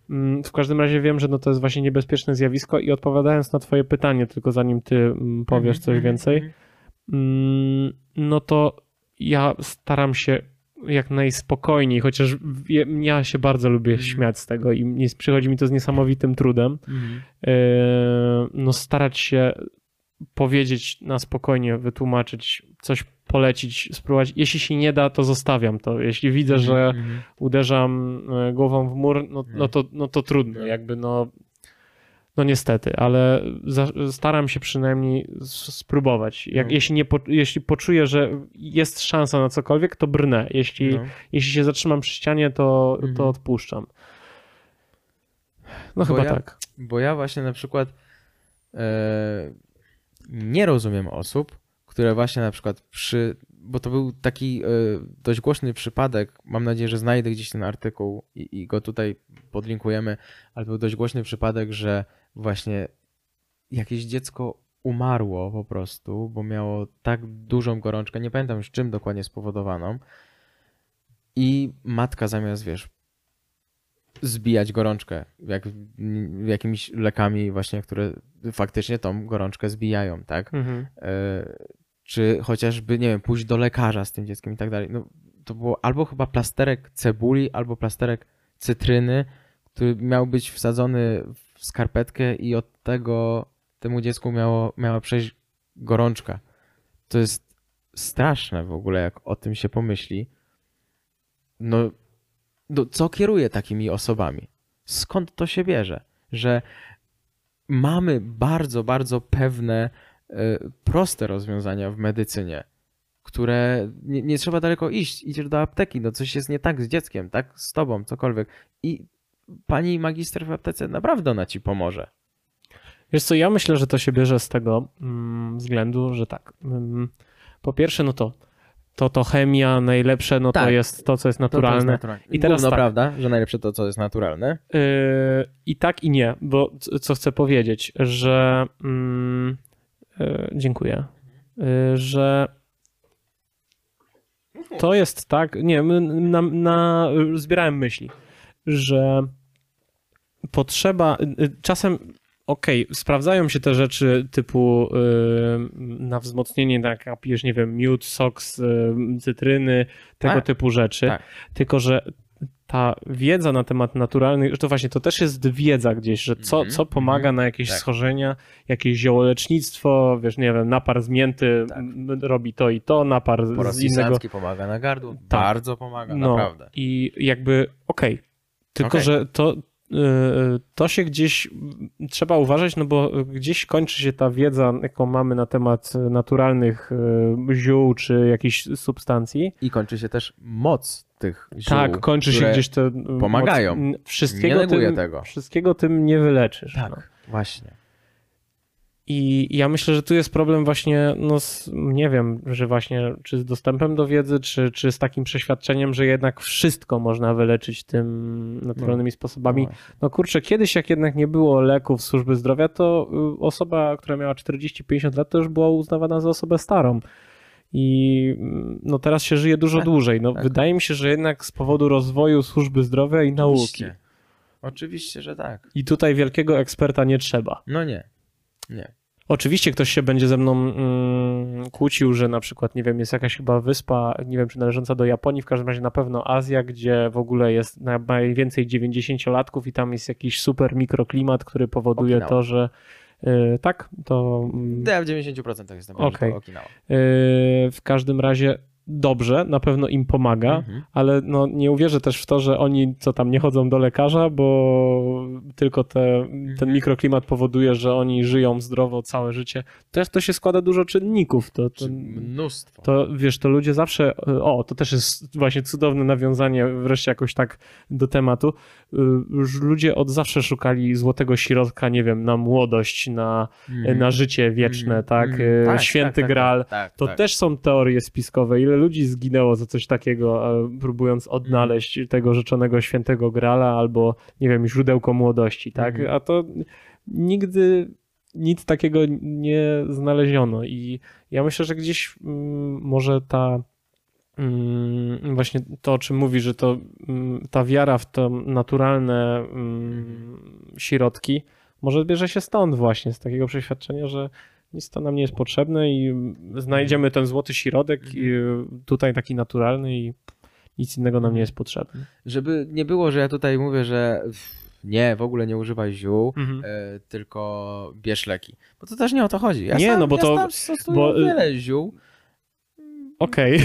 W każdym razie wiem, że no to jest właśnie niebezpieczne zjawisko i odpowiadając na twoje pytanie, tylko zanim ty powiesz coś więcej, no to ja staram się jak najspokojniej, chociaż ja się bardzo lubię mm. śmiać z tego i przychodzi mi to z niesamowitym trudem, mm. no starać się powiedzieć na spokojnie, wytłumaczyć, coś polecić, spróbować. Jeśli się nie da, to zostawiam to. Jeśli widzę, mm. że mm. uderzam głową w mur, no, no, to, no to trudno, jakby no No niestety, ale za, staram się przynajmniej spróbować. Jak, no. jeśli, nie, jeśli poczuję, że jest szansa na cokolwiek, to brnę. Jeśli, no. jeśli się zatrzymam przy ścianie, to, mhm. to odpuszczam. No bo chyba ja, tak. Bo ja właśnie na przykład e, nie rozumiem osób, które właśnie na przykład przy... Bo to był taki e, dość głośny przypadek, mam nadzieję, że znajdę gdzieś ten artykuł i, i go tutaj podlinkujemy, ale był dość głośny przypadek, że właśnie jakieś dziecko umarło po prostu, bo miało tak dużą gorączkę, nie pamiętam już czym dokładnie spowodowaną, i matka zamiast, wiesz, zbijać gorączkę jak, jakimiś lekami właśnie, które faktycznie tą gorączkę zbijają, tak? Mhm. E, czy chociażby, nie wiem, pójść do lekarza z tym dzieckiem i tak dalej. No, to było albo chyba plasterek cebuli, albo plasterek cytryny, który miał być wsadzony w skarpetkę i od tego temu dziecku miało, miała przejść gorączka. To jest straszne w ogóle, jak o tym się pomyśli. No, no co kieruje takimi osobami? Skąd to się bierze? Że mamy bardzo, bardzo pewne proste rozwiązania w medycynie, które nie, nie trzeba daleko iść. Idziesz do apteki, no coś jest nie tak z dzieckiem, tak? Z tobą, cokolwiek. I pani magister w aptece naprawdę ona ci pomoże. Wiesz co, ja myślę, że to się bierze z tego mm, względu, że tak. Mm, po pierwsze, no to to, to chemia najlepsze, no tak. to jest to, co jest naturalne. To, to jest naturalne. I teraz no tak. prawda, że najlepsze to, co jest naturalne. Yy, I tak i nie, bo co chcę powiedzieć, że mm, yy, dziękuję, yy, że to jest tak, nie, na, na, zbierałem myśli, że potrzeba, czasem okej, okay, sprawdzają się te rzeczy typu yy, na wzmocnienie, tak jak pijesz, nie wiem, miód, sok z yy, cytryny, tego tak, typu rzeczy, tak. Tylko że ta wiedza na temat naturalnych, że to właśnie to też jest wiedza gdzieś, że co, mm-hmm, co pomaga mm-hmm, na jakieś tak. schorzenia, jakieś ziołolecznictwo, wiesz, nie wiem, napar z mięty tak. robi to i to, napar Poraz z innego. pomaga na gardło, tak. bardzo pomaga, no, naprawdę. I jakby okej, okay, tylko okay. że to to się gdzieś trzeba uważać, no bo gdzieś kończy się ta wiedza, jaką mamy na temat naturalnych ziół czy jakichś substancji. I kończy się też moc tych ziół, tak, kończy się gdzieś te pomagają. Moc, wszystkiego, nie neguję tym, tego. Wszystkiego tym nie wyleczysz. Tak, no. właśnie. I ja myślę, że tu jest problem właśnie, no z, nie wiem, że właśnie czy z dostępem do wiedzy, czy, czy z takim przeświadczeniem, że jednak wszystko można wyleczyć tym naturalnymi no, sposobami. No, no kurczę, kiedyś jak jednak nie było leków służby zdrowia, to osoba, która miała czterdzieści pięćdziesiąt lat, to już była uznawana za osobę starą. I no teraz się żyje dużo tak, dłużej. No tak. Wydaje mi się, że jednak z powodu rozwoju służby zdrowia i Oczywiście. nauki. Oczywiście, że tak. I tutaj wielkiego eksperta nie trzeba. No nie. Nie. Oczywiście ktoś się będzie ze mną mm, kłócił, że na przykład, nie wiem, jest jakaś chyba wyspa, nie wiem, czy należąca do Japonii, w każdym razie na pewno Azja, gdzie w ogóle jest najwięcej dziewięćdziesięciolatków i tam jest jakiś super mikroklimat, który powoduje Okinawa. to, że yy, tak, to... Ja w dziewięćdziesiąt procent jestem, okay. że to Okinawa. Yy, w każdym razie dobrze, na pewno im pomaga, mhm. ale no nie uwierzę też w to, że oni co tam nie chodzą do lekarza, bo tylko te, ten mikroklimat powoduje, że oni żyją zdrowo całe życie. Też to się składa dużo czynników. To, to, Mnóstwo. To wiesz, to ludzie zawsze, o, to też jest właśnie cudowne nawiązanie wreszcie jakoś tak do tematu. Już ludzie od zawsze szukali złotego środka, nie wiem, na młodość, na, mm. na życie wieczne, mm. tak? Mm. tak? Święty tak, Graal. Tak, tak, to tak. też są teorie spiskowe. Ile ludzi zginęło za coś takiego, próbując odnaleźć mm. tego rzeczonego świętego Graala albo, nie wiem, źródełko młodości, tak? Mm. A to nigdy nic takiego nie znaleziono i ja myślę, że gdzieś mm, może ta Mm, właśnie to, o czym mówi, że to mm, ta wiara w to naturalne mm, środki może bierze się stąd właśnie, z takiego przeświadczenia, że nic to nam nie jest potrzebne i znajdziemy ten złoty środek i tutaj taki naturalny i nic innego nam nie jest potrzebne. Żeby nie było, że ja tutaj mówię, że nie, w ogóle nie używaj ziół, Mhm. e, tylko bierz leki. Bo to też nie o to chodzi. Ja Nie, sam, no bo ja to- sam stosuję bo- wiele ziół. Okej.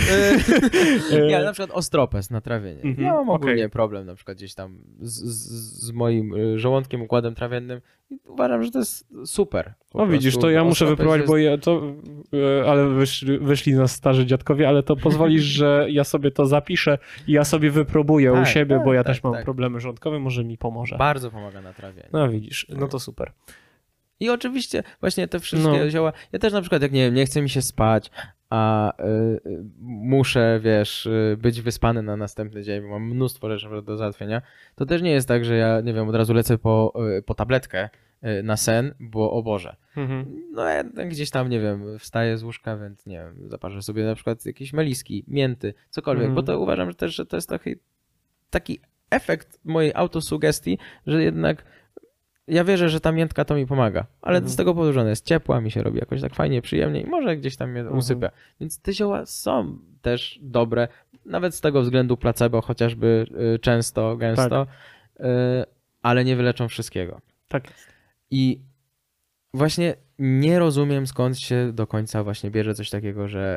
E, nie, ale na przykład ostropes na trawienie. Mhm, Ja mam ogólnie okej. problem na przykład gdzieś tam z, z, z moim y, żołądkiem, układem trawiennym i uważam, że to jest super. Po No widzisz, prostu to ja muszę ostropes wypróbować, jest- bo ja to, e, ale wyszli, wyszli nas starzy dziadkowie, ale to pozwolisz, że ja sobie to zapiszę i ja sobie wypróbuję u Tak, siebie, tak, bo ja tak, też mam tak. problemy żołądkowe, może mi pomoże. Bardzo pomaga na trawienie. No widzisz, no to super. I oczywiście właśnie te wszystkie No. zioła, ja też na przykład jak nie wiem, nie chce mi się spać, a y, y, muszę, wiesz, y, być wyspany na następny dzień, bo mam mnóstwo rzeczy do załatwienia, to też nie jest tak, że ja, nie wiem, od razu lecę po, y, po tabletkę y, na sen, bo o Boże. Mhm. No ja tak gdzieś tam, nie wiem, wstaję z łóżka, więc nie wiem, zaparzę sobie na przykład jakieś meliski, mięty, cokolwiek, Mhm. bo to uważam, że też, że to jest taki, taki efekt mojej autosugestii, że jednak ja wierzę, że ta miętka to mi pomaga, ale Mhm. z tego powodu, że ona jest ciepła, mi się robi jakoś tak fajnie, przyjemnie i może gdzieś tam mnie Mhm. usypia. Więc te zioła są też dobre, nawet z tego względu placebo, chociażby y, często, gęsto, y, ale nie wyleczą wszystkiego. Tak jest. I właśnie nie rozumiem, skąd się do końca właśnie bierze coś takiego, że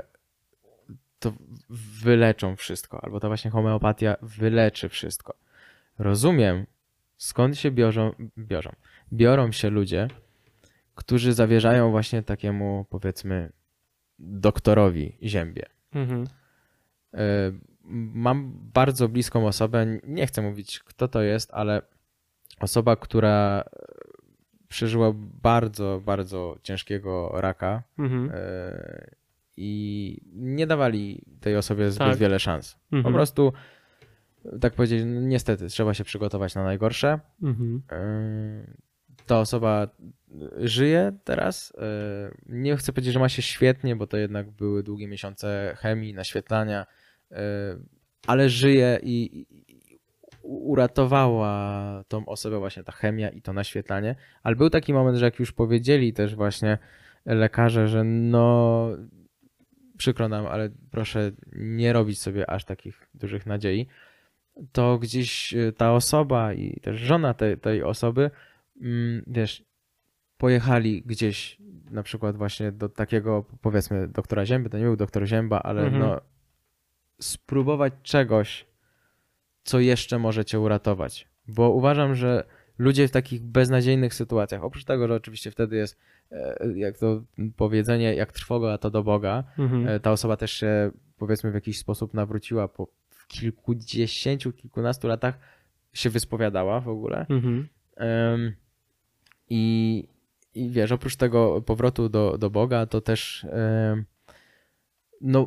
to wyleczą wszystko, albo ta właśnie homeopatia wyleczy wszystko. Rozumiem, skąd się biorą, biorą, biorą się ludzie, którzy zawierzają właśnie takiemu, powiedzmy, doktorowi ziębie. Mhm. Y, Mam bardzo bliską osobę, nie chcę mówić, kto to jest, ale osoba, która przeżyła bardzo, bardzo ciężkiego raka Mhm. y, i nie dawali tej osobie zbyt Tak. wiele szans. Po Mhm. prostu, tak powiedzieć, no niestety, trzeba się przygotować na najgorsze. Mhm. Y, Ta osoba żyje teraz. y, Nie chcę powiedzieć, że ma się świetnie, bo to jednak były długie miesiące chemii, naświetlania, y, ale żyje i i uratowała tą osobę właśnie ta chemia i to naświetlanie. Ale był taki moment, że jak już powiedzieli też właśnie lekarze, że no przykro nam, ale proszę nie robić sobie aż takich dużych nadziei, to gdzieś ta osoba i też żona tej, tej osoby, mm, wiesz, pojechali gdzieś na przykład właśnie do takiego, powiedzmy, doktora Zięby, to nie był doktor Zięba, ale Mhm. no spróbować czegoś, co jeszcze może cię uratować. Bo uważam, że ludzie w takich beznadziejnych sytuacjach, oprócz tego, że oczywiście wtedy jest, e, jak to powiedzenie, jak trwoga, to do Boga, Mhm. e, ta osoba też się, powiedzmy, w jakiś sposób nawróciła, po kilkudziesięciu, kilkunastu latach się wyspowiadała w ogóle. Mhm. Em, I, I wiesz, oprócz tego powrotu do, do Boga, to też em, no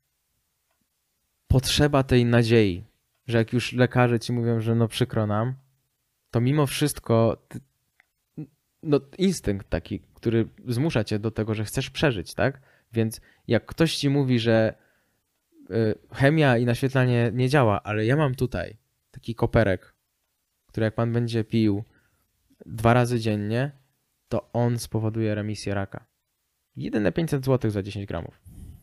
potrzeba tej nadziei, że jak już lekarze ci mówią, że no przykro nam, to mimo wszystko ty, no instynkt taki, który zmusza cię do tego, że chcesz przeżyć, tak? Więc jak ktoś ci mówi, że y, chemia i naświetlanie nie działa, ale ja mam tutaj taki koperek, który jak pan będzie pił dwa razy dziennie, to on spowoduje remisję raka. Jedyne pięćset złotych za dziesięć gramów.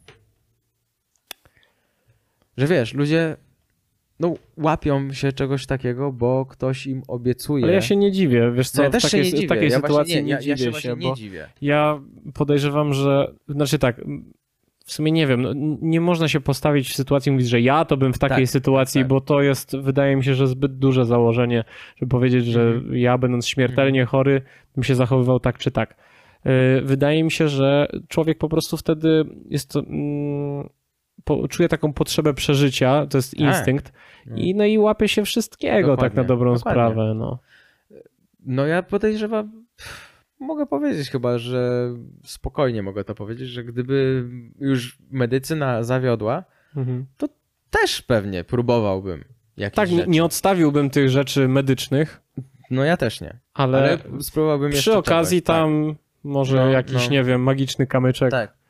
Że wiesz, ludzie no, łapią się czegoś takiego, bo ktoś im obiecuje. Ale ja się nie dziwię, wiesz co, no, ja w też takiej, się nie dziwię. w takiej ja sytuacji właśnie, nie, ja, ja dziwię się, się, właśnie bo nie dziwię. ja podejrzewam, że, znaczy tak, w sumie nie wiem, no, nie można się postawić w sytuacji i mówić, że ja to bym w takiej Tak, sytuacji, tak. bo to jest, wydaje mi się, że zbyt duże założenie, żeby powiedzieć, że Mhm. ja będąc śmiertelnie chory, bym się zachowywał tak czy tak. Yy, Wydaje mi się, że człowiek po prostu wtedy jest to, mm, po, czuje taką potrzebę przeżycia, to jest Tak. instynkt i no i łapie się wszystkiego tak Dokładnie, na dobrą dokładnie. sprawę, no. No ja podejrzewam, mogę powiedzieć chyba, że spokojnie mogę to powiedzieć, że gdyby już medycyna zawiodła, Mhm. też pewnie próbowałbym jakichś Tak, nie, rzeczy. nie odstawiłbym tych rzeczy medycznych, No ja też nie. ale, Ale spróbowałbym przy jeszcze okazji czegoś, tak. tam może No, jakiś, no. nie wiem, magiczny kamyczek. Tak.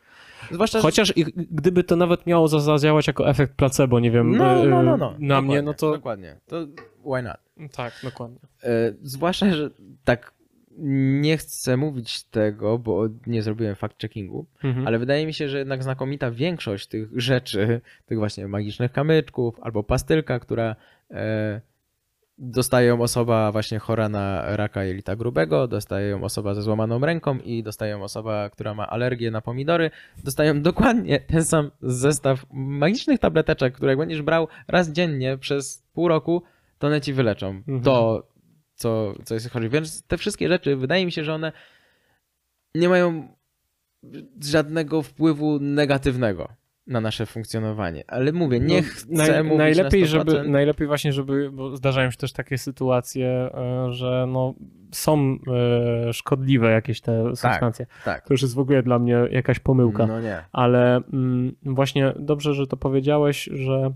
Zwłaszcza, że... Chociaż i- gdyby to nawet miało za- zadziałać jako efekt placebo, nie wiem, No, y, no, no, no. na Dokładnie, mnie, no to... Dokładnie. To why not? Tak, dokładnie. E, zwłaszcza, że tak nie chcę mówić tego, bo nie zrobiłem fact-checkingu, Mhm. ale wydaje mi się, że jednak znakomita większość tych rzeczy, tych właśnie magicznych kamyczków albo pastylka, która e, dostaje ją osoba właśnie chora na raka jelita grubego, dostaje ją osoba ze złamaną ręką i dostaje ją osoba, która ma alergię na pomidory, dostają dokładnie ten sam zestaw magicznych tableteczek, które jak będziesz brał raz dziennie przez pół roku, to one ci wyleczą. Mhm. To, co, co jest chodzi. Więc te wszystkie rzeczy, wydaje mi się, że one nie mają żadnego wpływu negatywnego na nasze funkcjonowanie. Ale mówię, nie No, chcę naj, mówić najlepiej, na sto procent. żeby, najlepiej właśnie, żeby, bo zdarzają się też takie sytuacje, e, że no, są e, szkodliwe jakieś te substancje. Tak. To już jest w ogóle dla mnie jakaś pomyłka. No nie. Ale mm, właśnie dobrze, że to powiedziałeś, że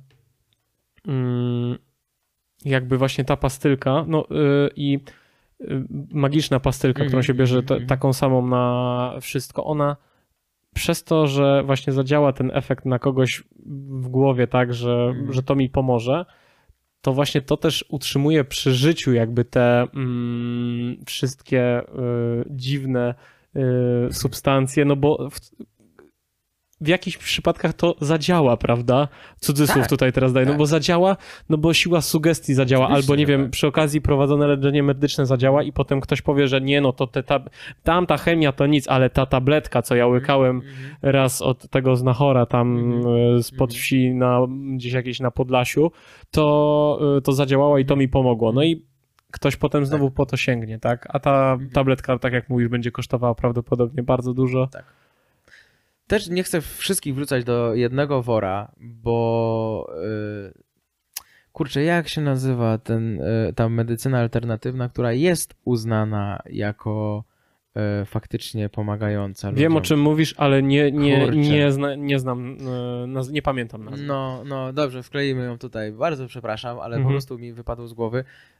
mm, jakby właśnie ta pastylka, no y, i y, magiczna pastylka, Mhm, którą się bierze ta, mhm. taką samą na wszystko, ona przez to, że właśnie zadziała ten efekt na kogoś w głowie tak, że, Mhm. że to mi pomoże, to właśnie to też utrzymuje przy życiu jakby te mm, wszystkie y, dziwne y, substancje, no bo w, w jakichś przypadkach to zadziała, prawda? Cudzysłów Tak, tutaj teraz daję, no tak. bo zadziała, no bo siła sugestii zadziała, Oczywiście, albo nie że wiem, tak. przy okazji prowadzone leczenie medyczne zadziała i potem ktoś powie, że nie, no to te tab- tamta chemia to nic, ale ta tabletka, co ja łykałem Mhm. raz od tego znachora tam Mhm. e, spod Mhm. wsi na, gdzieś jakieś na Podlasiu, to, e, to zadziałało i to mi pomogło. No i ktoś potem znowu po to sięgnie, tak? A ta Mhm. tabletka, tak jak mówisz, będzie kosztowała prawdopodobnie bardzo dużo. Tak. Też nie chcę wszystkich wrzucać do jednego wora, bo yy, kurczę, jak się nazywa ten, yy, ta medycyna alternatywna, która jest uznana jako yy, faktycznie pomagająca Wiem, ludziom. o czym mówisz, ale nie, nie, Kurczę. nie, zna, nie znam, e, naz- nie pamiętam nazwy. No, no dobrze, wkleimy ją tutaj. Bardzo przepraszam, ale po Mhm. prostu mi wypadło z głowy.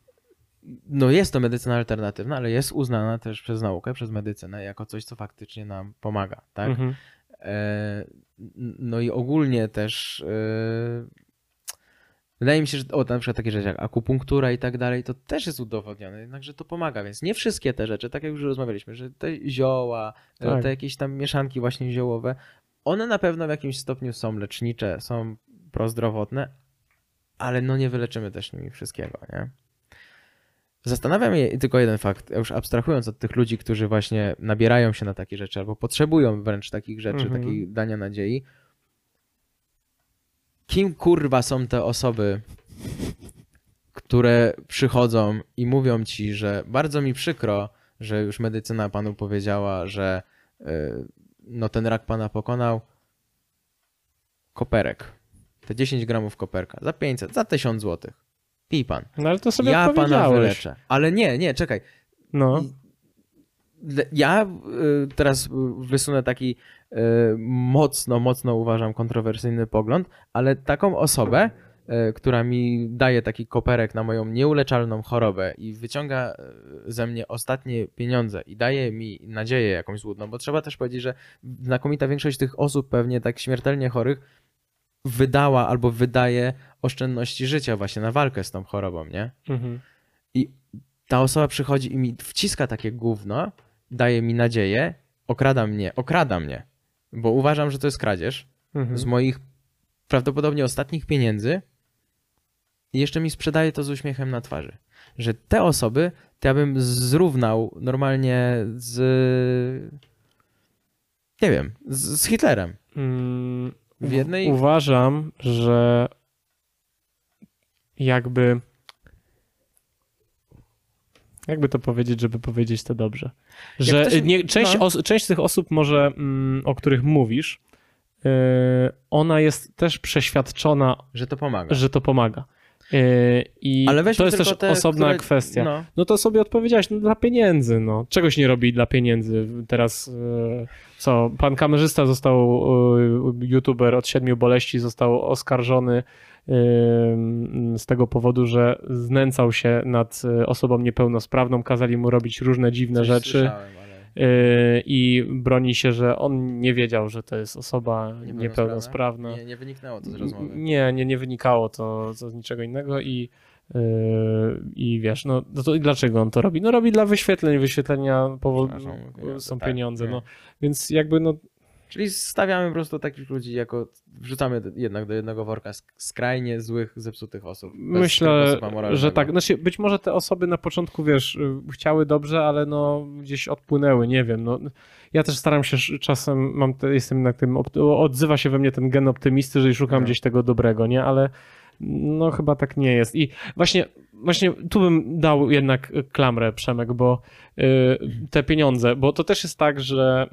No jest to medycyna alternatywna, ale jest uznana też przez naukę, przez medycynę jako coś, co faktycznie nam pomaga, tak? Mhm. E, No i ogólnie też e, wydaje mi się, że o, na przykład takie rzeczy jak akupunktura i tak dalej, to też jest udowodnione, jednakże to pomaga, więc nie wszystkie te rzeczy, tak jak już rozmawialiśmy, że te zioła, e, Tak. te jakieś tam mieszanki właśnie ziołowe, one na pewno w jakimś stopniu są lecznicze, są prozdrowotne, ale no nie wyleczymy też nimi wszystkiego, nie? Zastanawiam mnie tylko jeden fakt, już abstrahując od tych ludzi, którzy właśnie nabierają się na takie rzeczy albo potrzebują wręcz takich rzeczy, Mhm. takiej dania nadziei. Kim kurwa są te osoby, które przychodzą i mówią ci, że bardzo mi przykro, że już medycyna panu powiedziała, że yy, no ten rak pana pokonał. Koperek. Te dziesięć gramów koperka za pięćset, za tysiąc złotych. Pij pan. No ale to sobie Ja pana odpowiedziałeś. wyleczę. Ale nie, nie, czekaj. No. Le- Ja y, teraz wysunę taki y, mocno, mocno uważam kontrowersyjny pogląd, ale taką osobę, y, która mi daje taki koperek na moją nieuleczalną chorobę i wyciąga y, ze mnie ostatnie pieniądze i daje mi nadzieję jakąś złudną, bo trzeba też powiedzieć, że znakomita większość tych osób pewnie tak śmiertelnie chorych wydała albo wydaje oszczędności życia właśnie na walkę z tą chorobą, nie? Mhm. I ta osoba przychodzi i mi wciska takie gówno, daje mi nadzieję, okrada mnie, okrada mnie, bo uważam, że to jest kradzież Mhm. z moich prawdopodobnie ostatnich pieniędzy i jeszcze mi sprzedaje to z uśmiechem na twarzy. Że te osoby to ja bym zrównał normalnie z... nie wiem, z, z Hitlerem. Mm, W jednej- Uważam, że jakby jakby to powiedzieć, żeby powiedzieć to dobrze. Że ktoś- nie, część, no. os- część z tych osób może, mm, o których mówisz, yy, ona jest też przeświadczona, Że to pomaga. że to pomaga. Yy, I Ale weźmy to jest tylko też te, osobna które- kwestia. No. No. to sobie odpowiedziałeś, no dla pieniędzy, no. Czegoś nie robi dla pieniędzy. Teraz yy, co, pan kamerzysta został, yy, youtuber od siedmiu boleści, został oskarżony yy, z tego powodu, że znęcał się nad yy, osobą niepełnosprawną, kazali mu robić różne dziwne Coś rzeczy. słyszałem, ale... i broni się, że on nie wiedział, że to jest osoba niepełnosprawna. Nie, nie wyniknęło to z rozmowy. Nie, nie, nie wynikało to z niczego innego i Yy, I wiesz, no, no to dlaczego on to robi? No robi dla wyświetleń, wyświetlenia powodu są tak, pieniądze, nie. no. Więc jakby no... Czyli stawiamy po prostu takich ludzi jako, wrzucamy jednak do jednego worka skrajnie złych, zepsutych osób. Myślę, że tak. Znaczy, być może te osoby na początku, wiesz, chciały dobrze, ale no gdzieś odpłynęły, nie wiem. No, ja też staram się czasem, mam te, jestem na tym, odzywa się we mnie ten gen optymisty, że szukam no. gdzieś tego dobrego, nie? Ale no chyba tak nie jest. I właśnie, właśnie tu bym dał jednak klamrę, Przemek, bo y, te pieniądze, bo to też jest tak, że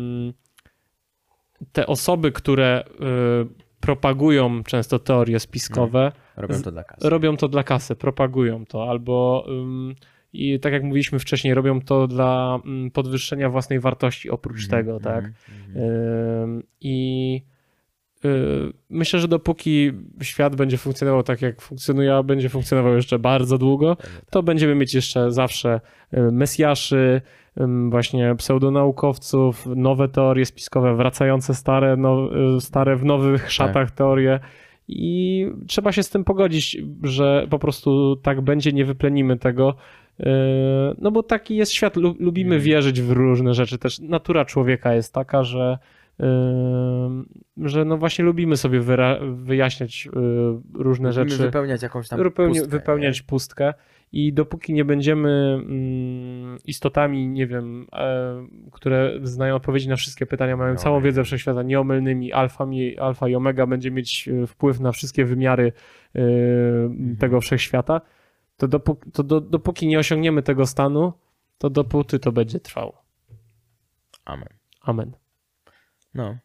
y, te osoby, które y, propagują często teorie spiskowe, robią to dla kasy. Robią to dla kasy, propagują to, albo y, i tak jak mówiliśmy wcześniej, robią to dla y, podwyższenia własnej wartości oprócz mm, tego, mm, tak? Mm. Y, I myślę, że dopóki świat będzie funkcjonował tak, jak funkcjonuje, a będzie funkcjonował jeszcze bardzo długo, to będziemy mieć jeszcze zawsze mesjaszy, właśnie pseudonaukowców, nowe teorie spiskowe, wracające stare, no, stare w nowych szatach tak. teorie i trzeba się z tym pogodzić, że po prostu tak będzie, nie wyplenimy tego, no bo taki jest świat, lubimy wierzyć w różne rzeczy, też natura człowieka jest taka, że Yy, że no właśnie lubimy sobie wyra- wyjaśniać yy, różne lubimy rzeczy. wypełniać jakąś tam Wypełni- pustkę. Wypełniać nie? pustkę i dopóki nie będziemy yy, istotami, nie wiem, yy, które znają odpowiedzi na wszystkie pytania, mają no, całą nie. wiedzę wszechświata, nieomylnymi, alfami, alfa i omega będzie mieć wpływ na wszystkie wymiary yy, mhm. tego wszechświata, to, dopó- to do, dopóki nie osiągniemy tego stanu, to dopóty to będzie trwało. Amen. Amen. No.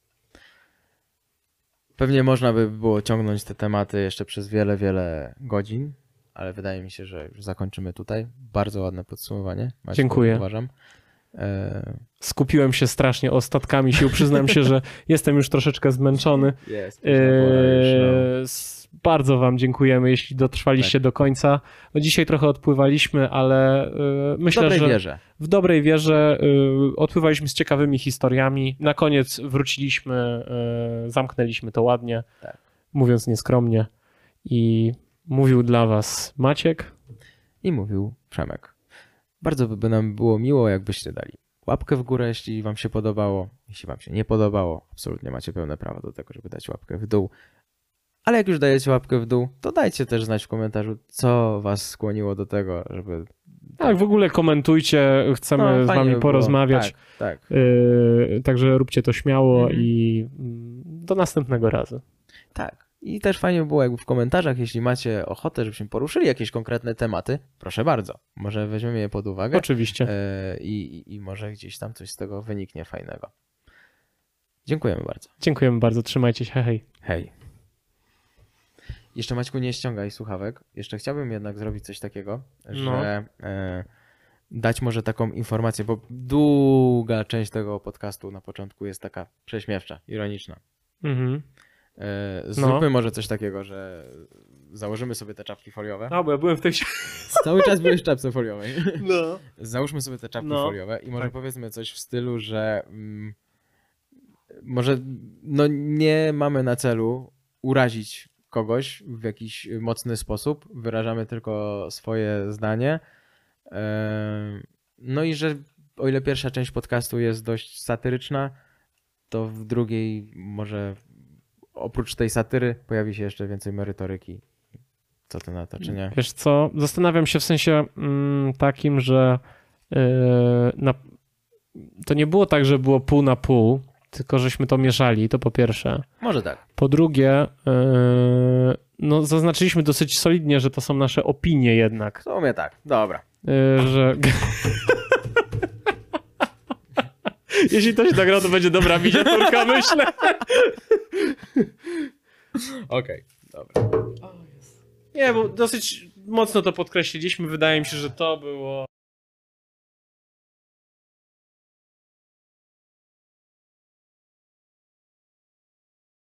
Pewnie można by było ciągnąć te tematy jeszcze przez wiele, wiele godzin, ale wydaje mi się, że już zakończymy tutaj. Bardzo ładne podsumowanie. Maćku, dziękuję. Uważam. E... Skupiłem się strasznie ostatkami sił. Przyznam się, że jestem już troszeczkę zmęczony. Jest, e... Bardzo wam dziękujemy, jeśli dotrwaliście tak. do końca. No dzisiaj trochę odpływaliśmy, ale yy, myślę, w dobrej że wierze. w dobrej wierze yy, odpływaliśmy z ciekawymi historiami. Na koniec wróciliśmy, yy, zamknęliśmy to ładnie, tak. mówiąc nieskromnie. I mówił dla was Maciek. I mówił Przemek. Bardzo by nam było miło, jakbyście dali łapkę w górę, jeśli wam się podobało. Jeśli wam się nie podobało, absolutnie macie pełne prawo do tego, żeby dać łapkę w dół. Ale jak już dajecie łapkę w dół, to dajcie też znać w komentarzu, co was skłoniło do tego, żeby... Tak, w ogóle komentujcie, chcemy no, z wami porozmawiać. Tak, tak. Yy, także róbcie to śmiało mhm. i do następnego razu. Tak. I też fajnie by było, jakby w komentarzach, jeśli macie ochotę, żebyśmy poruszyli jakieś konkretne tematy, proszę bardzo. Może weźmiemy je pod uwagę. Oczywiście. Yy, i, I może gdzieś tam coś z tego wyniknie fajnego. Dziękujemy bardzo. Dziękujemy bardzo, trzymajcie się, hej. Hej. Jeszcze Maćku, nie ściągaj słuchawek. Jeszcze chciałbym jednak zrobić coś takiego, że no. e, dać może taką informację, bo długa część tego podcastu na początku jest taka prześmiewcza, ironiczna. Mhm. E, zróbmy no. może coś takiego, że założymy sobie te czapki foliowe. No, bo ja byłem w tej... Cały czas byłeś w czapce foliowej. No. Załóżmy sobie te czapki no. foliowe i może tak. powiedzmy coś w stylu, że mm, może no, nie mamy na celu urazić kogoś w jakiś mocny sposób, wyrażamy tylko swoje zdanie. No i że o ile pierwsza część podcastu jest dość satyryczna, to w drugiej może oprócz tej satyry pojawi się jeszcze więcej merytoryki. Co ty na to, czy nie? Wiesz co, zastanawiam się w sensie mm, takim, że yy, na... to nie było tak, że było pół na pół, tylko żeśmy to mieszali, to po pierwsze. Może tak. Po drugie, yy, no zaznaczyliśmy dosyć solidnie, że to są nasze opinie jednak. W sumie tak, dobra. Yy, że... Jeśli to się nagra, to będzie dobra miniaturka, myślę. Okej, okay, dobra. Nie, bo dosyć mocno to podkreśliliśmy. Wydaje mi się, że to było...